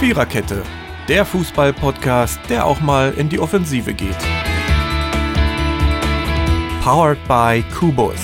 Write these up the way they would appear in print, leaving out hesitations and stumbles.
Viererkette, der Fußball-Podcast, der auch mal in die Offensive geht. Powered by Kubus.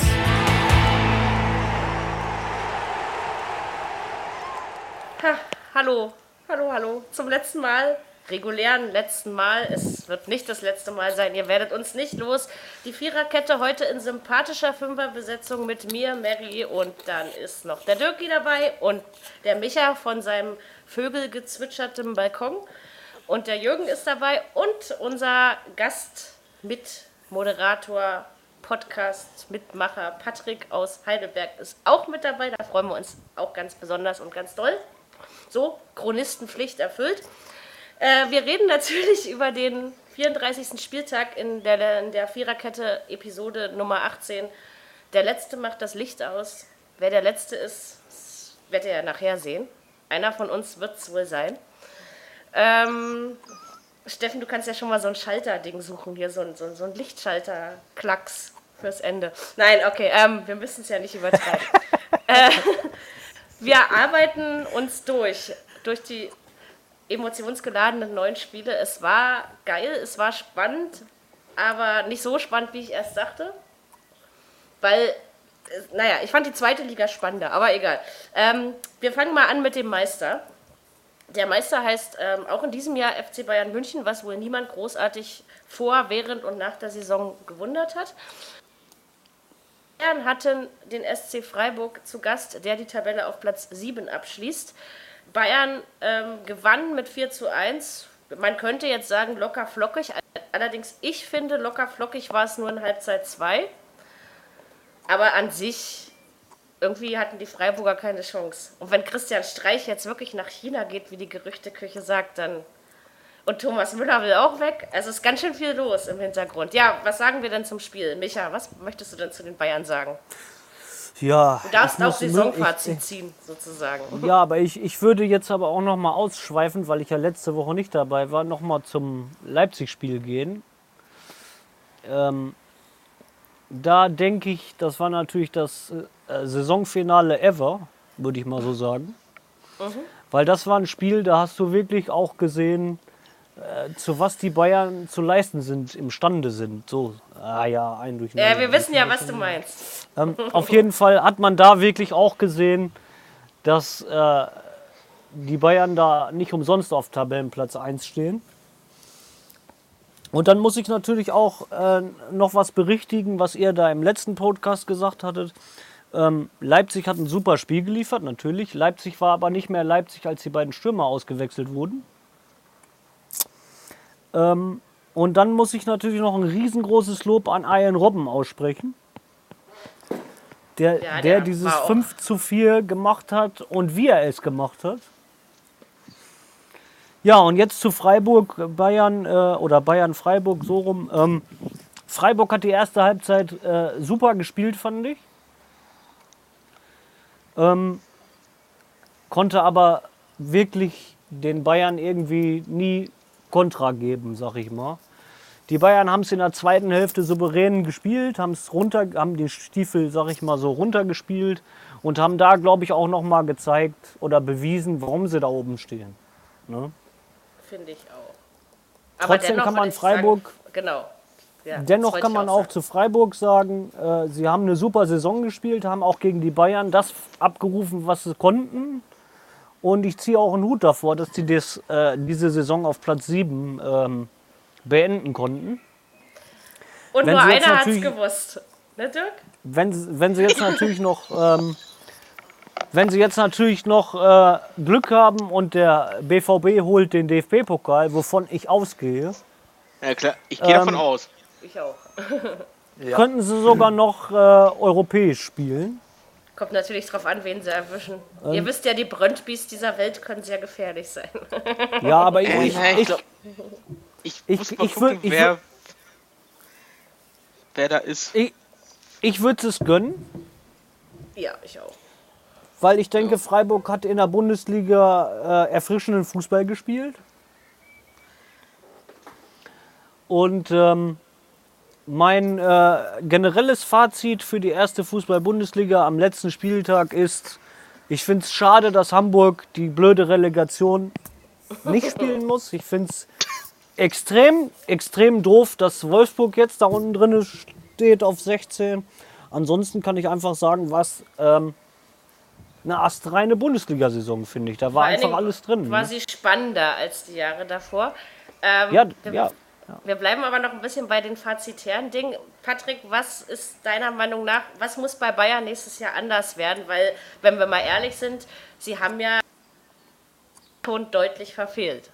Hallo. Zum letzten Mal, regulären letzten Mal. Es wird nicht das letzte Mal sein, ihr werdet uns nicht los. Die Viererkette heute in sympathischer Fünferbesetzung mit mir, Mary, und dann ist noch der Dirki dabei und der Micha von seinem vögelgezwitschertem Balkon. Und der Jürgen ist dabei und unser Gast, Mitmoderator, Podcast-Mitmacher Patrick aus Heidelberg ist auch mit dabei. Da freuen wir uns auch ganz besonders und ganz doll. So, Chronistenpflicht erfüllt. Wir reden natürlich über den 34. Spieltag in der Viererkette, Episode Nummer 18. Der Letzte macht das Licht aus. Wer der Letzte ist, das werdet ihr ja nachher sehen. Einer von uns wird es wohl sein. Steffen, du kannst ja schon mal so ein Schalterding suchen, hier so ein Lichtschalter-Klacks fürs Ende. Nein, okay, wir müssen es ja nicht übertreiben. Wir arbeiten uns durch die emotionsgeladenen 9 Spiele. Es war geil, es war spannend, aber nicht so spannend, wie ich erst dachte. Weil, ich fand die zweite Liga spannender, aber egal. Wir fangen mal an mit dem Meister. Der Meister heißt auch in diesem Jahr FC Bayern München, was wohl niemand großartig vor, während und nach der Saison gewundert hat. Bayern hatten den SC Freiburg zu Gast, der die Tabelle auf Platz 7 abschließt. Bayern gewann mit 4:1. Man könnte jetzt sagen locker flockig, allerdings ich finde locker flockig war es nur in Halbzeit 2. Aber an sich, irgendwie hatten die Freiburger keine Chance. Und wenn Christian Streich jetzt wirklich nach China geht, wie die Gerüchteküche sagt, dann... Und Thomas Müller will auch weg. Also ist ganz schön viel los im Hintergrund. Ja, was sagen wir denn zum Spiel? Micha, was möchtest du denn zu den Bayern sagen? Ja, du darfst auch Saisonfazit ziehen, sozusagen. Ja, aber ich würde jetzt aber auch noch mal ausschweifen, weil ich ja letzte Woche nicht dabei war, noch mal zum Leipzig-Spiel gehen. Da denke ich, das war natürlich das Saisonfinale ever, würde ich mal so sagen. Weil das war ein Spiel, da hast du wirklich auch gesehen, zu was die Bayern zu leisten sind, imstande sind. So, wir wissen ja, was du meinst. Auf jeden Fall hat man da wirklich auch gesehen, dass die Bayern da nicht umsonst auf Tabellenplatz 1 stehen. Und dann muss ich natürlich auch noch was berichtigen, was ihr da im letzten Podcast gesagt hattet. Leipzig hat ein super Spiel geliefert, natürlich. Leipzig war aber nicht mehr Leipzig, als die beiden Stürmer ausgewechselt wurden. Und dann muss ich natürlich noch ein riesengroßes Lob an Arjen Robben aussprechen, der dieses 5:4 gemacht hat und wie er es gemacht hat. Ja, und jetzt zu Freiburg, Bayern oder Bayern-Freiburg, so rum. Freiburg hat die erste Halbzeit super gespielt, fand ich. Konnte aber wirklich den Bayern irgendwie nie Kontra geben, sag ich mal. Die Bayern haben es in der zweiten Hälfte souverän gespielt, haben den Stiefel, sag ich mal, so runtergespielt und haben da, glaube ich, auch noch mal gezeigt oder bewiesen, warum sie da oben stehen. Ne? Finde ich auch. Aber trotzdem kann man Freiburg... Genau. Ja, dennoch kann man auch zu Freiburg sagen, sie haben eine super Saison gespielt, haben auch gegen die Bayern das abgerufen, was sie konnten. Und ich ziehe auch einen Hut davor, dass sie diese Saison auf Platz 7 beenden konnten. Und nur einer hat es gewusst, ne Dirk? Wenn sie jetzt natürlich noch, Glück haben und der BVB holt den DFB-Pokal, wovon ich ausgehe. Ja klar, ich gehe davon aus. Ich auch. Ja. Könnten sie sogar noch europäisch spielen. Kommt natürlich drauf an, wen sie erwischen. Ihr wisst ja, die Brøndbys dieser Welt können sehr gefährlich sein. Ja, aber ich muss mal gucken, wer da ist. Ich würde es gönnen. Ja, ich auch. Weil ich denke, Freiburg hat in der Bundesliga erfrischenden Fußball gespielt. Und mein generelles Fazit für die erste Fußball-Bundesliga am letzten Spieltag ist, ich finde es schade, dass Hamburg die blöde Relegation nicht spielen muss. Ich finde es extrem, extrem doof, dass Wolfsburg jetzt da unten drin steht auf 16. Ansonsten kann ich einfach sagen, was eine astreine Bundesliga-Saison, finde ich. Da war einfach alles drin. Quasi spannender als die Jahre davor. Wir bleiben aber noch ein bisschen bei den fazitären Dingen. Patrick, was ist deiner Meinung nach, was muss bei Bayern nächstes Jahr anders werden? Weil, wenn wir mal ehrlich sind, sie haben ja schon deutlich verfehlt.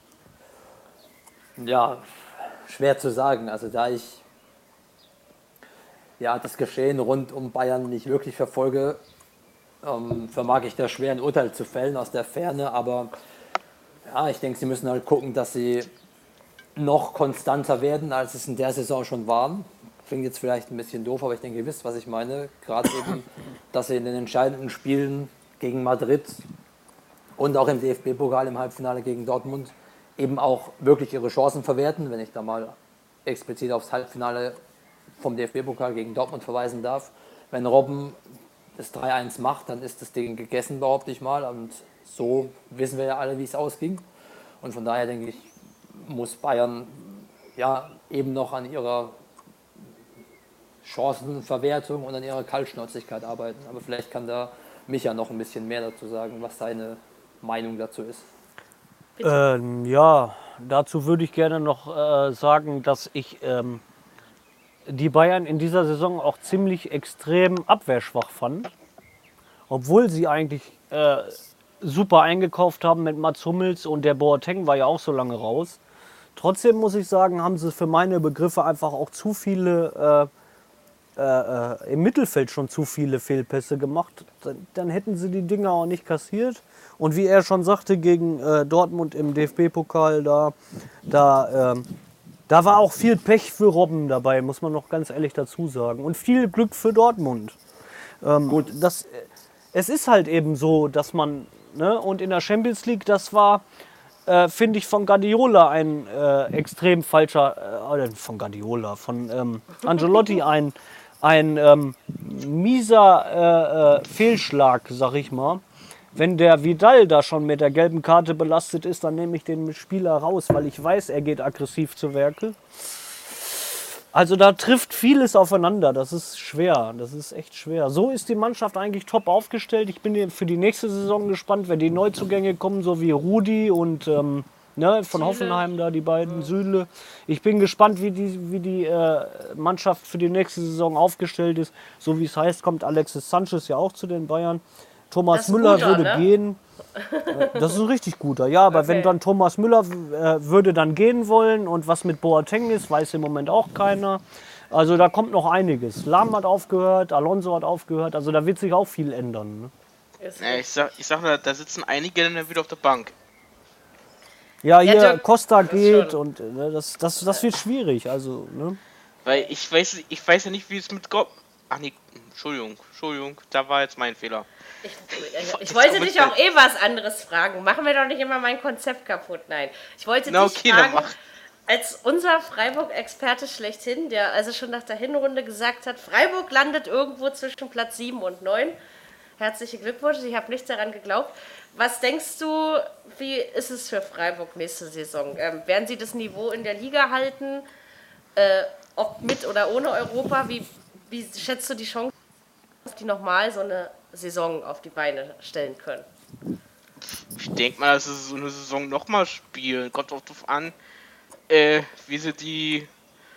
Ja, schwer zu sagen. Also da ich das Geschehen rund um Bayern nicht wirklich verfolge, vermag ich da schwer ein Urteil zu fällen aus der Ferne. Aber ja, ich denke, sie müssen halt gucken, dass sie noch konstanter werden, als es in der Saison schon waren. Klingt jetzt vielleicht ein bisschen doof, aber ich denke, ihr wisst, was ich meine. Gerade eben, dass sie in den entscheidenden Spielen gegen Madrid und auch im DFB-Pokal im Halbfinale gegen Dortmund eben auch wirklich ihre Chancen verwerten, wenn ich da mal explizit aufs Halbfinale vom DFB-Pokal gegen Dortmund verweisen darf. Wenn Robben das 3-1 macht, dann ist das Ding gegessen, behaupte ich mal. Und so wissen wir ja alle, wie es ausging. Und von daher denke ich, muss Bayern ja eben noch an ihrer Chancenverwertung und an ihrer Kaltschnäuzigkeit arbeiten. Aber vielleicht kann da Micha noch ein bisschen mehr dazu sagen, was seine Meinung dazu ist. Dazu würde ich gerne noch sagen, dass ich die Bayern in dieser Saison auch ziemlich extrem abwehrschwach fand. Obwohl sie eigentlich super eingekauft haben mit Mats Hummels und der Boateng war ja auch so lange raus. Trotzdem muss ich sagen, haben sie für meine Begriffe einfach auch zu viele, im Mittelfeld schon zu viele Fehlpässe gemacht. Dann hätten sie die Dinger auch nicht kassiert. Und wie er schon sagte, gegen Dortmund im DFB-Pokal, da war auch viel Pech für Robben dabei, muss man noch ganz ehrlich dazu sagen. Und viel Glück für Dortmund. Es ist halt eben so, dass man, und in der Champions League, das war, finde ich, von Guardiola ein extrem falscher, von Ancelotti ein mieser Fehlschlag, sag ich mal. Wenn der Vidal da schon mit der gelben Karte belastet ist, dann nehme ich den Spieler raus, weil ich weiß, er geht aggressiv zu Werke. Also da trifft vieles aufeinander, das ist schwer, das ist echt schwer. So ist die Mannschaft eigentlich top aufgestellt. Ich bin für die nächste Saison gespannt, wenn die Neuzugänge kommen, so wie Rudi und von Hoffenheim da, die beiden Süle. Ich bin gespannt, wie die Mannschaft für die nächste Saison aufgestellt ist. So wie es heißt, kommt Alexis Sanchez ja auch zu den Bayern. Thomas Müller würde gehen. Das ist ein richtig guter, ja, aber wenn dann Thomas Müller würde dann gehen wollen und was mit Boateng ist, weiß im Moment auch keiner. Also da kommt noch einiges. Lahm hat aufgehört, Alonso hat aufgehört, also da wird sich auch viel ändern. Ne? Ja, ich sag, da sitzen einige dann wieder auf der Bank. Ja, hier Costa geht und das wird schwierig, also, ne? Weil ich weiß ja nicht, wie es mit Ach nee, Entschuldigung, da war jetzt mein Fehler. Ich wollte dich auch was anderes fragen. Machen wir doch nicht immer mein Konzept kaputt. Nein. Ich wollte dich fragen, als unser Freiburg-Experte schlechthin, der also schon nach der Hinrunde gesagt hat, Freiburg landet irgendwo zwischen Platz 7 und 9. Herzlichen Glückwunsch, ich habe nicht daran geglaubt. Was denkst du, wie ist es für Freiburg nächste Saison? Werden sie das Niveau in der Liga halten? Ob mit oder ohne Europa? Wie schätzt du die Chance, dass die nochmal so eine Saison auf die Beine stellen können? Ich denke mal, dass sie so eine Saison nochmal spielen. Kommt auch darauf an, wie sie die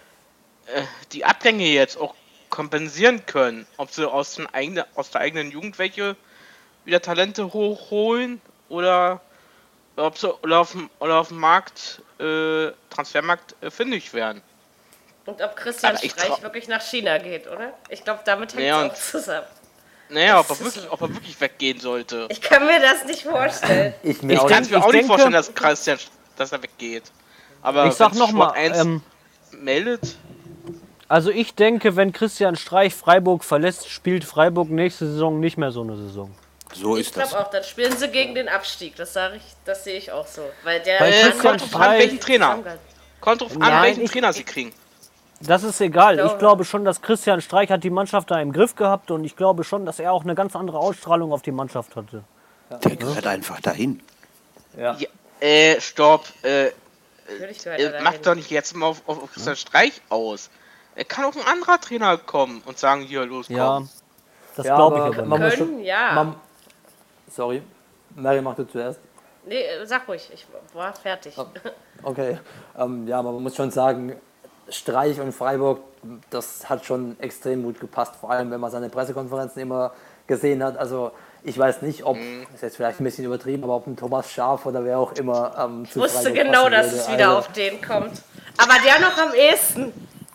Abgänge jetzt auch kompensieren können. Ob sie aus der eigenen Jugend welche wieder Talente hochholen oder ob sie auf dem Markt, Transfermarkt fündig werden. Und ob Christian Streich wirklich nach China geht, oder? Ich glaube, damit hängt es auch zusammen. Naja, ob er wirklich weggehen sollte. Ich kann mir das nicht vorstellen. Ich kann es mir auch nicht vorstellen, dass er weggeht. Aber ich sag noch mal, meldet. Also ich denke, wenn Christian Streich Freiburg verlässt, spielt Freiburg nächste Saison nicht mehr so eine Saison. So ist das. Ich glaube auch, dann spielen sie gegen den Abstieg. Das sehe ich auch so. Weil kommt drauf an, welchen Trainer. Kommt drauf an, welchen Trainer sie kriegen. Das ist egal. Ich glaube schon, dass Christian Streich hat die Mannschaft da im Griff gehabt und ich glaube schon, dass er auch eine ganz andere Ausstrahlung auf die Mannschaft hatte. Der gehört einfach dahin. Ja. Stopp. Natürlich gehört er Macht dahin. doch nicht jetzt mal auf Christian Streich aus. Kann auch ein anderer Trainer kommen und sagen, hier, los, komm. Ja, das Ja, glaube ich aber aber man nicht. muss Können, ja. Sorry, Mary, mach du zuerst. Nee, sag ruhig, ich war fertig. Okay, ja, aber man muss schon sagen, Streich und Freiburg, das hat schon extrem gut gepasst, vor allem wenn man seine Pressekonferenzen immer gesehen hat. Also ich weiß nicht, ob, das ist jetzt vielleicht ein bisschen übertrieben, aber ob ein Thomas Schaaf oder wer auch immer Ich zu wusste Freiburg genau, passen dass würde. es wieder Also, auf den kommt. Aber der noch am ehesten.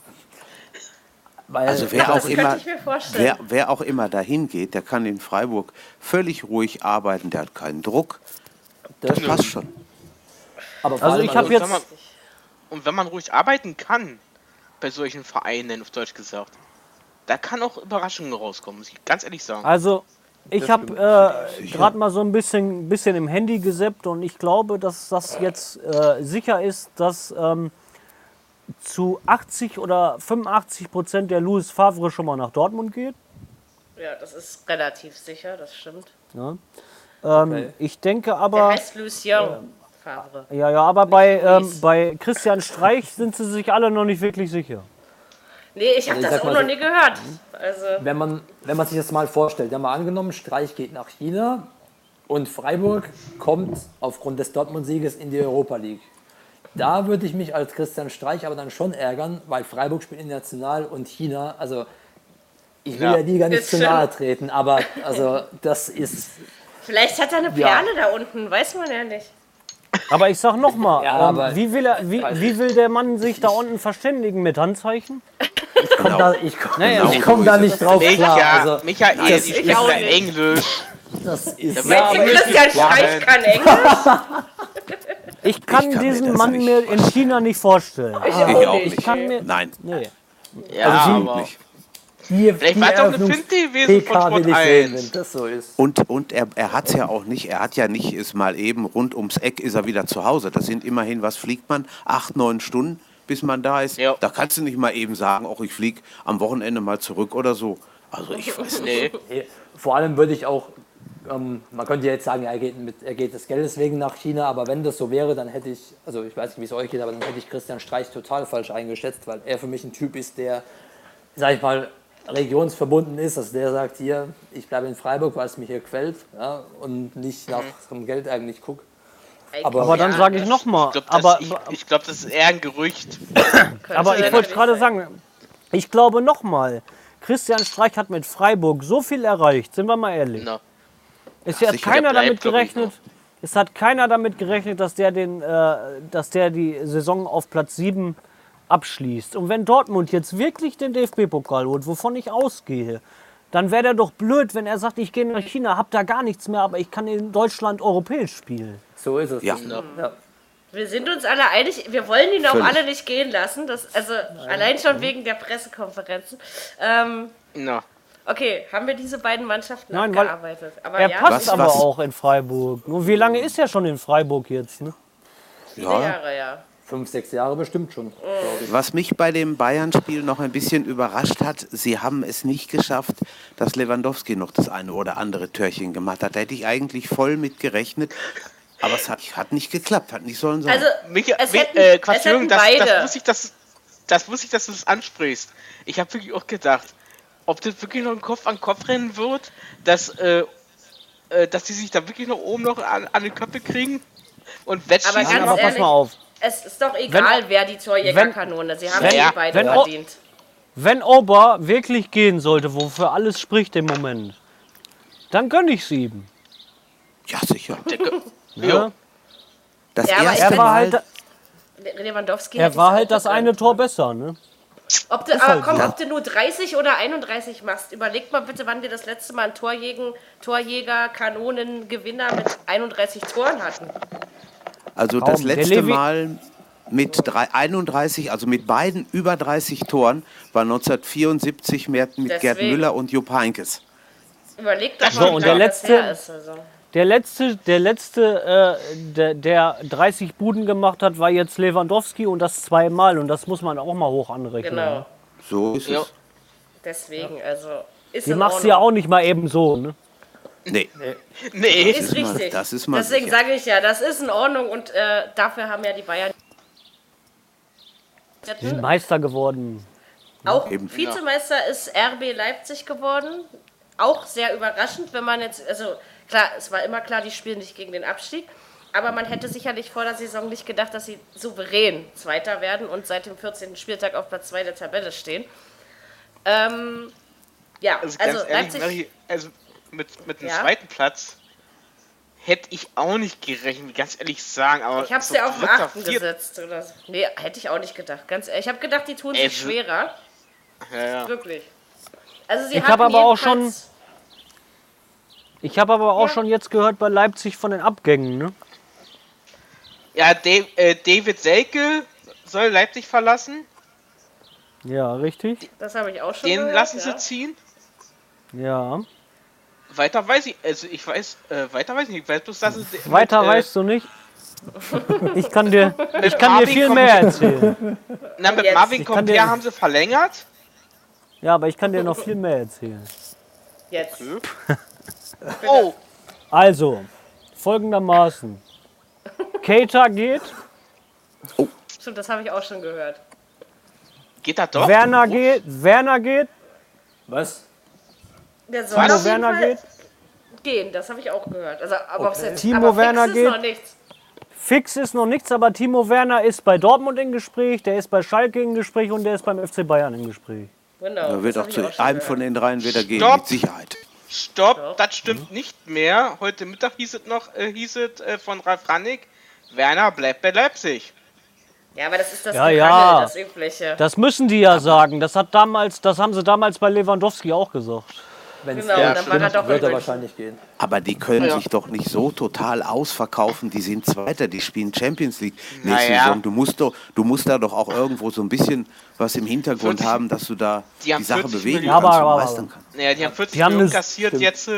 weil, Also wer Das auch könnte immer, ich mir vorstellen. wer auch immer dahin geht, der kann in Freiburg völlig ruhig arbeiten, der hat keinen Druck. Das passt schon. aber vor Also allem, ich habe jetzt, Und wenn man ruhig arbeiten kann, bei solchen Vereinen, auf Deutsch gesagt, da kann auch Überraschungen rauskommen, muss ich ganz ehrlich sagen. also ich habe gerade mal so ein bisschen im Handy gesappt und ich glaube, dass das jetzt sicher ist, dass zu 80 oder 85% der Luis Favre schon mal nach Dortmund geht. Ja, das ist relativ sicher, das stimmt. Ja. Okay. Ich denke Der aber, heißt Lucien Favre. ja, aber bei, Luis. bei Christian Streich sind sie sich alle noch nicht wirklich sicher. Nee, ich habe Also ich das sag auch mal noch so- nie gehört. Also, wenn man sich das mal vorstellt, ja mal angenommen, Streich geht nach China und Freiburg kommt aufgrund des Dortmund-Sieges in die Europa League. Da würde ich mich als Christian Streich aber dann schon ärgern, weil Freiburg spielt international und China, also ich will Ja. der Liga nicht Ist zu schön. nahe treten, aber also das ist, vielleicht hat er eine Ja. Perle da unten, weiß man ja nicht. Aber ich sag nochmal, Ja, aber- wie will der Mann sich da unten verständigen mit Handzeichen? ich komme da, ich komm, Naja, ich komm da nicht drauf klar. Also, Michael, das- ich ich spreche auch da nicht. Englisch. das ist Ja, Meinst du, aber- Christian Ja, Streich nein. kann Englisch? Ich kann Ich kann mir diesen das Mann nicht mir in China nicht vorstellen. Ich auch Ich nicht. kann mir, Nein, nee. Ja, absolut aber nicht. vielleicht war es auch eine Finte gewesen von PK will Sport ich sehen, 1. wenn das so ist. Und er hat es ja auch nicht, er hat ja nicht, ist mal eben rund ums Eck, ist er wieder zu Hause. Das sind immerhin, was fliegt man? 8, 9 Stunden, bis man da ist. Ja. Da kannst du nicht mal eben sagen, auch ich fliege am Wochenende mal zurück oder so. Also ich weiß nicht. Nee. Vor allem würde ich auch, man könnte ja jetzt sagen, ja, er geht des Geldes wegen nach China, aber wenn das so wäre, dann hätte ich, also ich weiß nicht, wie es euch geht, aber dann hätte ich Christian Streich total falsch eingeschätzt, weil er für mich ein Typ ist, der, sag ich mal, regionsverbunden ist, dass der sagt, hier, ich bleibe in Freiburg, weil es mir hier gefällt, ja, und nicht nach dem Geld eigentlich gucke. Aber dann sage ich nochmal, Ich glaube, das ist eher ein Gerücht. aber ich wollte gerade sagen, ich glaube nochmal, Christian Streich hat mit Freiburg so viel erreicht, sind wir mal ehrlich. Na, Es hat sicher, keiner der damit bleibt, glaub ich, gerechnet. Es hat keiner damit gerechnet, dass der die Saison auf Platz 7 abschließt. Und wenn Dortmund jetzt wirklich den DFB-Pokal holt, wovon ich ausgehe, dann wäre der doch blöd, wenn er sagt, ich gehe nach China, hab da gar nichts mehr, aber ich kann in Deutschland europäisch spielen. So ist es. Ja. Ja. Wir sind uns alle einig, wir wollen ihn auch Völlig. alle nicht gehen lassen. Also allein schon wegen der Pressekonferenzen. na. Okay, haben wir diese beiden Mannschaften Nein, weil abgearbeitet. Aber Er ja, passt Was- aber was- auch in Freiburg. Nur wie lange ist er schon in Freiburg jetzt? Ne? viele Ja. Jahre, ja. 5, 6 Jahre bestimmt schon, glaube ich. Was mich bei dem Bayern-Spiel noch ein bisschen überrascht hat, sie haben es nicht geschafft, dass Lewandowski noch das eine oder andere Törchen gemacht hat. Da hätte ich eigentlich voll mit gerechnet, aber es hat nicht geklappt, hat nicht sollen sein. Also, es hätten Entschuldigung, beide. das wusste ich, dass du das ansprichst. Ich habe wirklich auch gedacht, ob das wirklich noch ein Kopf-an-Kopf-Rennen wird, dass die sich da wirklich noch oben noch an die Köpfe kriegen und Wettschießen Aber ganz Aber pass ehrlich, mal auf. es ist doch egal, wer die Torjägerkanone. Sie haben wenn- die ja, beide wenn- verdient. Wenn Ober wirklich gehen sollte, wofür alles spricht im Moment, dann gönne ich es ihm. Ja, sicher. Ja? Das Ja, aber erste Er war Mal, halt, Lewandowski er hätte war es halt auch das eine gegönnt. Tor besser. Ne? Ob du, Ist aber halt komm, so. ob du nur 30 oder 31 machst, überleg mal bitte, wann wir das letzte Mal einen Torjäger, Kanonen, Gewinner mit 31 Toren hatten. also Kaum. das Der letzte Levi- Mal mit 31, also mit beiden über 30 Toren, war 1974 mit Gerd Deswegen. Müller und Jupp Heynckes. Überleg doch So, mal, und wie der lange das letzte- her ist. Also. Der 30 Buden gemacht hat, war jetzt Lewandowski und das zweimal. Und das muss man auch mal hoch anrechnen. Genau, Ne? So ist Ja. es. deswegen, also ist Die in machst du Ordnung. ja auch nicht mal eben so. Ne? Nee, Nee. Ist richtig. das ist mal Deswegen sicher. sage ich ja, das ist in Ordnung und dafür haben ja die Bayern Die sind Meister geworden. auch Eben. Vizemeister ist RB Leipzig geworden. Auch sehr überraschend, wenn man jetzt, also klar, es war immer klar, die spielen nicht gegen den Abstieg, aber man hätte sicherlich vor der Saison nicht gedacht, dass sie souverän Zweiter werden und seit dem 14. Spieltag auf Platz 2 der Tabelle stehen. Ja, Also, also ganz ehrlich, Leipzig, also mit dem Ja? zweiten Platz hätte ich auch nicht gerechnet, ganz ehrlich sagen. Aber ich habe es so ja auf den dritter, 8. vierter- gesetzt. Oder so. Nee, hätte ich auch nicht gedacht. Ganz ehrlich, ich habe gedacht, die tun sich Also- schwerer. Ja. Wirklich. Also sie Ich hatten habe aber auch schon- jedenfalls- Ich habe aber auch Ja. schon jetzt gehört bei Leipzig von den Abgängen. Ne? Ja, David Selke soll Leipzig verlassen. Ja, richtig. Das habe ich auch schon Den gehört, lassen ja. sie ziehen. Ja. Weiter weiß ich, also ich weiß, weiter weiß ich nicht. Ich weiß bloß, dass es Weiter mit, weißt du nicht. Ich kann dir Marvin viel kommt- mehr erzählen. Na, mit Jetzt. Marvin Ich kann dir- Comper haben sie verlängert. Ja, aber ich kann dir noch viel mehr erzählen. Jetzt. Oh, Also, folgendermaßen. Keita geht, Stimmt, das habe ich auch schon gehört. geht das doch? Werner geht, Was? Der soll Timo auf jeden Werner Fall geht, gehen, das habe ich auch gehört. Also, aber ob's jetzt, Timo aber Werner fix ist geht. noch nichts. Fix ist noch nichts, aber Timo Werner ist bei Dortmund im Gespräch, der ist bei Schalke im Gespräch und der ist beim FC Bayern im Gespräch. Genau. Da wird das auch hab ich zu schon einem gehört. von den dreien wieder gehen, Stopp. mit Sicherheit. Stopp, das stimmt nicht mehr. Heute Mittag hieß es von Ralf Rannig, Werner bleibt bei Leipzig. Ja, aber das ist das Ja, Gerangel, ja. das Übliche. Das müssen die ja sagen. Das haben sie damals bei Lewandowski auch gesagt. Wenn es Genau, ja, dann war er stimmt, doch in wird er München. wahrscheinlich gehen. Aber die können Ja. sich doch nicht so total ausverkaufen. Die sind Zweiter, die spielen Champions League nächste Naja. Saison. Du musst da doch auch irgendwo so ein bisschen was im Hintergrund 40 haben, dass du da die haben die Sache 40 bewegen Millionen. kannst Aber- und meistern kannst. Naja, die haben 40 Die haben Millionen eine- kassiert jetzt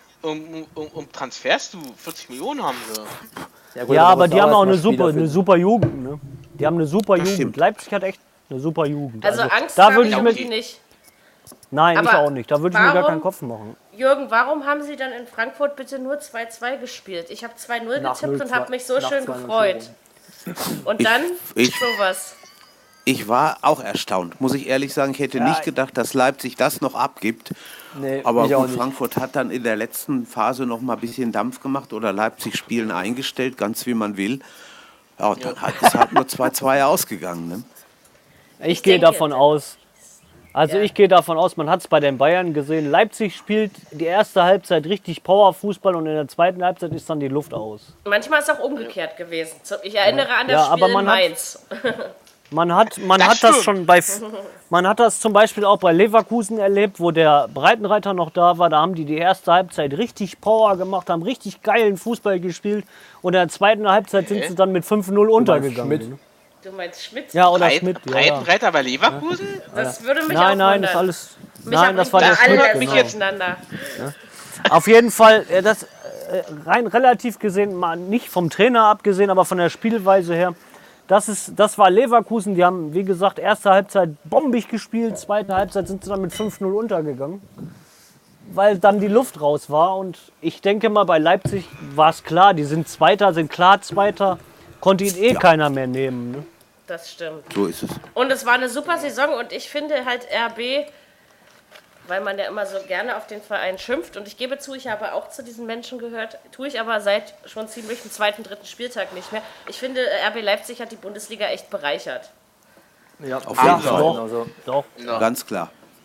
um Transfers, 40 Millionen haben sie. gut, Ja, aber musst du die haben auch erstmal eine Spieler finden. super Jugend. Ne? Die haben eine super Jugend. stimmt. Leipzig hat echt eine super Jugend. Also Angst da habe würde ich ich um mit, die nicht. nein, ich aber auch nicht. Da würde ich mir gar warum- keinen Kopf machen. Jürgen, warum haben Sie dann in Frankfurt bitte nur 2-2 gespielt? Ich habe 2-0 Nach getippt 0-2 und habe mich so nach schön 2-0 gefreut. Und dann ich- sowas. Ich war auch erstaunt, muss ich ehrlich sagen. Ich hätte nicht gedacht, dass Leipzig das noch abgibt. Nee, Aber ich auch gut, nicht. Frankfurt hat dann in der letzten Phase noch mal ein bisschen Dampf gemacht oder Leipzig Spielen eingestellt, ganz wie man will. Ja, und dann ist halt nur 2-2 ausgegangen. Ne? Ich gehe denke- davon aus. Also Ja. ich gehe davon aus, man hat es bei den Bayern gesehen. Leipzig spielt die erste Halbzeit richtig Powerfußball und in der zweiten Halbzeit ist dann die Luft aus. Manchmal ist es auch umgekehrt gewesen. Ich erinnere an das Ja, Spiel aber in man hat- Mainz. Man hat das stimmt. schon man hat das zum Beispiel auch bei Leverkusen erlebt, wo der Breitenreiter noch da war. Da haben die erste Halbzeit richtig Power gemacht, haben richtig geilen Fußball gespielt und in der zweiten Halbzeit sind sie dann mit 5-0 untergegangen. Schmidt? Du meinst Schmidt? Ja, oder Breit- Schmidt. Ja, ja. Breitenreiter bei Leverkusen? Das würde mich Nein, auch nein, das wundern. ist alles. Mich Nein, das war bringt der da alle Schmidt. das mich Genau. jetzt- durcheinander. Auf jeden Fall, das rein relativ gesehen, mal nicht vom Trainer abgesehen, aber von der Spielweise her, das war Leverkusen. Die haben, wie gesagt, erste Halbzeit bombig gespielt, zweite Halbzeit sind sie dann mit 5-0 untergegangen, weil dann die Luft raus war. Und ich denke mal, bei Leipzig war es klar, die sind Zweiter, sind klar Zweiter, konnte ihn keiner mehr nehmen. Ne? Das stimmt. So ist es. Und es war eine super Saison und ich finde halt RB, weil man ja immer so gerne auf den Verein schimpft und ich gebe zu, ich habe auch zu diesen Menschen gehört, tue ich aber seit schon ziemlich dem zweiten, dritten Spieltag nicht mehr. Ich finde, RB Leipzig hat die Bundesliga echt bereichert. Ja, Auf jeden Fall. Doch, Also, doch. Ganz klar.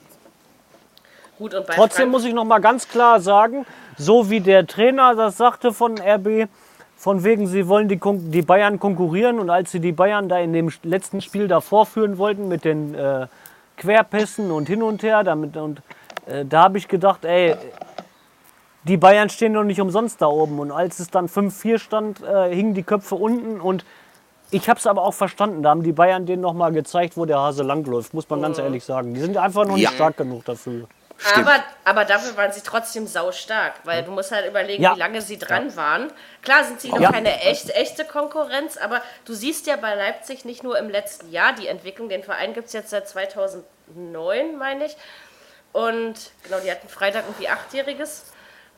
Gut, und bei Trotzdem muss ich noch mal ganz klar sagen, so wie der Trainer das sagte von RB, von wegen, sie wollen die Bayern konkurrieren und als sie die Bayern da in dem letzten Spiel da vorführen wollten mit den Querpässen und hin und her, da habe ich gedacht, ey, die Bayern stehen doch nicht umsonst da oben und als es dann 5-4 stand, hingen die Köpfe unten und ich habe es aber auch verstanden, da haben die Bayern denen noch mal gezeigt, wo der Hase langläuft, muss man ganz ehrlich sagen. Die sind einfach noch nicht Ja. stark genug dafür. Stimmt. aber dafür waren sie trotzdem saustark, weil du musst halt überlegen, Ja. wie lange sie dran waren. Klar sind sie noch Ja. keine echte Konkurrenz, aber du siehst ja bei Leipzig nicht nur im letzten Jahr die Entwicklung. Den Verein gibt es jetzt seit 2009, meine ich. Und genau, die hatten Freitag irgendwie 8-Jähriges.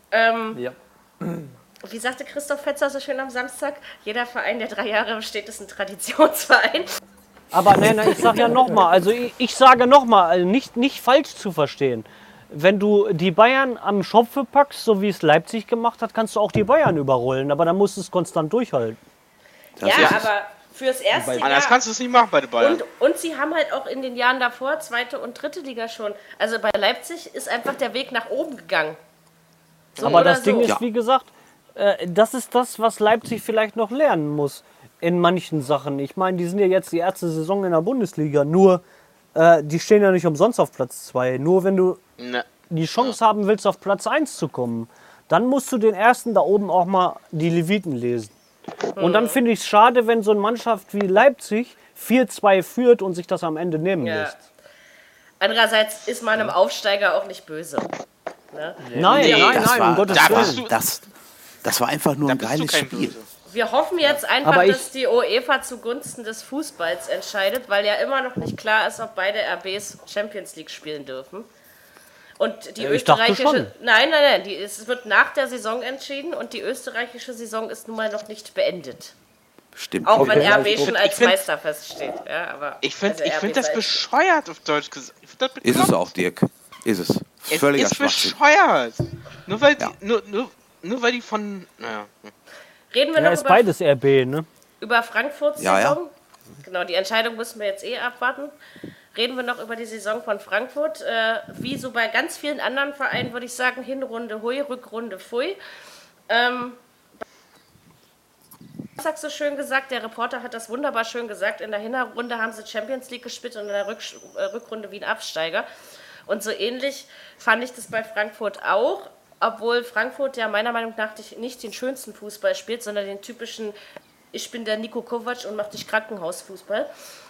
Ja. Wie sagte Christoph Fetzer so schön am Samstag, jeder Verein, der 3 Jahre besteht, ist ein Traditionsverein. Aber nein, ich sage ja nochmal, also ich sage nochmal, also nicht falsch zu verstehen. Wenn du die Bayern am Schopfe packst, so wie es Leipzig gemacht hat, kannst du auch die Bayern überrollen, aber dann musst du es konstant durchhalten. Das Ja, ist es. aber fürs erste Jahr. Anders kannst du es nicht machen bei den Bayern. Und sie haben halt auch in den Jahren davor, 2. und 3. Liga schon. Also bei Leipzig ist einfach der Weg nach oben gegangen. So Aber oder das Ding so. ist, wie gesagt, das ist das, was Leipzig vielleicht noch lernen muss in manchen Sachen. Ich meine, die sind ja jetzt die erste Saison in der Bundesliga, nur die stehen ja nicht umsonst auf Platz 2. Nur wenn du Ne. die Chance haben willst, auf Platz 1 zu kommen, dann musst du den ersten da oben auch mal die Leviten lesen. Und dann finde ich es schade, wenn so eine Mannschaft wie Leipzig 4-2 führt und sich das am Ende nehmen Ja. lässt. Andererseits ist man einem Aufsteiger auch nicht böse. Ne? Nein, Nee, nein, Das nein, um war, Gottes da Willen. bist du- das war einfach nur Da ein bist du geiles kein Spiel. Böse. Wir hoffen jetzt einfach, Aber ich- dass die UEFA zugunsten des Fußballs entscheidet, weil ja immer noch nicht klar ist, ob beide RBs Champions League spielen dürfen. Und die Ich dachte österreichische. schon. Nein, es wird nach der Saison entschieden und die österreichische Saison ist nun mal noch nicht beendet. Stimmt. Auch Okay. wenn RB Ich schon als find- Meister feststeht. Ja, aber Ich finde also RB das sei- bescheuert auf Deutsch gesagt. Ich find das Ist es bekloppt. auch, Dirk. Ist es. Es Völliger ist Schwachsinn. bescheuert. Nur weil Ja. die, nur weil die von. Naja. Reden wir Ja, noch ist beides RB, ne? über Frankfurts Ja, ja. Saison. Genau, die Entscheidung müssen wir jetzt abwarten. Reden wir noch über die Saison von Frankfurt. Wie so bei ganz vielen anderen Vereinen würde ich sagen, Hinrunde hui, Rückrunde pfui. Was hast du so schön gesagt? Der Reporter hat das wunderbar schön gesagt. In der Hinrunde haben sie Champions League gespielt und in der Rückrunde wie ein Absteiger. Und so ähnlich fand ich das bei Frankfurt auch, obwohl Frankfurt ja meiner Meinung nach nicht den schönsten Fußball spielt, sondern den typischen, ich bin der Nico Kovac und mach dich Krankenhausfußball.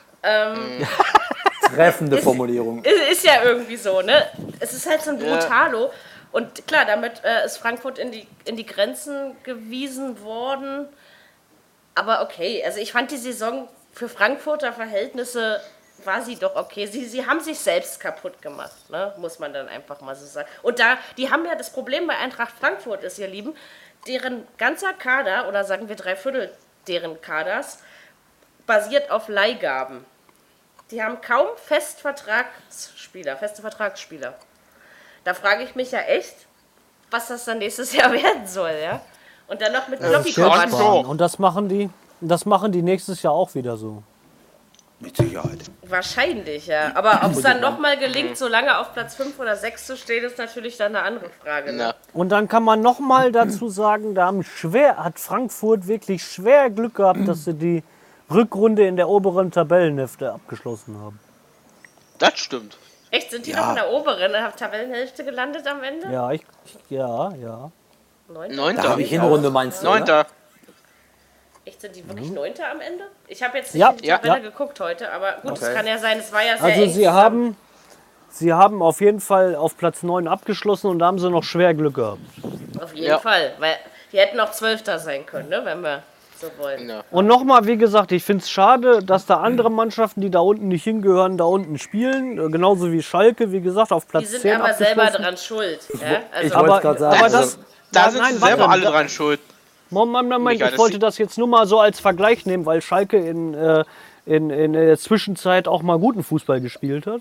Treffende Formulierung. Ist ja irgendwie so, ne? Es ist halt so ein Brutalo. Und klar, damit ist Frankfurt in die Grenzen gewiesen worden. Aber okay, also ich fand die Saison für Frankfurter Verhältnisse war sie doch okay. Sie haben sich selbst kaputt gemacht, ne? Muss man dann einfach mal so sagen. Und die haben ja das Problem bei Eintracht Frankfurt ist, ihr Lieben, deren ganzer Kader, oder sagen wir 3/4 deren Kaders, basiert auf Leihgaben. Die haben kaum feste Vertragsspieler. Da frage ich mich ja echt, was das dann nächstes Jahr werden soll, ja? Und dann noch mit Kloppy Kovac. Sparen. Und das machen die nächstes Jahr auch wieder so. Mit Sicherheit. Wahrscheinlich, ja. Aber ob es dann nochmal gelingt, so lange auf Platz 5 oder 6 zu stehen, ist natürlich dann eine andere Frage. Ne? Na. Und dann kann man noch mal dazu sagen, hat Frankfurt wirklich schwer Glück gehabt, dass sie die Rückrunde in der oberen Tabellenhälfte abgeschlossen haben. Das stimmt. Echt, sind die Ja. noch in der oberen Tabellenhälfte gelandet am Ende? Ja, ja. Neunter? Da Neunter. habe ich Hinrunde, meinst du? Oder? Neunter. Echt, sind die wirklich Neunter am Ende? Ich habe jetzt nicht Ja, in die Tabelle ja. geguckt heute, aber gut, es Okay. kann ja sein, es war ja sehr Also eng zusammen. sie haben auf jeden Fall auf Platz 9 abgeschlossen und da haben sie noch schwer Glück gehabt. Auf jeden Ja. Fall, weil die hätten auch 12. sein können, ne, wenn wir so wollen. Ja. Und nochmal, wie gesagt, ich finde es schade, dass da andere Mannschaften, die da unten nicht hingehören, da unten spielen. Genauso wie Schalke, wie gesagt, auf Platz Die sind 10 aber selber abgeschlossen. dran schuld. Ja? Ich Also, wollte gerade sagen, aber also, das, Da sind nein, sie warte, selber alle da- dran schuld. Moment, Mega, ich wollte das jetzt nur mal so als Vergleich nehmen, weil Schalke in der Zwischenzeit auch mal guten Fußball gespielt hat.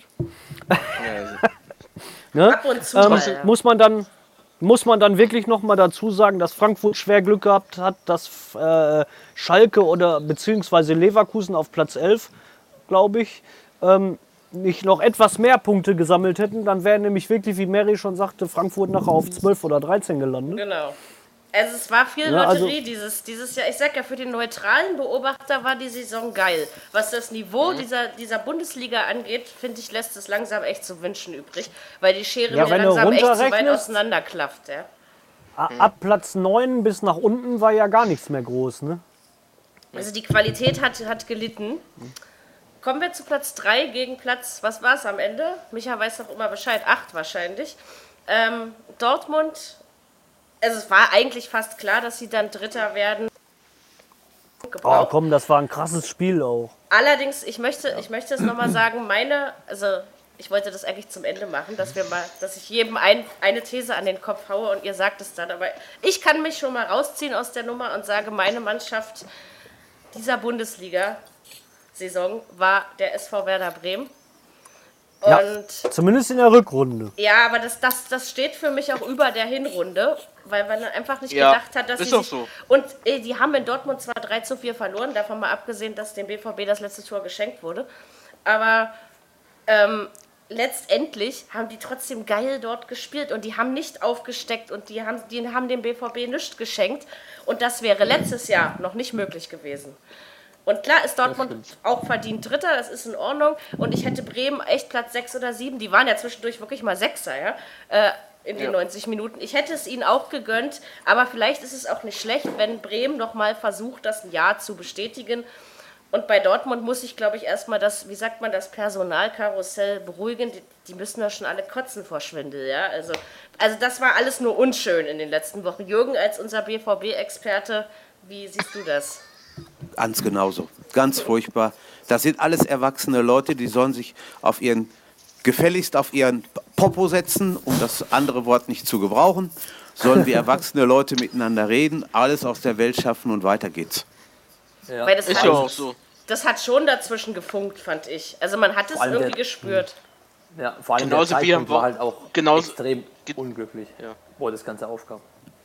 Ne? ab und zu mal, ja. Muss man dann wirklich noch mal dazu sagen, dass Frankfurt schwer Glück gehabt hat, dass Schalke oder beziehungsweise Leverkusen auf Platz 11, glaube ich, nicht noch etwas mehr Punkte gesammelt hätten, dann wäre nämlich wirklich, wie Mary schon sagte, Frankfurt nachher auf 12 oder 13 gelandet. Genau. Also es war viel Ja, also- Lotterie dieses Jahr. Ich sag ja, für den neutralen Beobachter war die Saison geil. Was das Niveau dieser Bundesliga angeht, finde ich, lässt es langsam echt zu wünschen übrig. Weil die Schere Ja, mir wenn du langsam echt zu weit runterrechnest- auseinanderklafft. Ja. Ab Platz 9 bis nach unten war ja gar nichts mehr groß, ne? Also die Qualität hat gelitten. Kommen wir zu Platz 3 gegen Platz, was war es am Ende? Micha weiß doch immer Bescheid, 8 wahrscheinlich. Dortmund, also es war eigentlich fast klar, dass sie dann Dritter werden. Oh Gebraucht. komm, das war ein krasses Spiel auch. Allerdings, ich möchte es nochmal sagen, ich wollte das eigentlich zum Ende machen, dass ich jedem eine These an den Kopf haue und ihr sagt es dann. Aber ich kann mich schon mal rausziehen aus der Nummer und sage, meine Mannschaft dieser Bundesliga-Saison war der SV Werder Bremen. Ja, Und zumindest in der Rückrunde. ja, aber das steht für mich auch über der Hinrunde, weil man einfach nicht Ja, gedacht hat, dass ist sie doch sich... so. Und die haben in Dortmund zwar 3:4 verloren, davon mal abgesehen, dass dem BVB das letzte Tor geschenkt wurde, aber letztendlich haben die trotzdem geil dort gespielt und die haben nicht aufgesteckt und die haben dem BVB nichts geschenkt und das wäre letztes Jahr noch nicht möglich gewesen. Und klar ist Dortmund auch verdient Dritter, das ist in Ordnung. Und ich hätte Bremen echt Platz 6 oder 7, die waren ja zwischendurch wirklich mal Sechser, ja, in den 90 Minuten. Ich hätte es ihnen auch gegönnt, aber vielleicht ist es auch nicht schlecht, wenn Bremen nochmal versucht, das ein Jahr zu bestätigen. Und bei Dortmund muss ich, glaube ich, erstmal das Personalkarussell beruhigen. Die müssen ja schon alle kotzen vor Schwindel, ja. Also das war alles nur unschön in den letzten Wochen. Jürgen, als unser BVB-Experte, wie siehst du das? Ganz genauso. Ganz furchtbar. Das sind alles erwachsene Leute, die sollen sich gefälligst auf ihren Popo setzen, um das andere Wort nicht zu gebrauchen. Sollen wie erwachsene Leute miteinander reden, alles aus der Welt schaffen und weiter geht's. Ja. Weil das Ist ja auch so. Das hat schon dazwischen gefunkt, fand ich. Also man hat es allem irgendwie der- gespürt. Ja, vor allem Genauso der wie Zeitpunkt am war halt auch genauso- extrem unglücklich, Ja. wo das Ganze aufkam.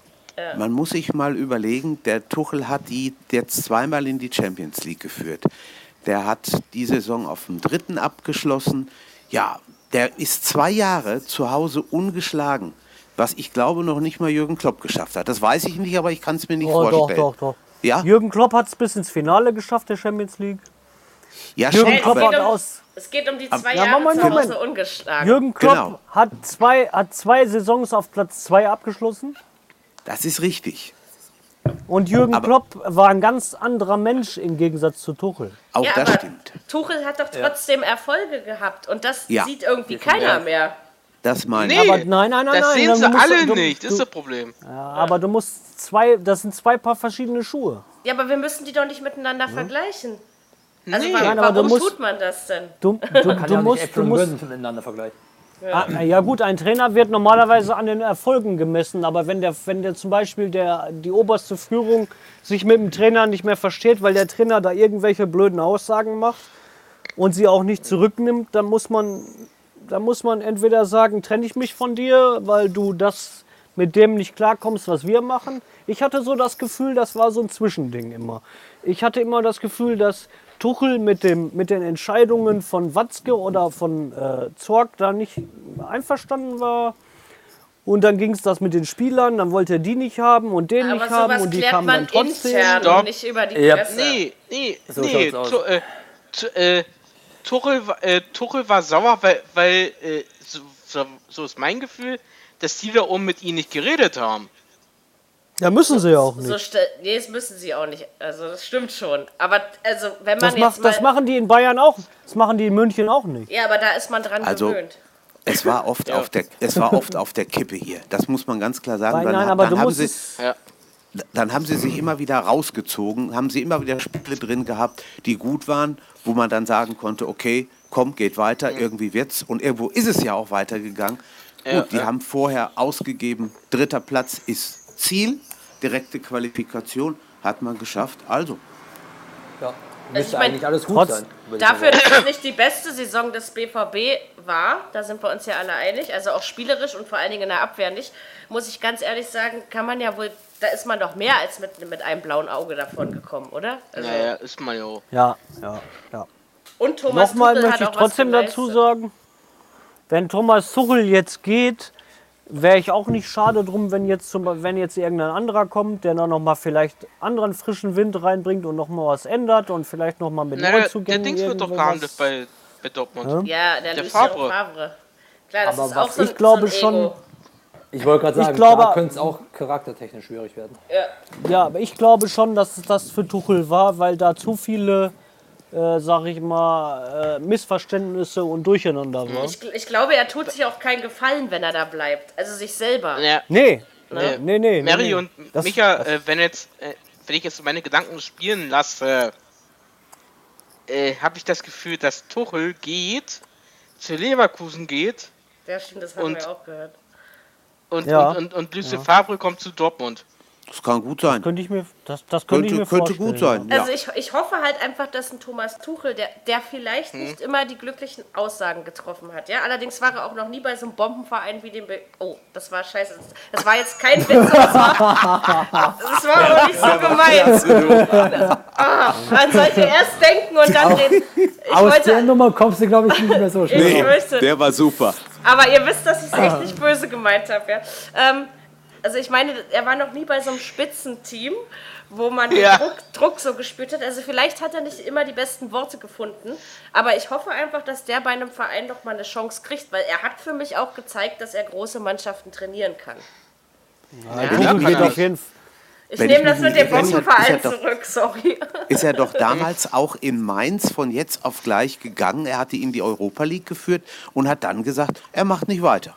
Man muss sich mal überlegen, der Tuchel hat die jetzt zweimal in die Champions League geführt. Der hat die Saison auf dem 3. abgeschlossen. Ja, der ist 2 Jahre zu Hause ungeschlagen, was ich glaube noch nicht mal Jürgen Klopp geschafft hat. Das weiß ich nicht, aber ich kann es mir nicht vorstellen. Doch. Ja, Jürgen Klopp hat es bis ins Finale geschafft, der Champions League. ja Jürgen schon, Klopp aber hat aus. Es geht um die 2 Ja, Jahre Moment, zu Hause Moment. ungeschlagen. Jürgen Klopp Genau. hat zwei Saisons auf Platz 2 abgeschlossen. das ist richtig. Und Jürgen Aber- Klopp war ein ganz anderer Mensch im Gegensatz zu Tuchel. Auch Ja, das aber stimmt. Tuchel hat doch trotzdem Erfolge gehabt und das Ja. sieht irgendwie keiner mehr. Das meine Nee, ich. Aber nein, das sehen dann sie musst alle du- nicht, das ist das Problem. Ja, aber du musst das sind 2 Paar verschiedene Schuhe. Ja, aber wir müssen die doch nicht miteinander vergleichen. Also Nee. Nein, aber warum du musst- tut man das denn? Du Kann ja nicht musst, Äpfel und Birnen miteinander vergleichen. ja gut, ein Trainer wird normalerweise an den Erfolgen gemessen, aber wenn der zum Beispiel die oberste Führung sich mit dem Trainer nicht mehr versteht, weil der Trainer da irgendwelche blöden Aussagen macht und sie auch nicht zurücknimmt, dann muss man entweder sagen, trenne ich mich von dir, weil du das mit dem nicht klarkommst, was wir machen. Ich hatte so das Gefühl, das war so ein Zwischending immer. Ich hatte immer das Gefühl, dass Tuchel mit den Entscheidungen von Watzke oder von Zorc da nicht einverstanden war. Und dann ging es das mit den Spielern, dann wollte er die nicht haben und den Aber nicht haben sowas und die klärt kamen man dann trotzdem. intern Stopp. und nicht über die Ja. Presse. Nee, So schaut's aus. Tuchel war sauer, weil so ist mein Gefühl, dass die da oben mit ihm nicht geredet haben. Ja, müssen sie ja auch nicht. Nee, das müssen sie auch nicht. Also das stimmt schon. Aber also wenn man jetzt Das machen die in Bayern auch. Das machen die in München auch nicht. ja, aber da ist man dran Also, gewöhnt. Es war oft auf der Kippe hier. Das muss man ganz klar sagen. Nein, aber du haben musst sie, es. dann haben sie sich immer wieder rausgezogen, haben sie immer wieder Spiele drin gehabt, die gut waren, wo man dann sagen konnte, okay, komm, geht weiter, irgendwie wird's. Und irgendwo ist es ja auch weitergegangen. Gut, die haben vorher ausgegeben, 3. Platz ist Ziel, direkte Qualifikation, hat man geschafft. Also, Ja, müsste ich mein, eigentlich alles gut trotz- sein. würde ich Dafür, sagen. dass es nicht die beste Saison des BVB war, da sind wir uns ja alle einig, also auch spielerisch und vor allen Dingen in der Abwehr nicht, muss ich ganz ehrlich sagen, kann man ja wohl, da ist man doch mehr als mit einem blauen Auge davon gekommen, oder? Also, Naja, ist man ja auch. Ja. Und Thomas Nochmal Tuchel möchte ich hat auch was trotzdem dazu geleistet. sagen, wenn Thomas Tuchel jetzt geht, wäre ich auch nicht schade drum, wenn jetzt irgendein anderer kommt, der dann noch mal vielleicht anderen frischen Wind reinbringt und noch mal was ändert und vielleicht noch mal mit Na, der Neuzugängen Dings wird doch irgendwo gehandelt was- bei Dortmund. Ja, der Der Lucien Favre. Favre. Klar, das Aber ist auch was so, ich glaube so ein schon- Ego. Ich wollte gerade sagen, glaube- da könnte es auch charaktertechnisch schwierig werden. Ja, aber ich glaube schon, dass es das für Tuchel war, weil da zu viele, sag ich mal, Missverständnisse und Durcheinander waren. Ich glaube, er tut sich auch keinen Gefallen, wenn er da bleibt. Also sich selber. Ja, Nee. Nee. Nee. Mary und Das- Micha, wenn ich jetzt meine Gedanken spielen lasse, habe ich das Gefühl, dass Tuchel geht zu Leverkusen geht Ja, stimmt, das haben Und- wir auch gehört. und Lucien Favre kommt zu Dortmund. Das kann gut sein. Könnte ich mir, das könnte ich mir Könnte vorstellen. gut sein. Ja. Also ich hoffe halt einfach, dass ein Thomas Tuchel, der vielleicht nicht immer die glücklichen Aussagen getroffen hat. Ja? Allerdings war er auch noch nie bei so einem Bombenverein wie dem... Oh, das war scheiße. Das war jetzt kein Witz. Das war aber nicht so gemeint. Man sollte erst denken und dann reden. Aus der Nummer kommst du, glaube ich, nicht mehr so schnell. Ich möchte, Der war super. aber ihr wisst, dass ich es echt nicht böse gemeint habe. Ja? Also ich meine, er war noch nie bei so einem Spitzenteam, wo man den Druck so gespürt hat. Also vielleicht hat er nicht immer die besten Worte gefunden, aber ich hoffe einfach, dass der bei einem Verein doch mal eine Chance kriegt, weil er hat für mich auch gezeigt, dass er große Mannschaften trainieren kann. Tuchel geht auf jeden Fall. Ich Wenn nehme ich das mich mit dem nicht irre, Bombenverein ist er doch- zurück, sorry. Ist er doch damals auch in Mainz von jetzt auf gleich gegangen. Er hatte in die Europa League geführt und hat dann gesagt, er macht nicht weiter.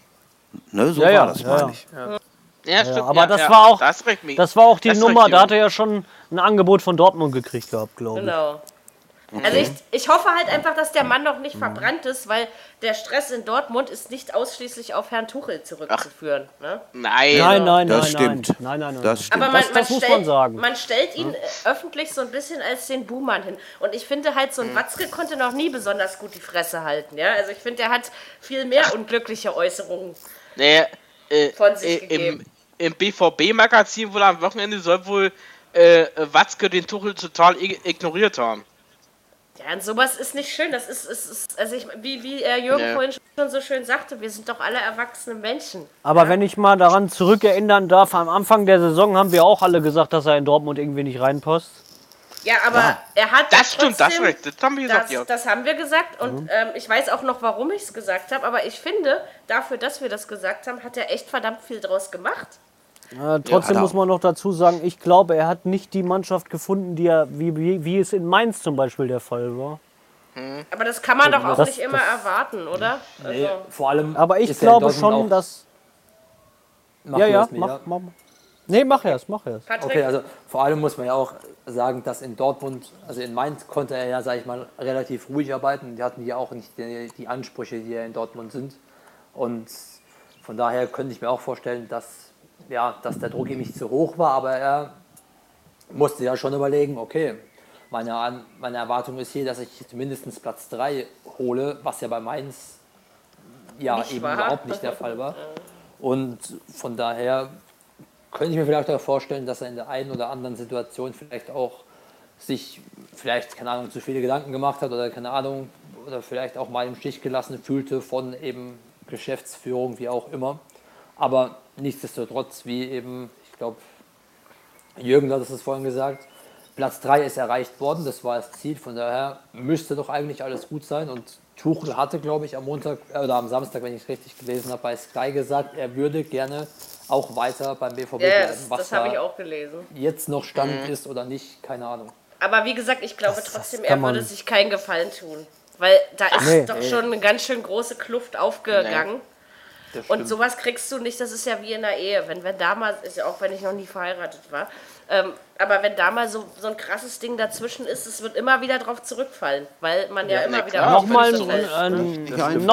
Ne, so Ja, war das, meine ich. Ja, stimmt. aber das war auch- Das regt mich. Das war auch die Das Nummer, regt da mich hat er ja schon ein Angebot von Dortmund gekriegt gehabt, glaube ich. Genau. Also ich hoffe halt einfach, dass der Mann noch nicht verbrannt ist, weil der Stress in Dortmund ist nicht ausschließlich auf Herrn Tuchel zurückzuführen. Ne? Nein, Das stimmt. Nein. Das stimmt. Aber man, Das muss man sagen. Man stellt ihn öffentlich so ein bisschen als den Buhmann hin. Und ich finde halt, so ein Watzke konnte noch nie besonders gut die Fresse halten. Ja? Also ich finde, er hat viel mehr unglückliche Äußerungen Nee, von sich gegeben. im BVB-Magazin wohl am Wochenende soll wohl Watzke den Tuchel total ignoriert haben. Ja, und sowas ist nicht schön. Das ist also wie Jürgen Ja. vorhin schon so schön sagte, wir sind doch alle erwachsene Menschen. Aber wenn ich mal daran zurückerinnern darf, am Anfang der Saison haben wir auch alle gesagt, dass er in Dortmund irgendwie nicht reinpasst. Ja, aber er hat Das stimmt, das trotzdem, recht. Das haben wir gesagt, ja. Das haben wir gesagt und ich weiß auch noch, warum ich es gesagt habe, aber ich finde, dafür, dass wir das gesagt haben, hat er echt verdammt viel draus gemacht. Trotzdem hat er muss man noch dazu sagen, ich glaube, er hat nicht die Mannschaft gefunden, die er, wie es in Mainz zum Beispiel der Fall war. Aber das kann man doch auch Das- nicht immer erwarten, oder? Nee, Also, vor allem Aber ich ist er in glaube Dortmund schon, auch- dass... Mach Ja, du ja, das, Mia. mach. Nee, mach erst. Patrick, Okay, also vor allem muss man ja auch sagen, dass in Dortmund, also in Mainz konnte er ja, sag ich mal, relativ ruhig arbeiten. Die hatten ja auch nicht die Ansprüche, die ja in Dortmund sind. Und von daher könnte ich mir auch vorstellen, dass der Druck ihm nicht zu hoch war, aber er musste ja schon überlegen, okay, meine Erwartung ist hier, dass ich mindestens Platz 3 hole, was ja bei Mainz ja Nicht eben wahr? überhaupt nicht der Fall war. Und von daher könnte ich mir vielleicht auch vorstellen, dass er in der einen oder anderen Situation vielleicht auch sich keine Ahnung, zu viele Gedanken gemacht hat oder keine Ahnung, oder vielleicht auch mal im Stich gelassen fühlte von eben Geschäftsführung, wie auch immer. Aber nichtsdestotrotz, wie eben, ich glaube, Jürgen hat es vorhin gesagt, Platz 3 ist erreicht worden, das war das Ziel, von daher müsste doch eigentlich alles gut sein. Und Tuchel hatte, glaube ich, am Montag oder am Samstag, wenn ich es richtig gelesen habe, bei Sky gesagt, er würde gerne auch weiter beim BVB ja, bleiben. Was das habe ich da auch gelesen. jetzt noch Stand ist oder nicht, keine Ahnung. Aber wie gesagt, ich glaube trotzdem, kann er man- würde sich keinen Gefallen tun. Weil da ist Nee. doch schon eine ganz schön große Kluft aufgegangen. Das Und stimmt. sowas kriegst du nicht, das ist ja wie in der Ehe. Wenn damals, ist ja auch wenn ich noch nie verheiratet war, aber wenn da mal so ein krasses Ding dazwischen ist, es wird immer wieder drauf zurückfallen, weil man ja immer wieder Nochmal, fällt.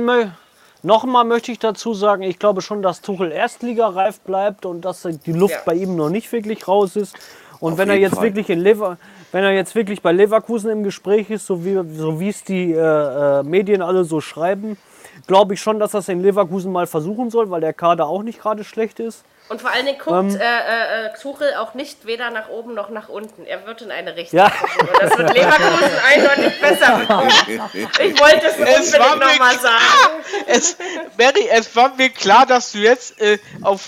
nochmal möchte ich dazu sagen, ich glaube schon, dass Tuchel erstligareif bleibt und dass die Luft Ja. bei ihm noch nicht wirklich raus ist. Und wenn er jeden jetzt Fall. wirklich wenn er jetzt wirklich bei Leverkusen im Gespräch ist, so wie es die Medien alle so schreiben, glaube ich schon, dass er es in Leverkusen mal versuchen soll, weil der Kader auch nicht gerade schlecht ist. Und vor allen Dingen guckt Tuchel auch nicht weder nach oben noch nach unten. Er wird in eine Richtung Ja. gucken. Und das wird Leverkusen eindeutig besser bekommen. Ich wollte es Es war unbedingt nochmal mir sagen. Mary, es war mir klar, dass du jetzt auf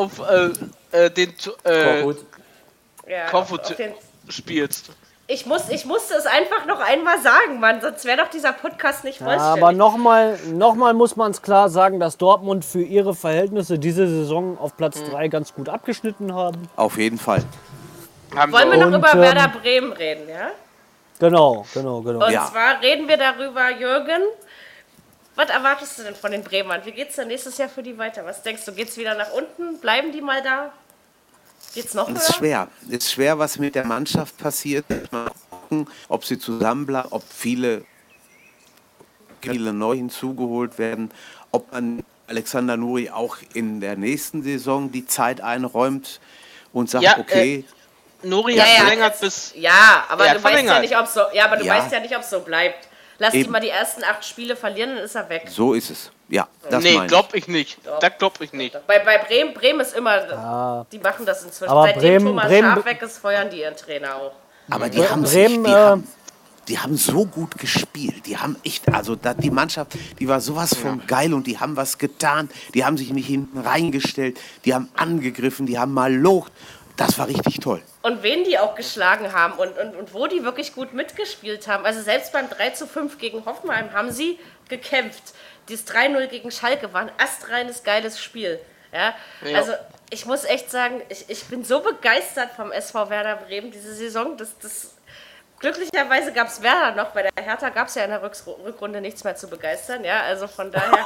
den Korkut. Ja, Korkut auf den- spielst. Ich musste es einfach noch einmal sagen, Mann, sonst wäre doch dieser Podcast nicht Ja, vollständig. aber nochmal muss man es klar sagen, dass Dortmund für ihre Verhältnisse diese Saison auf Platz 3 ganz gut abgeschnitten haben. Auf jeden Fall. Haben Wollen wir wir noch Und, über Werder Bremen reden, ja? Genau. Und Ja. zwar reden wir darüber, Jürgen. Was erwartest du denn von den Bremern? Wie geht's denn nächstes Jahr für die weiter? Was denkst du, geht's wieder nach unten? Bleiben die mal da? Geht's noch Es ist höher? schwer. Es ist schwer, was mit der Mannschaft passiert. Mal gucken, ob sie zusammenbleiben, ob viele viele neu hinzugeholt werden, ob man Alexander Nuri auch in der nächsten Saison die Zeit einräumt und sagt, okay. Nuri hat verlängert bis. Ja, aber Er du hat weißt ja verlängert. nicht, ob so. Ja, aber du Ja. weißt ja nicht, ob es so bleibt. Lass die Eben. mal die ersten 8 Spiele verlieren, dann ist er weg. So ist es. Ja, das Nee, meine ich. glaub ich nicht. Das glaub ich nicht. Bei Bremen ist immer. Die machen das inzwischen. Aber Seitdem Thomas Bremen- Schaaf weg ist, feuern die ihren Trainer auch. Aber die haben, Bremen, die haben so gut gespielt. Die haben echt, also die Mannschaft, die war sowas von geil und die haben was getan. Die haben sich nicht hinten reingestellt. Die haben angegriffen, die haben mal locht. Das war richtig toll. Und wen die auch geschlagen haben und wo die wirklich gut mitgespielt haben. Also selbst beim 3:5 gegen Hoffenheim haben sie gekämpft. Dieses 3:0 gegen Schalke war ein astreines, geiles Spiel. Ja? Ja. Also ich muss echt sagen, ich bin so begeistert vom SV Werder Bremen diese Saison. Glücklicherweise gab es Werder noch, bei der Hertha gab es ja in der Rückrunde nichts mehr zu begeistern. Ja? Also von daher,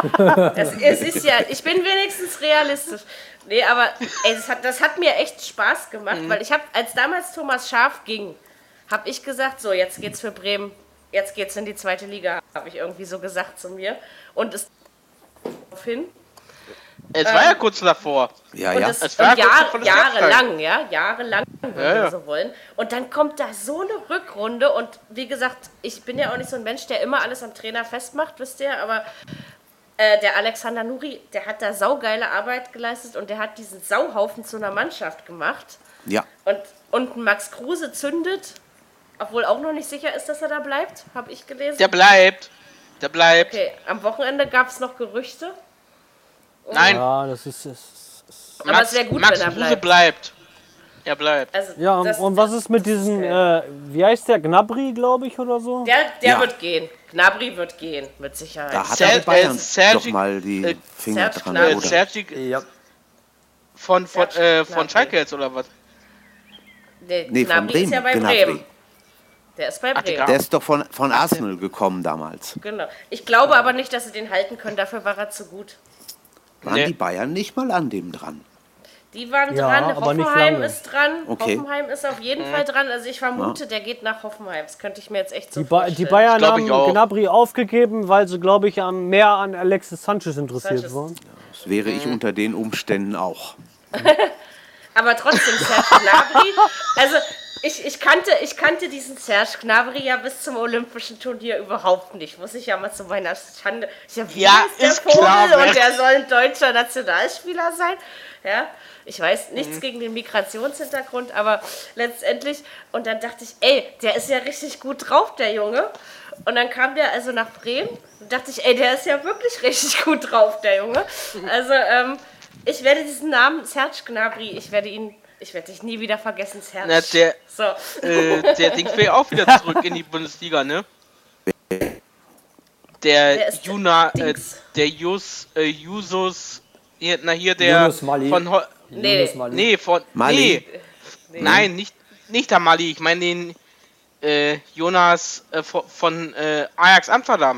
es ist ja, ich bin wenigstens realistisch. Nee, aber ey, das hat mir echt Spaß gemacht, weil ich habe, als damals Thomas Schaaf ging, habe ich gesagt, so jetzt geht's für Bremen, jetzt geht's in die 2. Liga, habe ich irgendwie so gesagt zu mir. Und es hin. Es war ja kurz davor. Ja, Und ja. das Es war und kurz vor der jahrelang, wenn wir so wollen. Und dann kommt da so eine Rückrunde und wie gesagt, ich bin ja auch nicht so ein Mensch, der immer alles am Trainer festmacht, wisst ihr, aber der Alexander Nuri, der hat da saugeile Arbeit geleistet und der hat diesen Sauhaufen zu einer Mannschaft gemacht. Ja. Und Max Kruse zündet, obwohl auch noch nicht sicher ist, dass er da bleibt, habe ich gelesen. Der bleibt. Okay, am Wochenende gab es noch Gerüchte. Nein, ja, das ist Aber es wäre gut, Max wenn er Kruse bleibt. bleibt. Er bleibt. Also ja, das- und was ist mit das diesem, fair. wie heißt der, Gnabry, glaube ich, oder so? Der Ja. wird gehen. Gnabry wird gehen, mit Sicherheit. Da hat Ser- er Bayern Sergi- doch mal die Finger Serge dran, Gnabry. oder? Sergi Ja. von Gnabry. Schalke jetzt oder was? Der Nee, von Gnabry ist ja bei Bremen. Bremen. Gnabry. Der ist bei Ach, Bremen. egal. Der ist doch von Arsenal gekommen damals. Genau. Ich glaube aber nicht, dass sie den halten können. Dafür war er zu gut. Waren Nee. die Bayern nicht mal an dem dran? Die waren Ja, dran. aber nicht Hoffenheim lange. ist dran. Okay. Hoffenheim ist auf jeden Fall dran. Also ich vermute, der geht nach Hoffenheim. Das könnte ich mir jetzt echt so Die vorstellen. Bayern glaub ich haben auch. Gnabry aufgegeben, weil sie, glaube ich, mehr an Alexis Sanchez interessiert Sanchez. waren. Das wäre ich unter den Umständen auch. Aber trotzdem, Serge Gnabry, also ich kannte diesen Serge Gnabry ja bis zum Olympischen Turnier überhaupt nicht. Muss ich ja mal zu meiner Schande. Wie Ja, heißt der ist Vogel klar, wer- und der soll ein deutscher Nationalspieler sein. Ja, ich weiß nichts gegen den Migrationshintergrund, aber letztendlich, und dann dachte ich, ey, der ist ja richtig gut drauf, der Junge. Und dann kam der also nach Bremen und dachte ich, ey, der ist ja wirklich richtig gut drauf, der Junge. Also, ich werde diesen Namen Serge Gnabry, ich werde dich nie wieder vergessen, Serge. Na, der Ding will auch wieder zurück in die Bundesliga, ne? Wer Der ist Jusus, hier, der Yunus Mali. von Nee. Yunus Mali. nee, von Mali. Nein, nicht der Mali, ich meine den Jonas von Ajax Amsterdam.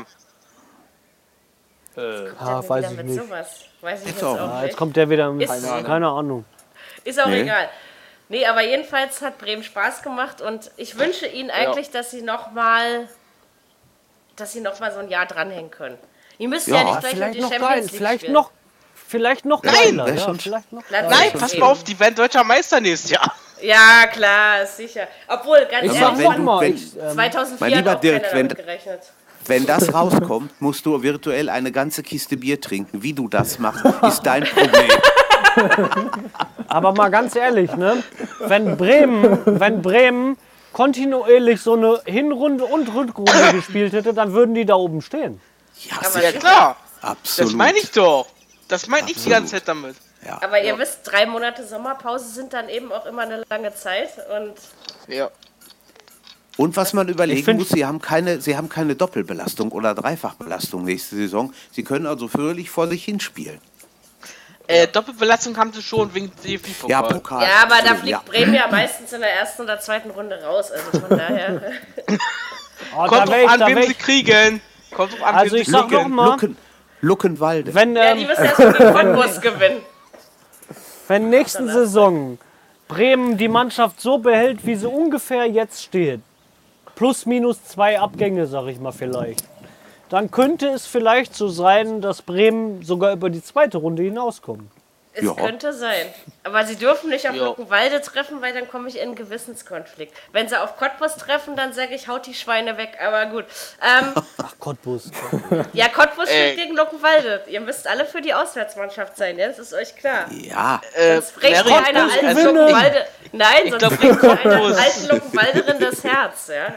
Ah, weiß ich nicht. Weiß ich jetzt auch. auch Ah, nicht. jetzt kommt der wieder mit, Ist- keine Ahnung. Ist auch Nee. egal. Nee, aber jedenfalls hat Bremen Spaß gemacht und ich wünsche ihnen eigentlich, dass sie noch mal so ein Jahr dranhängen können. Die müssen ja, Ja, nicht gleich um Vielleicht die noch Champions geil, League spielen. vielleicht noch Nein, geiler. wär Ja, schon- vielleicht noch. Lass Nein, uns pass sehen. mal auf, die werden deutscher Meister nächstes Jahr. Ja, klar, ist sicher. Obwohl, ganz Ich ehrlich, sag wenn noch du- mal, wenn- 2004 Mein lieber hat auch Dirk, keiner wenn- damit gerechnet. Wenn das rauskommt, musst du virtuell eine ganze Kiste Bier trinken. Wie du das machst, ist dein Problem. aber mal ganz ehrlich, ne? Wenn Bremen kontinuierlich so eine Hinrunde und Rückrunde gespielt hätte, dann würden die da oben stehen. Ja, Aber sicher. Ja klar, Absolut. das meine ich doch. Das meine ich die ganze Zeit damit. Ja. Aber ihr wisst, 3 Monate Sommerpause sind dann eben auch immer eine lange Zeit und Ja. Und was man überlegen find- muss, sie haben keine Doppelbelastung oder Dreifachbelastung nächste Saison. Sie können also fröhlich vor sich hinspielen. Doppelbelastung haben sie schon wegen DFB-Pokal. Ja, Pokal. ja, aber da Entschuldigung, fliegt ja. Bremen ja meistens in der ersten oder zweiten Runde raus. Also von daher. Oh, Kommt da wär drauf an, da wen wär sie kriegen. Kommt drauf an, Also wen ich sie sag kriegen. noch mal, Luckenwalde. wenn, Ja, die müssen erst gegen Cottbus gewinnen. wenn nächsten Saison Bremen die Mannschaft so behält, wie sie ungefähr jetzt steht, plus minus 2 Abgänge, sag ich mal vielleicht, dann könnte es vielleicht so sein, dass Bremen sogar über die zweite Runde hinauskommt. Es Ja. könnte sein. Aber sie dürfen nicht auf Ja. Luckenwalde treffen, weil dann komme ich in einen Gewissenskonflikt. Wenn sie auf Cottbus treffen, dann sage ich, haut die Schweine weg. Aber gut. Ach, Cottbus. Ja, Cottbus spielt gegen Luckenwalde. Ihr müsst alle für die Auswärtsmannschaft sein, ja? Das ist euch klar. Ja, Sonst bricht Mary, ja einer Cottbus alten gewinnen. Luckenwalde... Nein, sonst glaub, bricht ja einer Cottbus. alten Luckenwalderin das Herz, ja?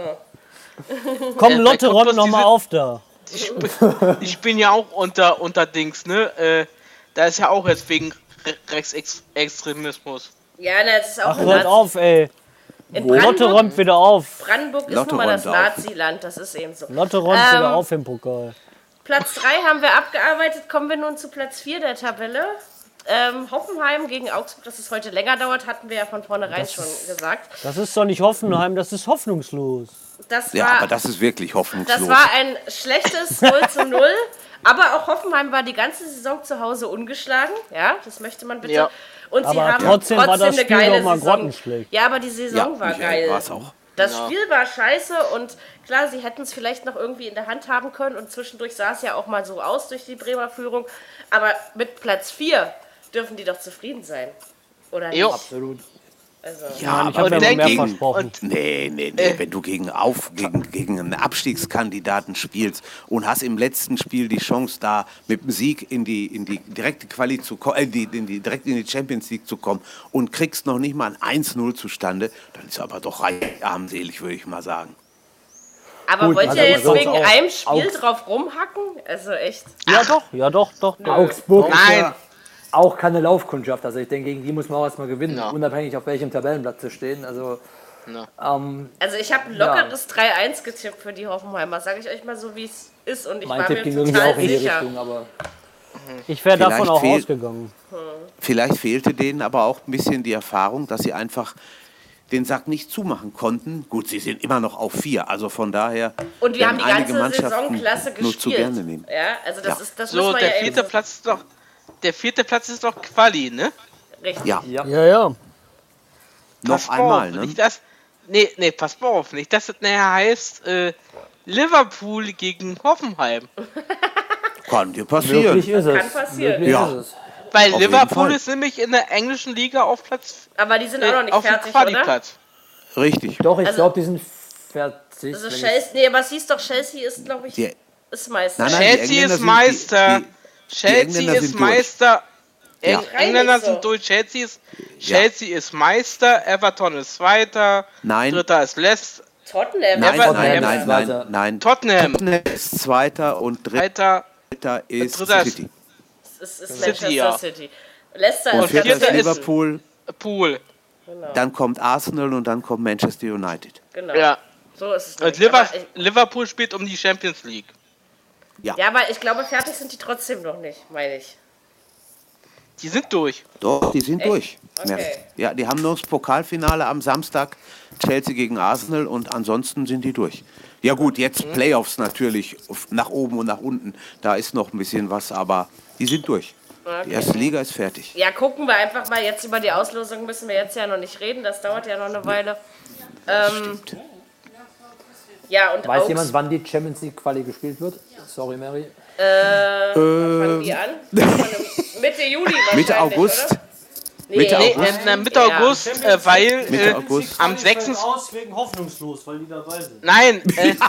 Also... Komm, Lotte, bei räum Cottbus, noch die mal sind- auf da. Ich bin ja auch unter Dings, ne? Da ist ja auch jetzt wegen Rechtsextremismus. Ja, na, das ist auch Ach, ein hört Nazi. auf, ey. In Lotte Brandenburg, räumt wieder auf. Brandenburg ist Lotte nun mal das räumt auf. Nazi-Land, das ist eben so. Lotte räumt wieder auf im Pokal. Platz 3 haben wir abgearbeitet, kommen wir nun zu Platz 4 der Tabelle. Hoffenheim gegen Augsburg, dass es heute länger dauert, hatten wir ja von vornherein schon gesagt. Das ist doch nicht Hoffenheim, das ist hoffnungslos. Das ja, war, aber das ist wirklich hoffnungslos. das war ein schlechtes 0:0, aber auch Hoffenheim war die ganze Saison zu Hause ungeschlagen, ja, das möchte man bitte. Ja. Und sie Aber haben trotzdem war das eine Spiel geile doch mal Saison. grottenschlecht. Ja, aber die Saison war geil. War es auch. Das Spiel war scheiße und klar, sie hätten es vielleicht noch irgendwie in der Hand haben können und zwischendurch sah es ja auch mal so aus durch die Bremer Führung. Aber mit Platz 4 dürfen die doch zufrieden sein. Oder nicht? Jo. Absolut. Also, Ja, Ich habe ja noch mehr versprochen. Nee. Wenn du gegen einen Abstiegskandidaten spielst und hast im letzten Spiel die Chance, da mit dem Sieg in die direkte Quali zu kommen, direkt in die Champions League zu kommen und kriegst noch nicht mal ein 1-0 zustande, dann ist aber doch armselig, würde ich mal sagen. aber Gut, wollt also ihr man jetzt soll's wegen auch- einem Spiel auch- drauf rumhacken? Also echt. Ja doch. Augsburg ist Nein. ja auch keine Laufkundschaft. Also ich denke, gegen die muss man auch erstmal gewinnen, Ja. unabhängig auf welchem Tabellenplatz sie stehen. Also Also ich habe ein lockeres 3:1 getippt für die Hoffenheimer. Sage ich euch mal so, wie es ist. Und ich mein war Tipp mir ging irgendwie total auch in die sicher. Richtung. Aber Ich wäre davon Vielleicht auch fehlt- ausgegangen. Vielleicht fehlte denen aber auch ein bisschen die Erfahrung, dass sie einfach den Sack nicht zumachen konnten. Gut, sie sind immer noch auf 4, also von daher Und wir haben werden die einige ganze Saison Mannschaften klasse nur zu gespielt. gerne nehmen. Ja, also das Ja. ist das So, muss man der ja vierte eben Platz ist doch. Der vierte Platz ist doch Quali, ne? richtig. Ja, Ja. noch Pass einmal, auf, ne? Nicht das, nee, pass mal auf. Nicht, dass es nachher heißt, Liverpool gegen Hoffenheim. Kann dir passieren. möglich ist es. Kann passieren. Möglich Ja. ist es. Weil Auf jeden Liverpool Fall. ist nämlich in der englischen Liga auf Platz. Aber die sind auch noch nicht auf dem fertig, oder? Quali-Platz. Richtig. Doch, ich Also- glaube, die sind fertig. Also wenn ich- Chelsea, nee, aber es hieß doch, Chelsea ist, glaube ich, Die- ist Meister. Nein, die Chelsea Engländer ist sind- Meister. die Chelsea Engländer ist sind durch. Meister. Ja. Engländer Eigentlich so. sind durch. Chelsea ist Meister. Everton ist Zweiter. Nein. Dritter ist Leicester. Tottenham. Nein, Everton nein, ist nein, Zweiter. nein. Tottenham. ist Zweiter und Dritter. Dritter ist Dritter ist- City. Es ist City, Manchester ja. City. Leicester Und ist vierter vierter ist ganz ist- Liverpool, Pool. dann kommt Arsenal und dann kommt Manchester United. Genau. Ja. So ist es. Und nämlich. Aber Liverpool spielt um die Champions League. ja, aber ich glaube, fertig sind die trotzdem noch nicht, meine ich. Die sind durch. Doch, die sind durch. Okay. Mary. Ja, die haben nur das Pokalfinale am Samstag, Chelsea gegen Arsenal und ansonsten sind die durch. Ja gut, jetzt Playoffs natürlich, nach oben und nach unten, da ist noch ein bisschen was, aber die sind durch. Die erste Liga ist fertig. Ja, gucken wir einfach mal. Jetzt über die Auslosung müssen wir jetzt ja noch nicht reden. Das dauert ja noch eine Weile. Stimmt. Ja, und Weiß Augs- jemand, wann die Champions League Quali gespielt wird? Sorry, Mary. fangen die an? Mitte Juli wahrscheinlich, Mitte August. Oder? Nee, Mitte Nee, August. Mitte August, weil Mitte August. am 6. aus wegen hoffnungslos, weil die dabei sind. Nein,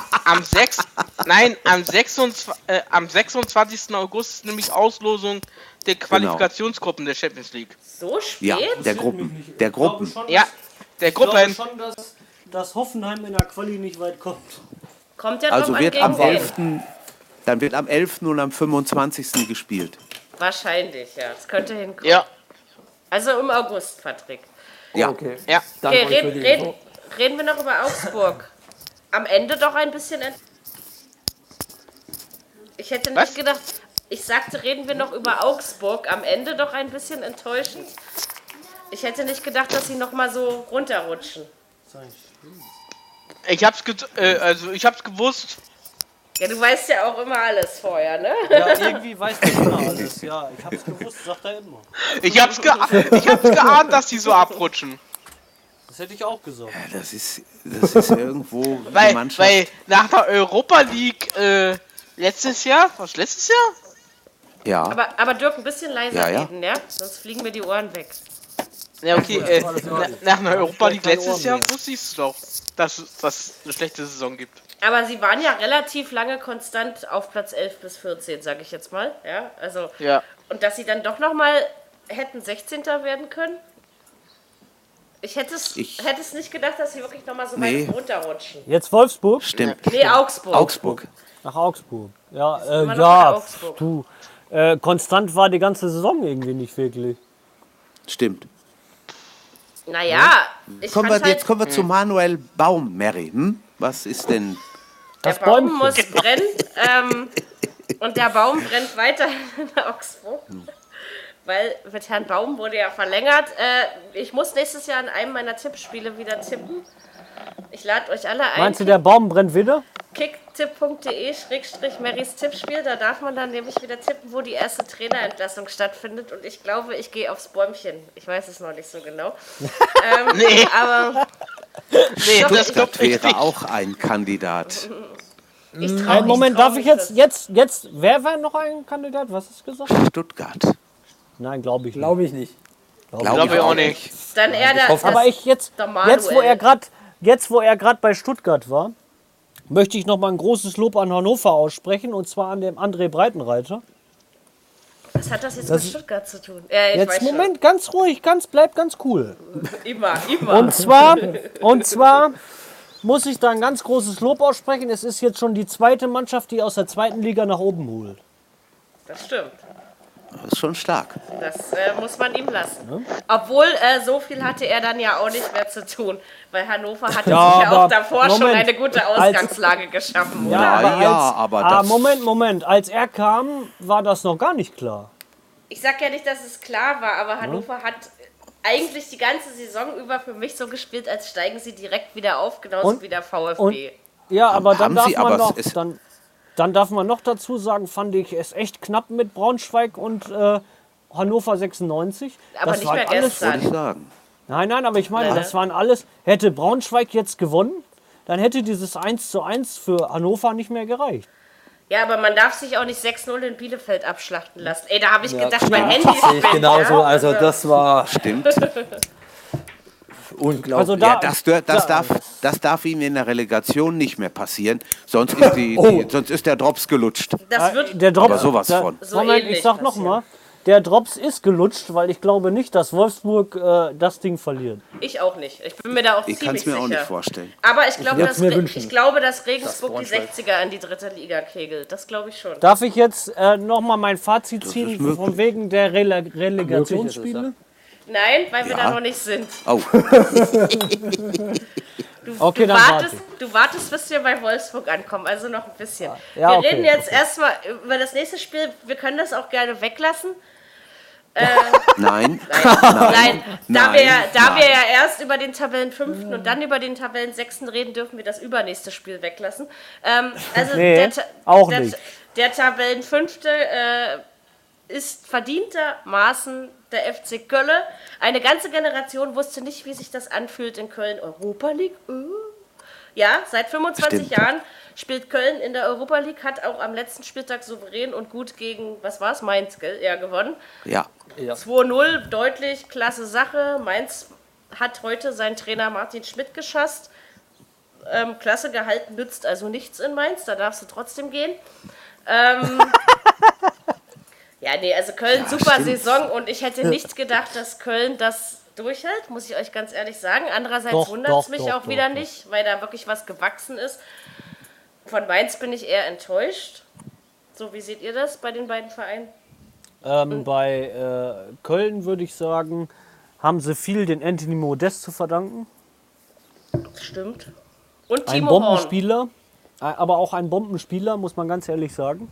am 26. August ist nämlich Auslosung der Qualifikationsgruppen der Champions League. So spät? Ja, der Gruppen. Der Gruppen. Ja, der Ich glaube Gruppen. schon, dass Hoffenheim in der Quali nicht weit kommt. Kommt ja Also drauf wird an, am gegen 11. wen. Dann wird am 11. und am 25. gespielt. Wahrscheinlich, ja. Das könnte hinkommen. Ja, Also im August, Patrick. Ja. Okay. ja. Danke Okay, euch für die Info. reden wir noch über Augsburg. Am Ende doch ein bisschen... Ich hätte nicht Was? gedacht... Ich sagte, reden wir noch über Augsburg. Am Ende doch ein bisschen enttäuschend. Ich hätte nicht gedacht, dass sie noch mal so runterrutschen. Ich hab's gewusst. Ja, du weißt ja auch immer alles vorher, ne? Ja, irgendwie weiß der immer alles. Ja, ich hab's gewusst, sagt er immer. Ich hab's geahnt, dass die so abrutschen. Das hätte ich auch gesagt. Das ist irgendwo die Weil Mannschaft. nach der Europa League Letztes Jahr? Was, letztes Jahr? Ja, Aber Dirk, ein bisschen leiser Ja. reden, ja? Sonst fliegen mir die Ohren weg. Ja, okay. Nach einer Europa League keine letztes Ohren Jahr mehr. wusste ich es doch, dass es eine schlechte Saison gibt. Aber sie waren ja relativ lange konstant auf Platz 11 bis 14, sage ich jetzt mal. Ja, also. Ja. Und dass sie dann doch nochmal hätten 16. werden können? Ich hätte es nicht gedacht, dass sie wirklich nochmal so Nee. weit runterrutschen. Jetzt Wolfsburg? stimmt. Nee, Augsburg. Augsburg. Nach Augsburg. Ja, immer noch bei Augsburg. du. Konstant war die ganze Saison irgendwie nicht wirklich. Stimmt. Naja, ich fand halt, Jetzt kommen wir zu Manuel Baum, Mary. Was ist denn? der Das Baum Bäumchen. muss brennen. Und der Baum brennt weiter in Augsburg. Weil mit Herrn Baum wurde ja verlängert. Ich muss nächstes Jahr in einem meiner Tippspiele wieder tippen. Ich lade euch alle ein. Meinst du, der Baum brennt wieder? kicktipp.de/Marys Tippspiel. Da darf man dann nämlich wieder tippen, wo die erste Trainerentlassung stattfindet. Und ich glaube, ich gehe aufs Bäumchen. Ich weiß es noch nicht so genau. Nee. Aber Nee, Doch, das ich- kommt Wäre richtig. auch ein Kandidat. ich trau, Moment, darf ich jetzt, wer war noch ein Kandidat? Was hast du gesagt? Stuttgart. Nein, glaube ich nicht. Glaube ich nicht. Glaube ich auch nicht. Dann eher der, hoffe, Aber ich jetzt, der Manuel. jetzt wo er gerade bei Stuttgart war, möchte ich noch mal ein großes Lob an Hannover aussprechen, und zwar an dem André Breitenreiter. Was hat das jetzt mit Stuttgart zu tun? Ja, ich weiß Jetzt Moment, ganz ruhig, bleib ganz cool. schon. Immer. Und zwar muss ich da ein ganz großes Lob aussprechen. Es ist jetzt schon die zweite Mannschaft, die aus der zweiten Liga nach oben holt. Das stimmt. Das ist schon stark. Das muss man ihm lassen. Obwohl, so viel hatte er dann ja auch nicht mehr zu tun. Weil Hannover hatte Ja, sich ja auch aber davor schon Moment, eine gute Ausgangslage geschaffen, oder? Aber das. Moment. Als er kam, war das noch gar nicht klar. Ich sag ja nicht, dass es klar war, aber Hannover hat eigentlich die ganze Saison über für mich so gespielt, als steigen sie direkt wieder auf, genauso Und- wie der VfB. und- Ja, aber dann Haben darf sie, man aber noch, es ist- dann darf man noch dazu sagen, fand ich es echt knapp mit Braunschweig und Hannover 96. Aber das nicht waren mehr alles, gestern. Wollte ich sagen. Nein, aber ich meine, das waren alles, hätte Braunschweig jetzt gewonnen, dann hätte dieses 1:1 für Hannover nicht mehr gereicht. Ja, aber man darf sich auch nicht 6-0 in Bielefeld abschlachten lassen. Ey, da habe ich gedacht, mein Handy Sehe ich spinnt, genauso. ja? Also das war Stimmt. unglaublich. Also Ja, das darf ihm in der Relegation nicht mehr passieren. Sonst ist, sonst ist der Drops gelutscht. Das wird Der Drops, Aber sowas von. so Moment, ähnlich ich sag passieren. nochmal, der Drops ist gelutscht, weil ich glaube nicht, dass Wolfsburg das Ding verliert. Ich auch nicht. Ich bin mir da auch Ich kann ziemlich es mir sicher. auch nicht vorstellen. Aber ich glaube, würd's mir wünschen. dass Regensburg die 60er in die dritte Liga kegelt. Das glaube ich schon. Darf ich jetzt nochmal mein Fazit ziehen, möglich. von wegen der Relegationsspiele? Nein, weil wir Ja. da noch nicht sind. Oh, Okay, dann warte ich. Du wartest, bis wir bei Wolfsburg ankommen, also noch ein bisschen. Ja, wir okay, reden jetzt erstmal über das nächste Spiel. Wir können das auch gerne weglassen. nein. Nein, da wir nein. ja erst über den Tabellenfünften und dann über den Tabellensechsten reden, dürfen wir das übernächste Spiel weglassen. Also Nee, auch der, nicht. der Tabellenfünfte ist verdientermaßen der FC Köln. Eine ganze Generation wusste nicht, wie sich das anfühlt in Köln. Europa League? Ja, seit 25 Stimmt. Jahren spielt Köln in der Europa League, hat auch am letzten Spieltag souverän und gut gegen, was war es, Mainz, gell? Ja, gewonnen. Ja, 2-0, deutlich, klasse Sache. Mainz hat heute seinen Trainer Martin Schmidt geschasst. Klasse gehalten, nützt also nichts in Mainz, da darfst du trotzdem gehen. Ja, nee, also Köln, super stimmt. Saison und ich hätte nicht gedacht, dass Köln das durchhält, muss ich euch ganz ehrlich sagen. Andererseits Doch, wundert es doch, mich doch, auch doch, wieder doch. nicht, weil da wirklich was gewachsen ist. Von Mainz bin ich eher enttäuscht. So, wie seht ihr das bei den beiden Vereinen? Bei Köln würde ich sagen, haben sie viel den Anthony Modest zu verdanken. Stimmt. Und Ein Timo Horn. Bombenspieler, aber auch ein Bombenspieler, muss man ganz ehrlich sagen.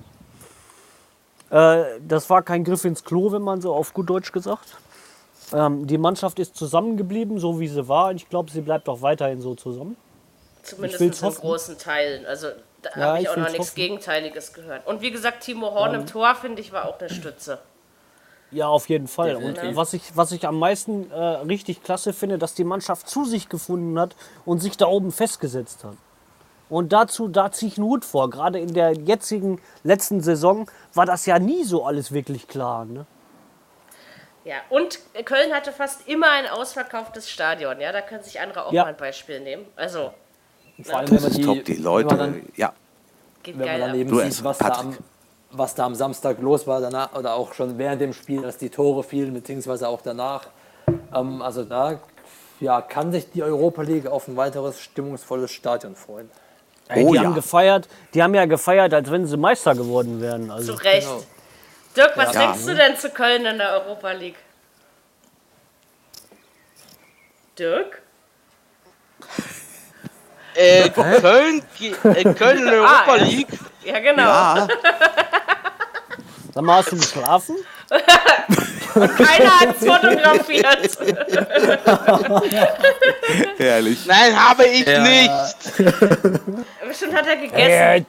Das war kein Griff ins Klo, wenn man so auf gut Deutsch gesagt. Die Mannschaft ist zusammengeblieben, so wie sie war. Und ich glaube, sie bleibt auch weiterhin so zusammen. Zumindest will's in hoffen. großen Teilen. Also da Ja, habe ich ich auch noch will's nichts hoffen. Gegenteiliges gehört. Und wie gesagt, Timo Horn im Tor, finde ich, war auch eine Stütze. Ja, auf jeden Fall. Und was ich am meisten richtig klasse finde, dass die Mannschaft zu sich gefunden hat und sich da oben festgesetzt hat. Und da ziehe ich einen Hut vor. Gerade in der letzten Saison war das ja nie so alles wirklich klar. Ne? Ja, und Köln hatte fast immer ein ausverkauftes Stadion. Ja, da können sich andere auch Ja. mal ein Beispiel nehmen. Also, Vor allem, Das ist top, die wenn Leute, man dann, ja. geht wenn man geil dann ab. eben Du sieht, erst, was Patrick. da am Samstag los war, danach, oder auch schon während dem Spiel, als die Tore fielen, beziehungsweise auch danach. Also da kann sich die Europa League auf ein weiteres stimmungsvolles Stadion freuen. Ey, Oh die ja. haben ja gefeiert, als wenn sie Meister geworden wären. Zu Also, Recht. Genau. Dirk, was Ja. denkst du denn zu Köln in der Europa League? Dirk? Köln in der Europa ja. League. Ja, genau. Ja, sag mal, hast du geschlafen? Keiner hat es fotografiert. herrlich. Nein, habe ich nicht. Bestimmt hat er gegessen.